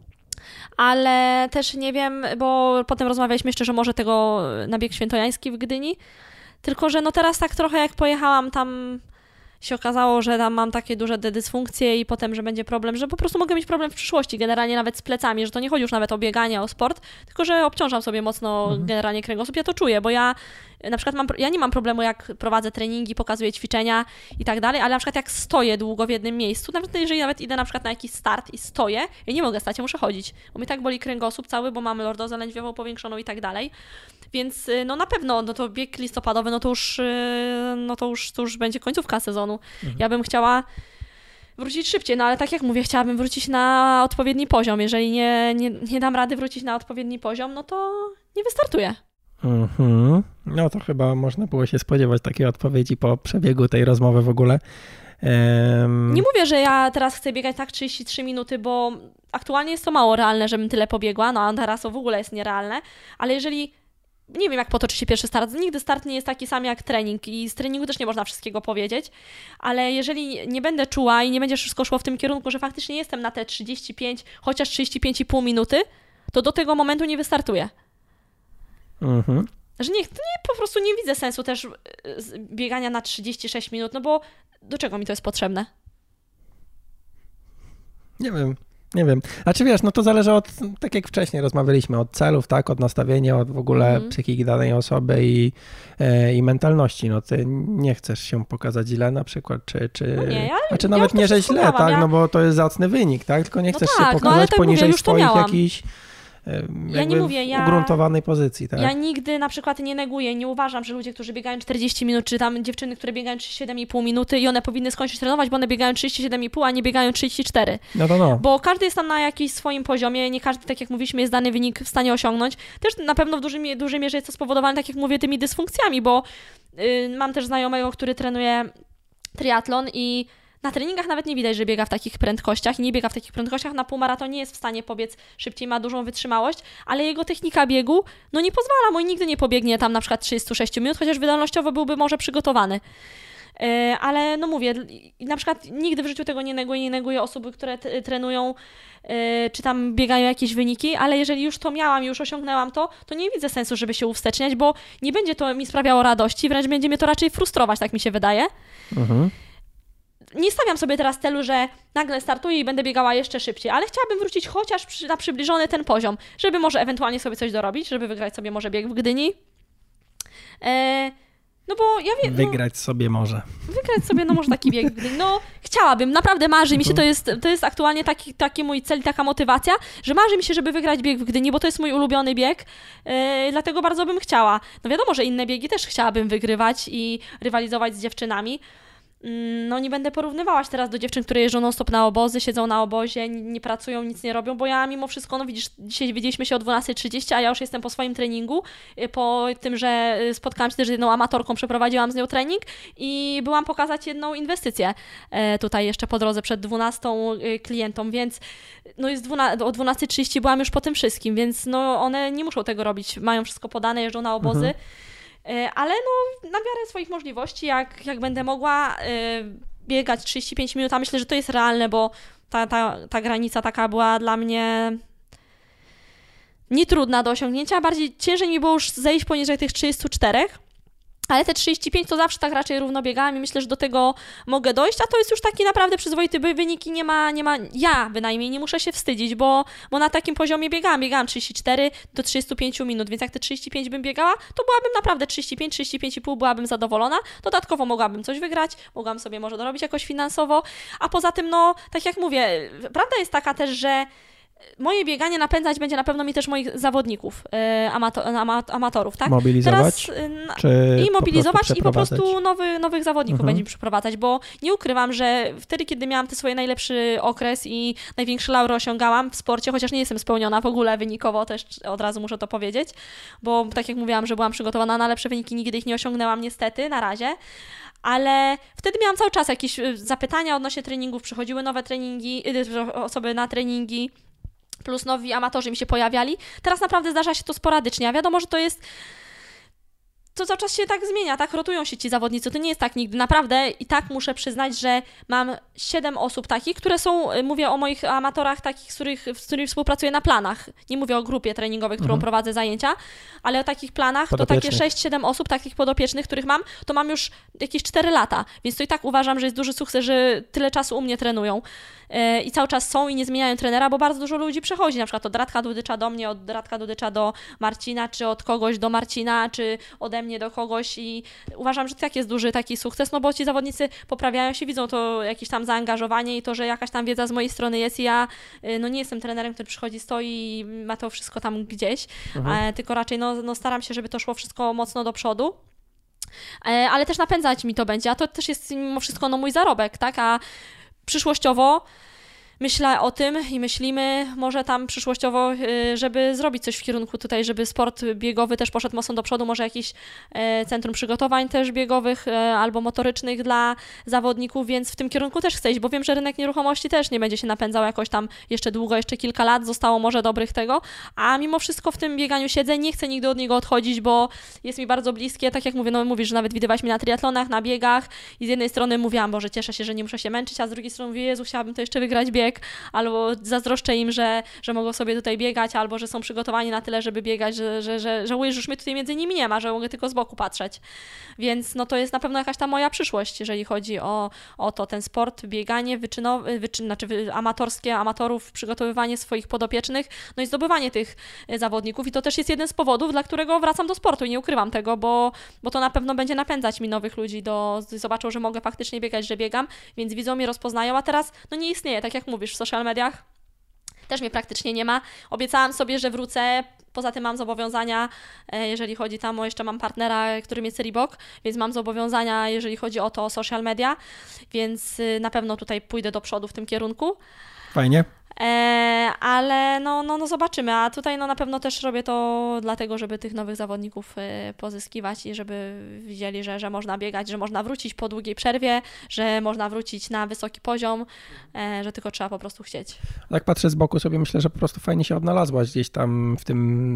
S2: Ale też nie wiem, bo potem rozmawialiśmy jeszcze, że może tego na bieg świętojański w Gdyni. Tylko że no teraz tak trochę jak pojechałam tam, się okazało, że tam mam takie duże dysfunkcje i potem, że będzie problem, że po prostu mogę mieć problem w przyszłości, generalnie nawet z plecami, że to nie chodzi już nawet o bieganie, o sport, tylko że obciążam sobie mocno
S1: Mhm.
S2: generalnie kręgosłup. Ja to czuję, bo ja na przykład mam, ja nie mam problemu, jak prowadzę treningi, pokazuję ćwiczenia i tak dalej, ale na przykład jak stoję długo w jednym miejscu, nawet jeżeli nawet idę na przykład na jakiś start i stoję, ja nie mogę stać, ja muszę chodzić, bo mi tak boli kręgosłup cały, bo mamy lordozę lędźwiową powiększoną i tak dalej. Więc no na pewno, no to bieg listopadowy, no to już, no to już, to już będzie końcówka sezonu.
S1: Mhm.
S2: Ja bym chciała wrócić szybciej, no ale tak jak mówię, chciałabym wrócić na odpowiedni poziom. Jeżeli nie, nie, nie dam rady wrócić na odpowiedni poziom, no to nie wystartuję.
S1: Mhm. No to chyba można było się spodziewać takiej odpowiedzi po przebiegu tej rozmowy w ogóle. Um...
S2: Nie mówię, że ja teraz chcę biegać tak trzydzieści trzy minuty, bo aktualnie jest to mało realne, żebym tyle pobiegła, no a teraz to w ogóle jest nierealne, ale jeżeli, nie wiem jak potoczy się pierwszy start, nigdy start nie jest taki sam jak trening i z treningu też nie można wszystkiego powiedzieć, ale jeżeli nie będę czuła i nie będzie wszystko szło w tym kierunku, że faktycznie jestem na te trzydzieści pięć, chociaż trzydzieści pięć i pół minuty, to do tego momentu nie wystartuję.
S1: Mhm.
S2: Że nie, nie, po prostu nie widzę sensu też biegania na trzydzieści sześć minut, no bo do czego mi to jest potrzebne?
S1: Nie wiem, nie wiem. A czy wiesz, no to zależy od, tak jak wcześniej rozmawialiśmy, od celów, tak, od nastawienia, od w ogóle mm. psychiki danej osoby i, e, i mentalności. No ty nie chcesz się pokazać źle na przykład, czy, czy,
S2: no nie, ja,
S1: a czy
S2: ja
S1: nawet nie, że źle,
S2: miałam,
S1: tak,
S2: ja...
S1: no bo to jest zacny wynik, tak, tylko nie chcesz
S2: no tak,
S1: się pokazać
S2: no, tak
S1: poniżej
S2: mówię,
S1: swoich jakichś
S2: Ja nie mówię, ja,
S1: ugruntowanej pozycji, tak?
S2: Ja nigdy na przykład nie neguję, nie uważam, że ludzie, którzy biegają czterdzieści minut, czy tam dziewczyny, które biegają trzydzieści siedem i pół minuty i one powinny skończyć trenować, bo one biegają trzydzieści siedem i pół, a nie biegają trzydzieści cztery.
S1: No to no.
S2: Bo każdy jest tam na jakimś swoim poziomie, nie każdy, tak jak mówiliśmy, jest dany wynik w stanie osiągnąć. Też na pewno w dużej, dużej mierze jest to spowodowane, tak jak mówię, tymi dysfunkcjami, bo yy, mam też znajomego, który trenuje triatlon i na treningach nawet nie widać, że biega w takich prędkościach i nie biega w takich prędkościach. Na półmaratonie jest w stanie pobiec szybciej, ma dużą wytrzymałość, ale jego technika biegu no nie pozwala mu i nigdy nie pobiegnie tam na przykład trzydzieści sześć minut, chociaż wydolnościowo byłby może przygotowany. Yy, ale no mówię, na przykład nigdy w życiu tego nie neguję, nie neguję osoby, które t- trenują yy, czy tam biegają jakieś wyniki, ale jeżeli już to miałam, już osiągnęłam to, to nie widzę sensu, żeby się uwsteczniać, bo nie będzie to mi sprawiało radości, wręcz będzie mnie to raczej frustrować, tak mi się wydaje. Mhm. Nie stawiam sobie teraz celu, że nagle startuję i będę biegała jeszcze szybciej, ale chciałabym wrócić chociaż przy, na przybliżony ten poziom, żeby może ewentualnie sobie coś dorobić, żeby wygrać sobie może bieg w Gdyni. E, no bo ja wiem...
S1: Wygrać
S2: no,
S1: sobie może.
S2: Wygrać sobie, no może taki bieg w Gdyni. No chciałabym, naprawdę marzy mi się, to jest, to jest aktualnie taki, taki mój cel, taka motywacja, że marzy mi się, żeby wygrać bieg w Gdyni, bo to jest mój ulubiony bieg, e, dlatego bardzo bym chciała. No wiadomo, że inne biegi też chciałabym wygrywać i rywalizować z dziewczynami. No nie będę porównywała się teraz do dziewczyn, które jeżdżą non-stop na obozy, siedzą na obozie, nie, nie pracują, nic nie robią, bo ja mimo wszystko, no widzisz, dzisiaj widzieliśmy się o dwunasta trzydzieści, a ja już jestem po swoim treningu, po tym, że spotkałam się też z jedną amatorką, przeprowadziłam z nią trening i byłam pokazać jedną inwestycję tutaj jeszcze po drodze przed dwunastą klientom, więc no jest dwunasta, o dwunasta trzydzieści byłam już po tym wszystkim, więc no one nie muszą tego robić, mają wszystko podane, jeżdżą na obozy. Mhm. Ale no na miarę swoich możliwości, jak, jak będę mogła yy, biegać trzydzieści pięć minut, a myślę, że to jest realne, bo ta, ta, ta granica taka była dla mnie nietrudna do osiągnięcia, bardziej ciężej mi było już zejść poniżej tych trzydziestu czterech, ale te trzydzieści pięć to zawsze tak raczej równo biegałam i myślę, że do tego mogę dojść, a to jest już taki naprawdę przyzwoity wynik i nie ma, nie ma, ja bynajmniej nie muszę się wstydzić, bo, bo na takim poziomie biegałam, biegałam trzydzieści cztery do trzydziestu pięciu minut, więc jak te trzydzieści pięć bym biegała, to byłabym naprawdę trzydzieści pięć, trzydzieści pięć i pół byłabym zadowolona, dodatkowo mogłabym coś wygrać, mogłam sobie może dorobić jakoś finansowo, a poza tym, no, tak jak mówię, prawda jest taka też, że moje bieganie napędzać będzie na pewno mi też moich zawodników, yy, amato, ama, amatorów, tak?
S1: Mobilizować?
S2: Teraz, yy,
S1: czy
S2: I mobilizować i po prostu nowy, nowych zawodników
S1: mhm.
S2: będzie mi przyprowadzać, bo nie ukrywam, że wtedy, kiedy miałam ten swój najlepszy okres i największe laury osiągałam w sporcie, chociaż nie jestem spełniona w ogóle wynikowo, też od razu muszę to powiedzieć, bo tak jak mówiłam, że byłam przygotowana na lepsze wyniki, nigdy ich nie osiągnęłam niestety, na razie. Ale wtedy miałam cały czas jakieś zapytania odnośnie treningów, przychodziły nowe treningi, osoby na treningi, plus nowi amatorzy mi się pojawiali. Teraz naprawdę zdarza się to sporadycznie, a wiadomo, że to jest... To cały czas się tak zmienia, tak? Rotują się ci zawodnicy. To nie jest tak nigdy. Naprawdę i tak muszę przyznać, że mam siedem osób takich, które są, mówię o moich amatorach takich, z, których, z którymi współpracuję na planach. Nie mówię o grupie treningowej, którą mhm. prowadzę zajęcia, ale o takich planach, to takie sześć siedem osób, takich podopiecznych, których mam, to mam już jakieś cztery lata. Więc to i tak uważam, że jest duży sukces, że tyle czasu u mnie trenują. Yy, I cały czas są i nie zmieniają trenera, bo bardzo dużo ludzi przechodzi, na przykład od Radka Dudycza do mnie, od Radka Dudycza do Marcina, czy od kogoś do Marcina, czy ode mnie do kogoś i uważam, że to tak jest duży taki sukces, no bo ci zawodnicy poprawiają się, widzą to jakieś tam zaangażowanie i to, że jakaś tam wiedza z mojej strony jest i ja no nie jestem trenerem, który przychodzi, stoi i ma to wszystko tam gdzieś, mhm. tylko raczej no, no staram się, żeby to szło wszystko mocno do przodu. Ale też napędzać mi to będzie, a to też jest mimo wszystko no mój zarobek, tak, a przyszłościowo myślę o tym i myślimy może tam przyszłościowo, żeby zrobić coś w kierunku tutaj, żeby sport biegowy też poszedł mocno do przodu, może jakieś centrum przygotowań też biegowych albo motorycznych dla zawodników, więc w tym kierunku też chcę iść, bo wiem, że rynek nieruchomości też nie będzie się napędzał jakoś tam jeszcze długo, jeszcze kilka lat, zostało może dobrych tego, a mimo wszystko w tym bieganiu siedzę, nie chcę nigdy od niego odchodzić, bo jest mi bardzo bliskie, tak jak mówię, no mówisz, że nawet widywałaś mnie na triatlonach, na biegach i z jednej strony mówiłam, Boże, cieszę się, że nie muszę się męczyć, a z drugiej strony mówię, Jezu, chciałabym to jeszcze wygrać bieg, albo zazdroszczę im, że, że mogą sobie tutaj biegać, albo że są przygotowani na tyle, żeby biegać, że, że, że żałuję, że już mnie tutaj między nimi nie ma, że mogę tylko z boku patrzeć. Więc no to jest na pewno jakaś ta moja przyszłość, jeżeli chodzi o, o to, ten sport, bieganie, wyczynowe, wyczyn, znaczy amatorskie, amatorów, przygotowywanie swoich podopiecznych, no i zdobywanie tych zawodników i to też jest jeden z powodów, dla którego wracam do sportu i nie ukrywam tego, bo, bo to na pewno będzie napędzać mi nowych ludzi, do, zobaczą, że mogę faktycznie biegać, że biegam, więc widzą mnie, rozpoznają, a teraz no nie istnieje, tak jak mówisz, w social mediach też mnie praktycznie nie ma. Obiecałam sobie, że wrócę, poza tym mam zobowiązania, jeżeli chodzi tam o, jeszcze mam partnera, którym jest Reebok, więc mam zobowiązania, jeżeli chodzi o to, o social media, więc na pewno tutaj pójdę do przodu w tym kierunku.
S1: Fajnie.
S2: E, ale no, no, no zobaczymy, a tutaj no na pewno też robię to dlatego, żeby tych nowych zawodników e, pozyskiwać i żeby widzieli, że, że można biegać, że można wrócić po długiej przerwie, że można wrócić na wysoki poziom, e, że tylko trzeba po prostu chcieć.
S1: Tak patrzę z boku sobie, myślę, że po prostu fajnie się odnalazłaś gdzieś tam w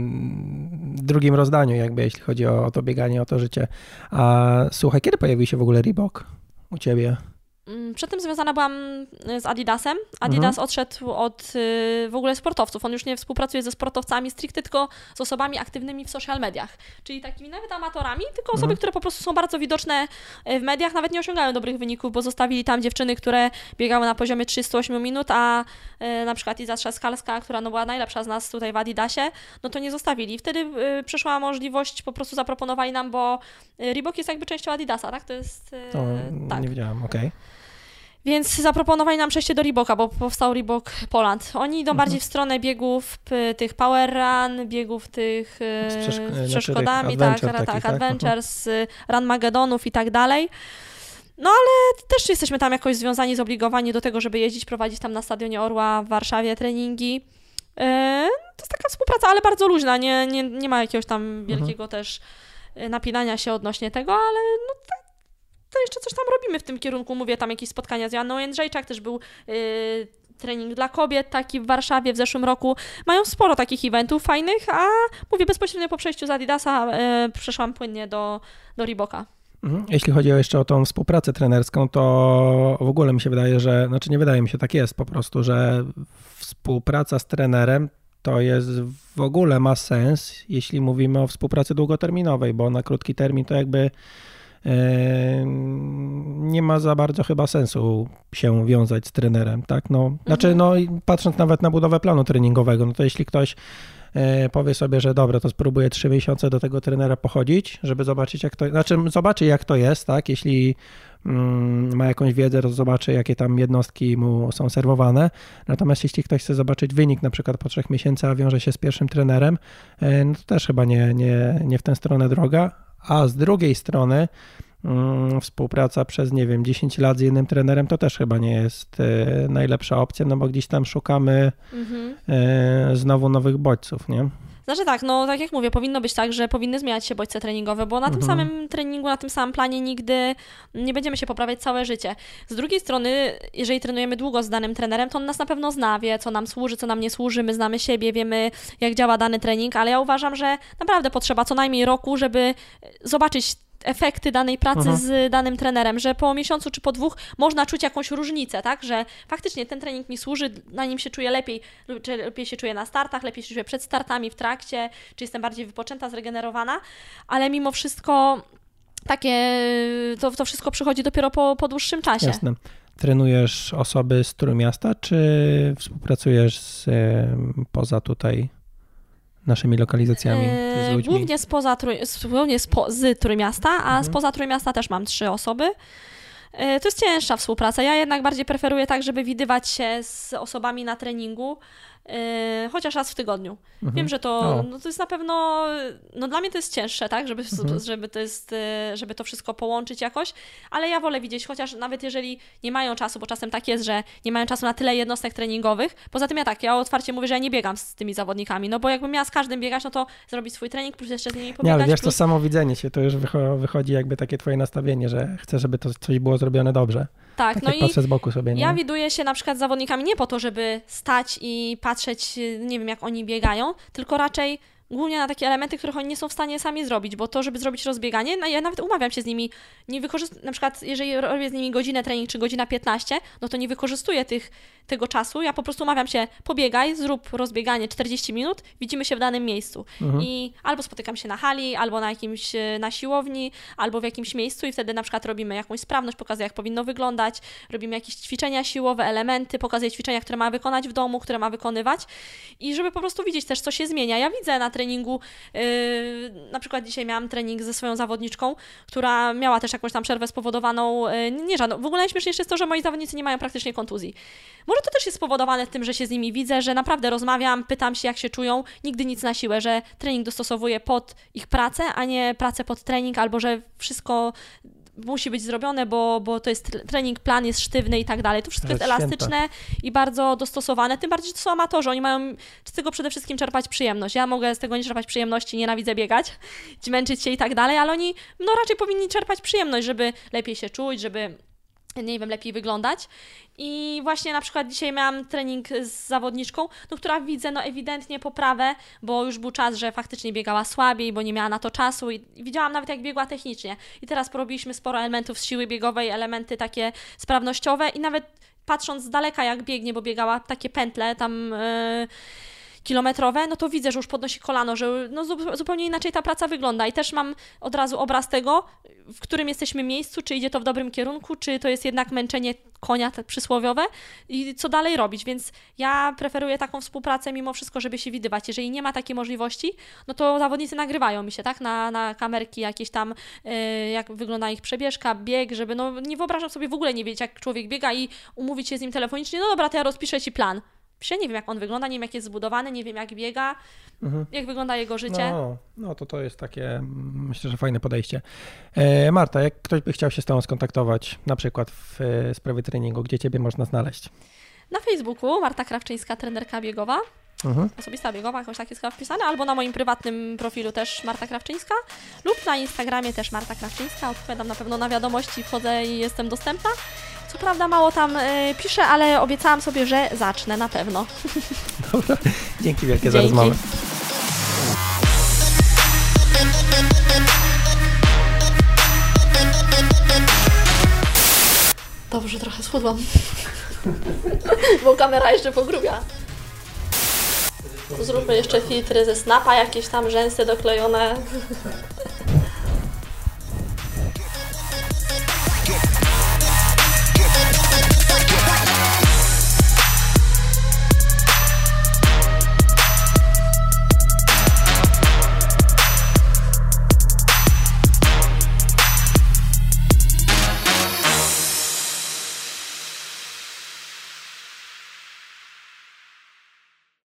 S1: tym drugim rozdaniu, jakby jeśli chodzi o, o to bieganie, o to życie. A słuchaj, kiedy pojawił się w ogóle Reebok u ciebie?
S2: Przedtem związana byłam z Adidasem. Adidas mhm. odszedł od w ogóle sportowców. On już nie współpracuje ze sportowcami stricte, tylko z osobami aktywnymi w social mediach. Czyli takimi nawet amatorami, tylko osoby, mhm. które po prostu są bardzo widoczne w mediach, nawet nie osiągają dobrych wyników, bo zostawili tam dziewczyny, które biegały na poziomie trzydzieści osiem minut, a na przykład Iza Trzaskalska, która no była najlepsza z nas tutaj w Adidasie, no to nie zostawili. Wtedy przyszła możliwość, po prostu zaproponowali nam, bo Reebok jest jakby częścią Adidasa, tak? To jest...
S1: To tak. Nie wiedziałam, okej. Okay.
S2: Więc zaproponowali nam przejście do Reeboka, bo powstał Reebok Poland. Oni idą mhm. bardziej w stronę biegów p- tych power run, biegów tych e, z, przeszk- z przeszkodami, tak, tak, tak, adventures, uh-huh. run magedonów i tak dalej. No ale też jesteśmy tam jakoś związani, zobligowani do tego, żeby jeździć, prowadzić tam na Stadionie Orła w Warszawie treningi. E, to jest taka współpraca, ale bardzo luźna, nie, nie, nie ma jakiegoś tam wielkiego uh-huh. też napinania się odnośnie tego, ale no tak. To jeszcze coś tam robimy w tym kierunku, mówię, tam jakieś spotkania z Joanną Jędrzejczak, też był yy, trening dla kobiet taki w Warszawie w zeszłym roku. Mają sporo takich eventów fajnych, a mówię, bezpośrednio po przejściu z Adidasa yy, przeszłam płynnie do, do Reeboka.
S1: Jeśli chodzi jeszcze o tą współpracę trenerską, to w ogóle mi się wydaje, że, znaczy nie wydaje mi się, tak jest po prostu, że współpraca z trenerem to jest w ogóle ma sens, jeśli mówimy o współpracy długoterminowej, bo na krótki termin to jakby nie ma za bardzo chyba sensu się wiązać z trenerem, tak? No, mhm. Znaczy, no patrząc nawet na budowę planu treningowego, no to jeśli ktoś powie sobie, że dobra, to spróbuję trzy miesiące do tego trenera pochodzić, żeby zobaczyć jak to, znaczy zobaczy jak to jest, tak? Jeśli mm, ma jakąś wiedzę, to zobaczy jakie tam jednostki mu są serwowane. Natomiast jeśli ktoś chce zobaczyć wynik na przykład po trzech miesiącach, a wiąże się z pierwszym trenerem, no to też chyba nie, nie, nie w tę stronę droga. A z drugiej strony mm, współpraca przez, nie wiem, dziesięć lat z jednym trenerem to też chyba nie jest e, najlepsza opcja, no bo gdzieś tam szukamy mhm. e, znowu nowych bodźców, nie?
S2: Znaczy tak, no tak jak mówię, powinno być tak, że powinny zmieniać się bodźce treningowe, bo na mhm. tym samym treningu, na tym samym planie nigdy nie będziemy się poprawiać całe życie. Z drugiej strony, jeżeli trenujemy długo z danym trenerem, to on nas na pewno zna, wie co nam służy, co nam nie służy, my znamy siebie, wiemy jak działa dany trening, ale ja uważam, że naprawdę potrzeba co najmniej roku, żeby zobaczyć efekty danej pracy Aha. z danym trenerem, że po miesiącu czy po dwóch można czuć jakąś różnicę, tak, że faktycznie ten trening mi służy, na nim się czuję lepiej, czy lepiej się czuję na startach, lepiej się czuję przed startami, w trakcie, czy jestem bardziej wypoczęta, zregenerowana, ale mimo wszystko takie, to, to wszystko przychodzi dopiero po, po dłuższym czasie.
S1: Jasne. Trenujesz osoby z Trójmiasta, czy współpracujesz z, poza tutaj naszymi lokalizacjami, z ludźmi?
S2: Głównie spoza, głównie spo, z Trójmiasta, a mhm. spoza Trójmiasta też mam trzy osoby. To jest cięższa współpraca. Ja jednak bardziej preferuję tak, żeby widywać się z osobami na treningu, Yy, chociaż raz w tygodniu. Mhm. Wiem, że to, no to jest na pewno, no dla mnie to jest cięższe, tak, żeby, mhm. żeby, to jest, żeby to wszystko połączyć jakoś, ale ja wolę widzieć, chociaż nawet jeżeli nie mają czasu, bo czasem tak jest, że nie mają czasu na tyle jednostek treningowych. Poza tym ja tak, ja otwarcie mówię, że ja nie biegam z tymi zawodnikami, no bo jakbym miała z każdym biegać, no to zrobić swój trening, plus jeszcze z nimi pobiegać.
S1: Nie, ale wiesz,
S2: plus...
S1: to samo widzenie się, to już wychodzi jakby takie twoje nastawienie, że chcę, żeby to coś było zrobione dobrze.
S2: Tak,
S1: tak
S2: no
S1: jak
S2: i
S1: patrzę z boku sobie, nie?
S2: Ja widuję się na przykład z zawodnikami nie po to, żeby stać i patrzeć, nie wiem, jak oni biegają, tylko raczej głównie na takie elementy, których oni nie są w stanie sami zrobić, bo to, żeby zrobić rozbieganie, no ja nawet umawiam się z nimi, nie wykorzystuję, na przykład jeżeli robię z nimi godzinę trening czy godzina piętnaście, no to nie wykorzystuję tych, tego czasu, ja po prostu umawiam się, pobiegaj, zrób rozbieganie czterdzieści minut, widzimy się w danym miejscu mhm. i albo spotykam się na hali, albo na jakimś, na siłowni, albo w jakimś miejscu i wtedy na przykład robimy jakąś sprawność, pokazuję, jak powinno wyglądać, robimy jakieś ćwiczenia siłowe, elementy, pokazuję ćwiczenia, które ma wykonać w domu, które ma wykonywać i żeby po prostu widzieć też, co się zmienia. Ja widzę na treningu, yy, na przykład dzisiaj miałam trening ze swoją zawodniczką, która miała też jakąś tam przerwę spowodowaną, yy, nie żadną, w ogóle najśmieszniejsze jest to, że moi zawodnicy nie mają praktycznie kontuzji. Może to też jest spowodowane tym, że się z nimi widzę, że naprawdę rozmawiam, pytam się, jak się czują, nigdy nic na siłę, że trening dostosowuję pod ich pracę, a nie pracę pod trening, albo że wszystko musi być zrobione, bo, bo to jest trening, plan jest sztywny i tak dalej. To wszystko jest elastyczne i bardzo dostosowane, tym bardziej, że to są amatorzy, oni mają z tego przede wszystkim czerpać przyjemność. Ja mogę z tego nie czerpać przyjemności, nienawidzę biegać, męczyć się i tak dalej, ale oni no raczej powinni czerpać przyjemność, żeby lepiej się czuć, żeby nie wiem, lepiej wyglądać. I właśnie na przykład dzisiaj miałam trening z zawodniczką, no, która widzę no ewidentnie poprawę, bo już był czas, że faktycznie biegała słabiej, bo nie miała na to czasu i widziałam nawet, jak biegła technicznie. I teraz porobiliśmy sporo elementów z siły biegowej, elementy takie sprawnościowe i nawet patrząc z daleka, jak biegnie, bo biegała takie pętle tam yy, kilometrowe, no to widzę, że już podnosi kolano, że no zupełnie inaczej ta praca wygląda i też mam od razu obraz tego, w którym jesteśmy miejscu, czy idzie to w dobrym kierunku, czy to jest jednak męczenie konia te przysłowiowe i co dalej robić, więc ja preferuję taką współpracę mimo wszystko, żeby się widywać. Jeżeli nie ma takiej możliwości, no to zawodnicy nagrywają mi się, tak, na, na kamerki jakieś tam, yy, jak wygląda ich przebieżka, bieg, żeby, no nie wyobrażam sobie w ogóle nie wiedzieć, jak człowiek biega i umówić się z nim telefonicznie, no dobra, to ja rozpiszę Ci plan. Nie wiem, jak on wygląda, nie wiem, jak jest zbudowany, nie wiem, jak biega, mhm. jak wygląda jego życie.
S1: No, no to to jest takie, myślę, że fajne podejście. E, Marta, jak ktoś by chciał się z Tobą skontaktować, na przykład w e, sprawie treningu, gdzie Ciebie można znaleźć?
S2: Na Facebooku Marta Krawczyńska, trenerka biegowa, mhm. osobista biegowa, jakoś tak jest chyba wpisane, albo na moim prywatnym profilu też Marta Krawczyńska, lub na Instagramie też Marta Krawczyńska, odpowiadam na pewno na wiadomości, wchodzę i jestem dostępna. Co prawda mało tam y, piszę, ale obiecałam sobie, że zacznę na pewno.
S1: Dobra, dzięki wielkie
S2: Dzięki.
S1: za rozmowę.
S2: Dobrze, trochę schudłam, bo kamera jeszcze pogrubia. Zróbmy jeszcze filtry ze Snapa, jakieś tam rzęsy doklejone.